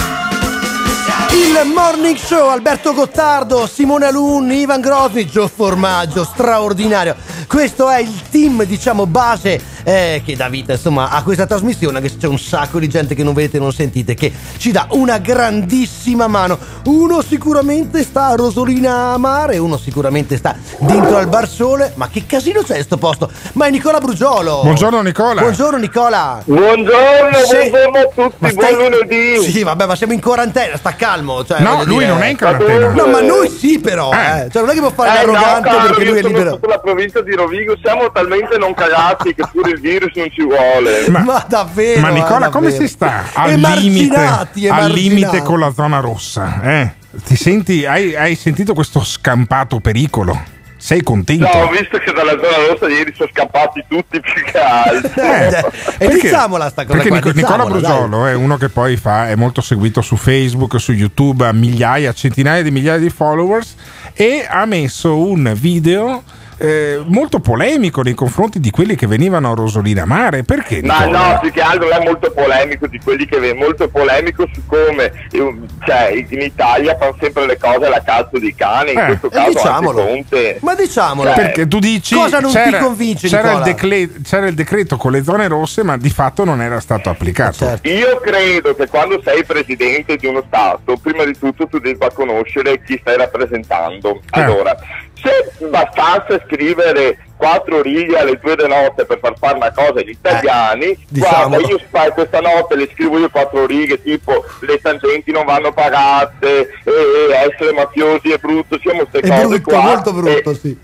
Il Morning Show, Alberto Gottardo, Simone Alun, Ivan Grosni, Gio Formaggio, straordinario. Questo è il team, diciamo, base eh, che dà vita insomma a questa trasmissione, che c'è un sacco di gente che non vedete e non sentite, che ci dà una grandissima mano. Uno sicuramente sta a Rosolina a Mare, uno sicuramente sta dentro al Bar Sole. Ma che casino c'è sto posto? Ma è Nicola Brugiolo. Buongiorno Nicola. Buongiorno Nicola. Buongiorno, Sì. buongiorno a tutti, Ma stai- buon lunedì. Sì, vabbè, ma siamo in quarantena, sta calmo. Cioè, No, voglio lui dire- non è in quarantena. No, ma noi sì, però. Eh. Eh. Cioè, non è che può fare Eh, no, l'arrogante caro, perché io lui è sono libero. sotto la provincia di Rovigo, siamo talmente non cagati che pure il virus non ci vuole. Ma, Ma davvero? ma Nicola, eh, come davvero. si sta? Al Emarginati, limite, al emarginati. limite con la zona rossa, eh? Ti senti, hai, hai sentito questo scampato pericolo? Sei contento? No, ho visto che dalla zona rossa ieri sono scappati tutti più che altro. Eh, e diciamola sta cosa Perché qua, Nico- Nicola diciamola, Brugiolo è uno che poi fa, è molto seguito su Facebook, su YouTube, ha migliaia, centinaia di migliaia di followers, e ha messo un video eh, molto polemico nei confronti di quelli che venivano a Rosolina Mare. Perché? Ma Nicola? no, più che altro è molto polemico di quelli che vengono, molto polemico su come eh, cioè, in Italia fanno sempre le cose alla cazzo di cane, in Eh, questo e caso diciamolo. anche Conte. Ma diciamolo. Cioè, Perché tu dici Cosa non ti c'era, convince, c'era il, Nicola? decle- c'era il decreto con le zone rosse, ma di fatto non era stato applicato. Certo. Io credo che quando sei presidente di uno Stato, prima di tutto tu debba conoscere chi stai rappresentando. Eh. Allora, se bastasse scrivere quattro righe alle due di notte per far fare una cosa agli italiani, diciamolo. guarda, io spa- questa notte le scrivo io quattro righe, tipo le tangenti non vanno pagate, e, e essere mafiosi è brutto, siamo queste È cose brutto, qua. molto brutto, E- sì.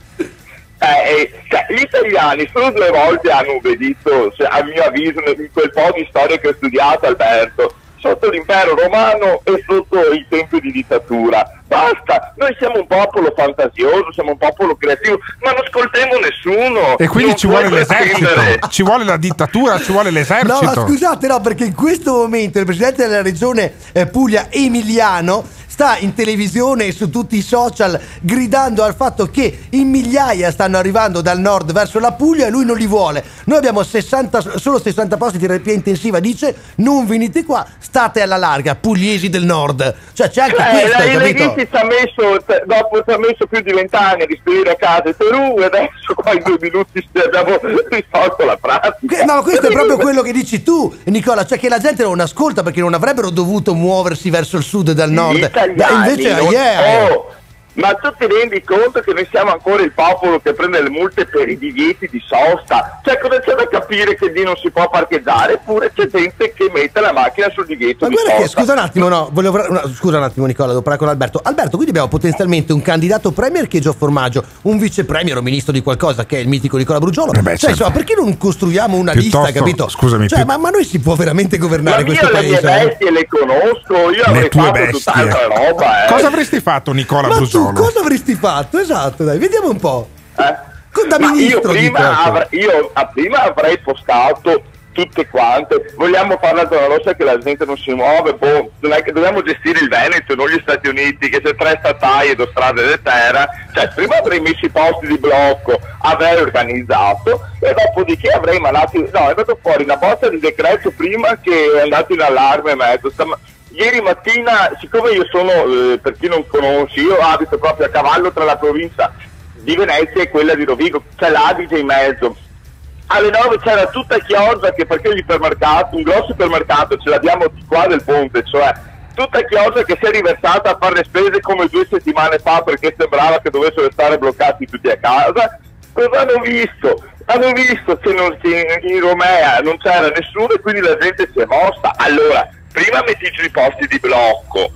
eh, eh, cioè, gli italiani solo due volte hanno obbedito, se- a mio avviso, in quel po' di storia che ho studiato, Alberto, sotto l'impero romano e sotto i tempi di dittatura. Basta, noi siamo un popolo fantasioso, siamo un popolo creativo, ma non ascoltiamo nessuno. E quindi Non ci puoi vuole l'esercito, pretendere. ci vuole la dittatura, ci vuole No, l'esercito. ma scusate, no, perché in questo momento il presidente della regione eh, Puglia, Emiliano, sta in televisione e su tutti i social gridando al fatto che in migliaia stanno arrivando dal nord verso la Puglia e lui non li vuole. Noi abbiamo sessanta, solo sessanta posti di terapia intensiva, dice, non venite qua, state alla larga, pugliesi del nord. Cioè c'è anche Cioè, questo, la- hai il capito? Leghiti ci ha messo, t- dopo ci ha messo più di vent'anni a rispedire a casa il Perù, e adesso qua in due minuti abbiamo risolto la pratica. Che- No, questo è proprio quello che dici tu, Nicola, cioè che la gente non ascolta perché non avrebbero dovuto muoversi verso il sud e dal nord. Gli italiani Beh, invece, non- yeah. oh, ma tu ti rendi conto che noi siamo ancora il popolo che prende le multe per i divieti di sosta? Cioè, cosa c'è da capire che lì non si può parcheggiare? Eppure c'è gente che mette la macchina sul divieto Ma di guarda che, sosta. scusa un attimo, no, volevo, no, scusa un attimo Nicola, devo parlare con Alberto. Alberto, quindi abbiamo potenzialmente un candidato premier che è Gio Formaggio, un vice premier o ministro di qualcosa che è il mitico Nicola Brugiolo. Eh beh, cioè, certo. insomma, perché non costruiamo una Piuttosto, lista, capito? scusami, Cioè, più- ma, ma noi si può veramente Ma governare io questo le mie paese? eh? bestie le conosco, io Le avrei tue fatto bestie. tutt'altra roba, eh. Cosa avresti fatto, Nicola Ma tu Brugiolo? cosa avresti fatto? Esatto, dai, vediamo un po'. Eh? Co- Da Ma io ministro, prima, dico, ecco. avre- io a prima avrei postato tutte quante. Vogliamo fare la zona rossa che la gente non si muove, boh, non è che dobbiamo gestire il Veneto, non gli Stati Uniti, che c'è tre stataie e due strade di terra. Cioè, prima avrei messo i posti di blocco, avrei organizzato, e dopodiché avrei mandato, no, è andato fuori una bozza di decreto prima che è andato in allarme e mezzo. Stam- Ieri mattina, siccome io sono, eh, per chi non conosce, io abito proprio a cavallo tra la provincia di Venezia e quella di Rovigo, c'è l'Adige in mezzo. Alle nove c'era tutta Chioggia, che perché l'ipermercato, un grosso supermercato, ce l'abbiamo di qua del ponte, cioè tutta Chioggia che si è riversata a fare le spese come due settimane fa perché sembrava che dovessero stare bloccati tutti a casa. Cosa hanno visto? Hanno visto che, non, che in Romea non c'era nessuno e quindi la gente si è mossa. Allora, prima mettici i posti di blocco,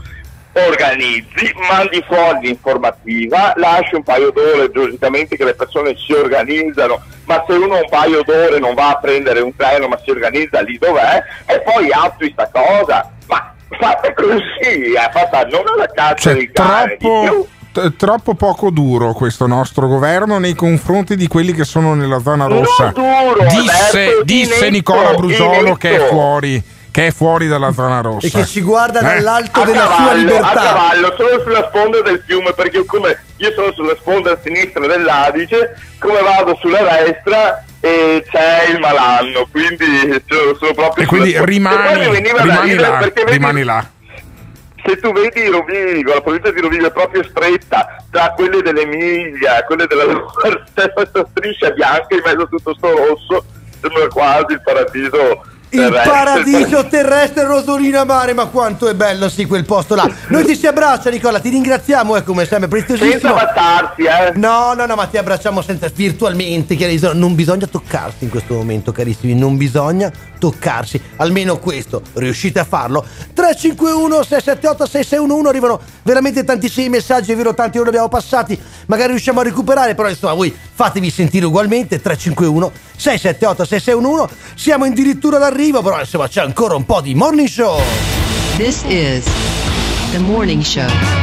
organizzi, mandi fuori l'informativa, lasci un paio d'ore logicamente che le persone si organizzano, ma se uno un paio d'ore non va a prendere un treno ma si organizza lì dov'è e poi attui sta cosa, ma fatta così, è fatta non alla caccia cioè, di cane, troppo, t- troppo poco duro questo nostro governo nei confronti di quelli che sono nella zona rossa. Duro, disse adesso, disse inetto, Nicola Brusolo inetto. che è fuori che è fuori dalla zona rossa e che ci guarda eh? dall'alto a della cavallo, sua libertà. A cavallo, sono sulla sponda del fiume, perché come io sono sulla sponda sinistra dell'Adige, come vado sulla destra e c'è il malanno, quindi sono, sono proprio e quindi sulla rimani, e veniva rimani da là, vedi, rimani là. Se tu vedi Rovigo, la provincia di Rovigo è proprio stretta tra quelle dell'Emilia, quelle della Lombardia, questa striscia bianca in mezzo a tutto sto rosso, sembra quasi il paradiso. Il terrestre. paradiso terrestre Rosolina Mare, ma quanto è bello sì quel posto là. Noi ti si abbraccia Nicola, ti ringraziamo eh, come sempre preziosissimo. Senza battarsi eh. No, no, no, ma ti abbracciamo senza, virtualmente, chiaro, non bisogna toccarsi in questo momento carissimi, non bisogna toccarsi, almeno questo, riuscite a farlo. Tre cinque uno sei sette otto sei sei uno uno, arrivano veramente tantissimi messaggi, è vero, tanti non li abbiamo passati, magari riusciamo a recuperare, però insomma voi fatevi sentire ugualmente. Tre cinque uno sei sette otto sei sei uno uno, siamo addirittura d'arrivo, però insomma c'è ancora un po' di morning show. This is the morning show.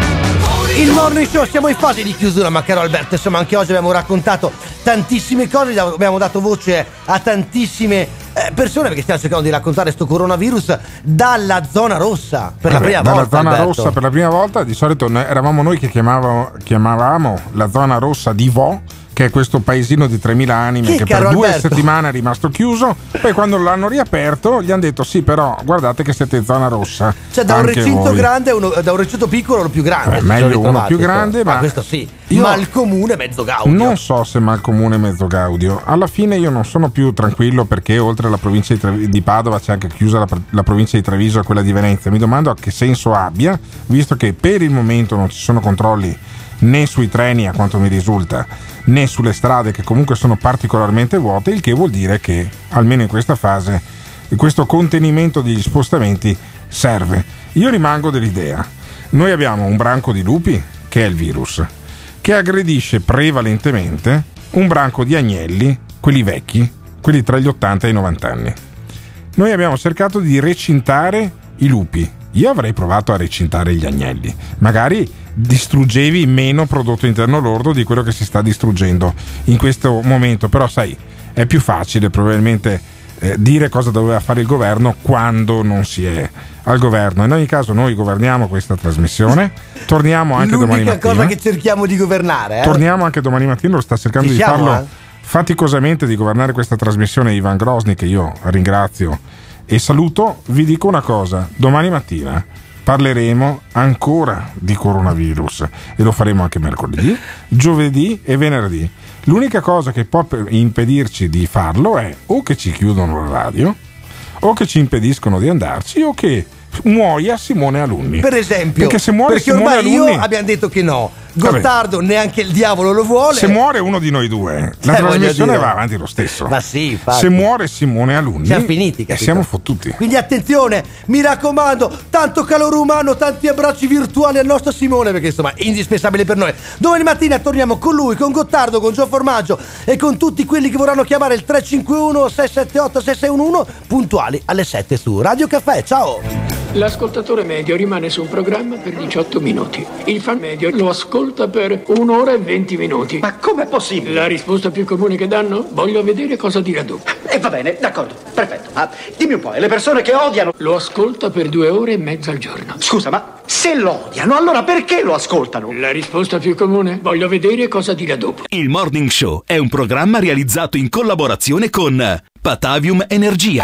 Il morning show, siamo in fase di chiusura, ma caro Alberto, insomma anche oggi abbiamo raccontato tantissime cose, abbiamo dato voce a tantissime eh, persone perché stiamo cercando di raccontare sto coronavirus dalla zona rossa per Vabbè, la prima dalla volta. Zona Alberto. rossa per la prima volta, di solito noi, eravamo noi che chiamavamo, chiamavamo la zona rossa di Vo, che è questo paesino di tremila anime Che, che, caro per due Alberto? settimane è rimasto chiuso, poi quando l'hanno riaperto gli hanno detto sì, però guardate che siete zona rossa. Cioè da un anche recinto voi. grande a uno, da un recinto piccolo a uno più grande. Eh, ci meglio siamo uno ritrovati, più grande, insomma. ma Ah, questo sì. io- Ma il comune mezzo gaudio. Non so se mal comune mezzo gaudio. Alla fine io non sono più tranquillo perché oltre alla provincia di, Trevi- di Padova c'è anche chiusa la, la provincia di Treviso e quella di Venezia. Mi domando a che senso abbia, visto che per il momento non ci sono controlli né sui treni a quanto mi risulta, né sulle strade che comunque sono particolarmente vuote, il che vuol dire che almeno in questa fase questo contenimento degli spostamenti serve. Io rimango dell'idea, noi abbiamo un branco di lupi che è il virus, che aggredisce prevalentemente un branco di agnelli, quelli vecchi, quelli tra gli ottanta e i novanta anni. Noi abbiamo cercato di recintare i lupi. Io avrei provato a recintare gli agnelli, magari distruggevi meno prodotto interno lordo di quello che si sta distruggendo in questo momento, però sai, è più facile probabilmente eh, dire cosa doveva fare il governo quando non si è al governo. In ogni caso noi governiamo questa trasmissione, torniamo anche L'unica domani mattina. cosa che cerchiamo di governare, eh? Torniamo anche domani mattina, lo sta cercando Ci di siamo, farlo eh? faticosamente di governare questa trasmissione Ivan Grosny, che io ringrazio e saluto. Vi dico una cosa, domani mattina parleremo ancora di coronavirus e lo faremo anche mercoledì, giovedì e venerdì. L'unica cosa che può impedirci di farlo è o che ci chiudono la radio, o che ci impediscono di andarci, o che muoia Simone Alunni. Per esempio, perché se muore perché Simone ormai Alunni, io abbiamo detto che no. Gottardo neanche il diavolo lo vuole. se muore uno di noi due, la Eh, voglio trasmissione dire. va avanti lo stesso. Ma sì, infatti. Se muore Simone Alunni, Siamo finiti, e capito? siamo fottuti. Quindi attenzione, mi raccomando, tanto calore umano, tanti abbracci virtuali al nostro Simone, perché insomma è indispensabile per noi. Domani mattina torniamo con lui, con Gottardo, con Gio Formaggio e con tutti quelli che vorranno chiamare il tre cinque uno sei sette otto sei sei uno uno, puntuali alle sette su Radio Caffè. Ciao! L'ascoltatore medio rimane su un programma per diciotto minuti. Il fan medio lo ascolta per un'ora e venti minuti. Ma com'è possibile? La risposta più comune che danno? Voglio vedere cosa dirà dopo. E va bene, d'accordo, perfetto. Ma dimmi un po', e le persone che odiano... Lo ascolta per due ore e mezza al giorno. Scusa, ma se lo odiano, allora perché lo ascoltano? La risposta più comune? Voglio vedere cosa dirà dopo. Il Morning Show è un programma realizzato in collaborazione con Patavium Energia.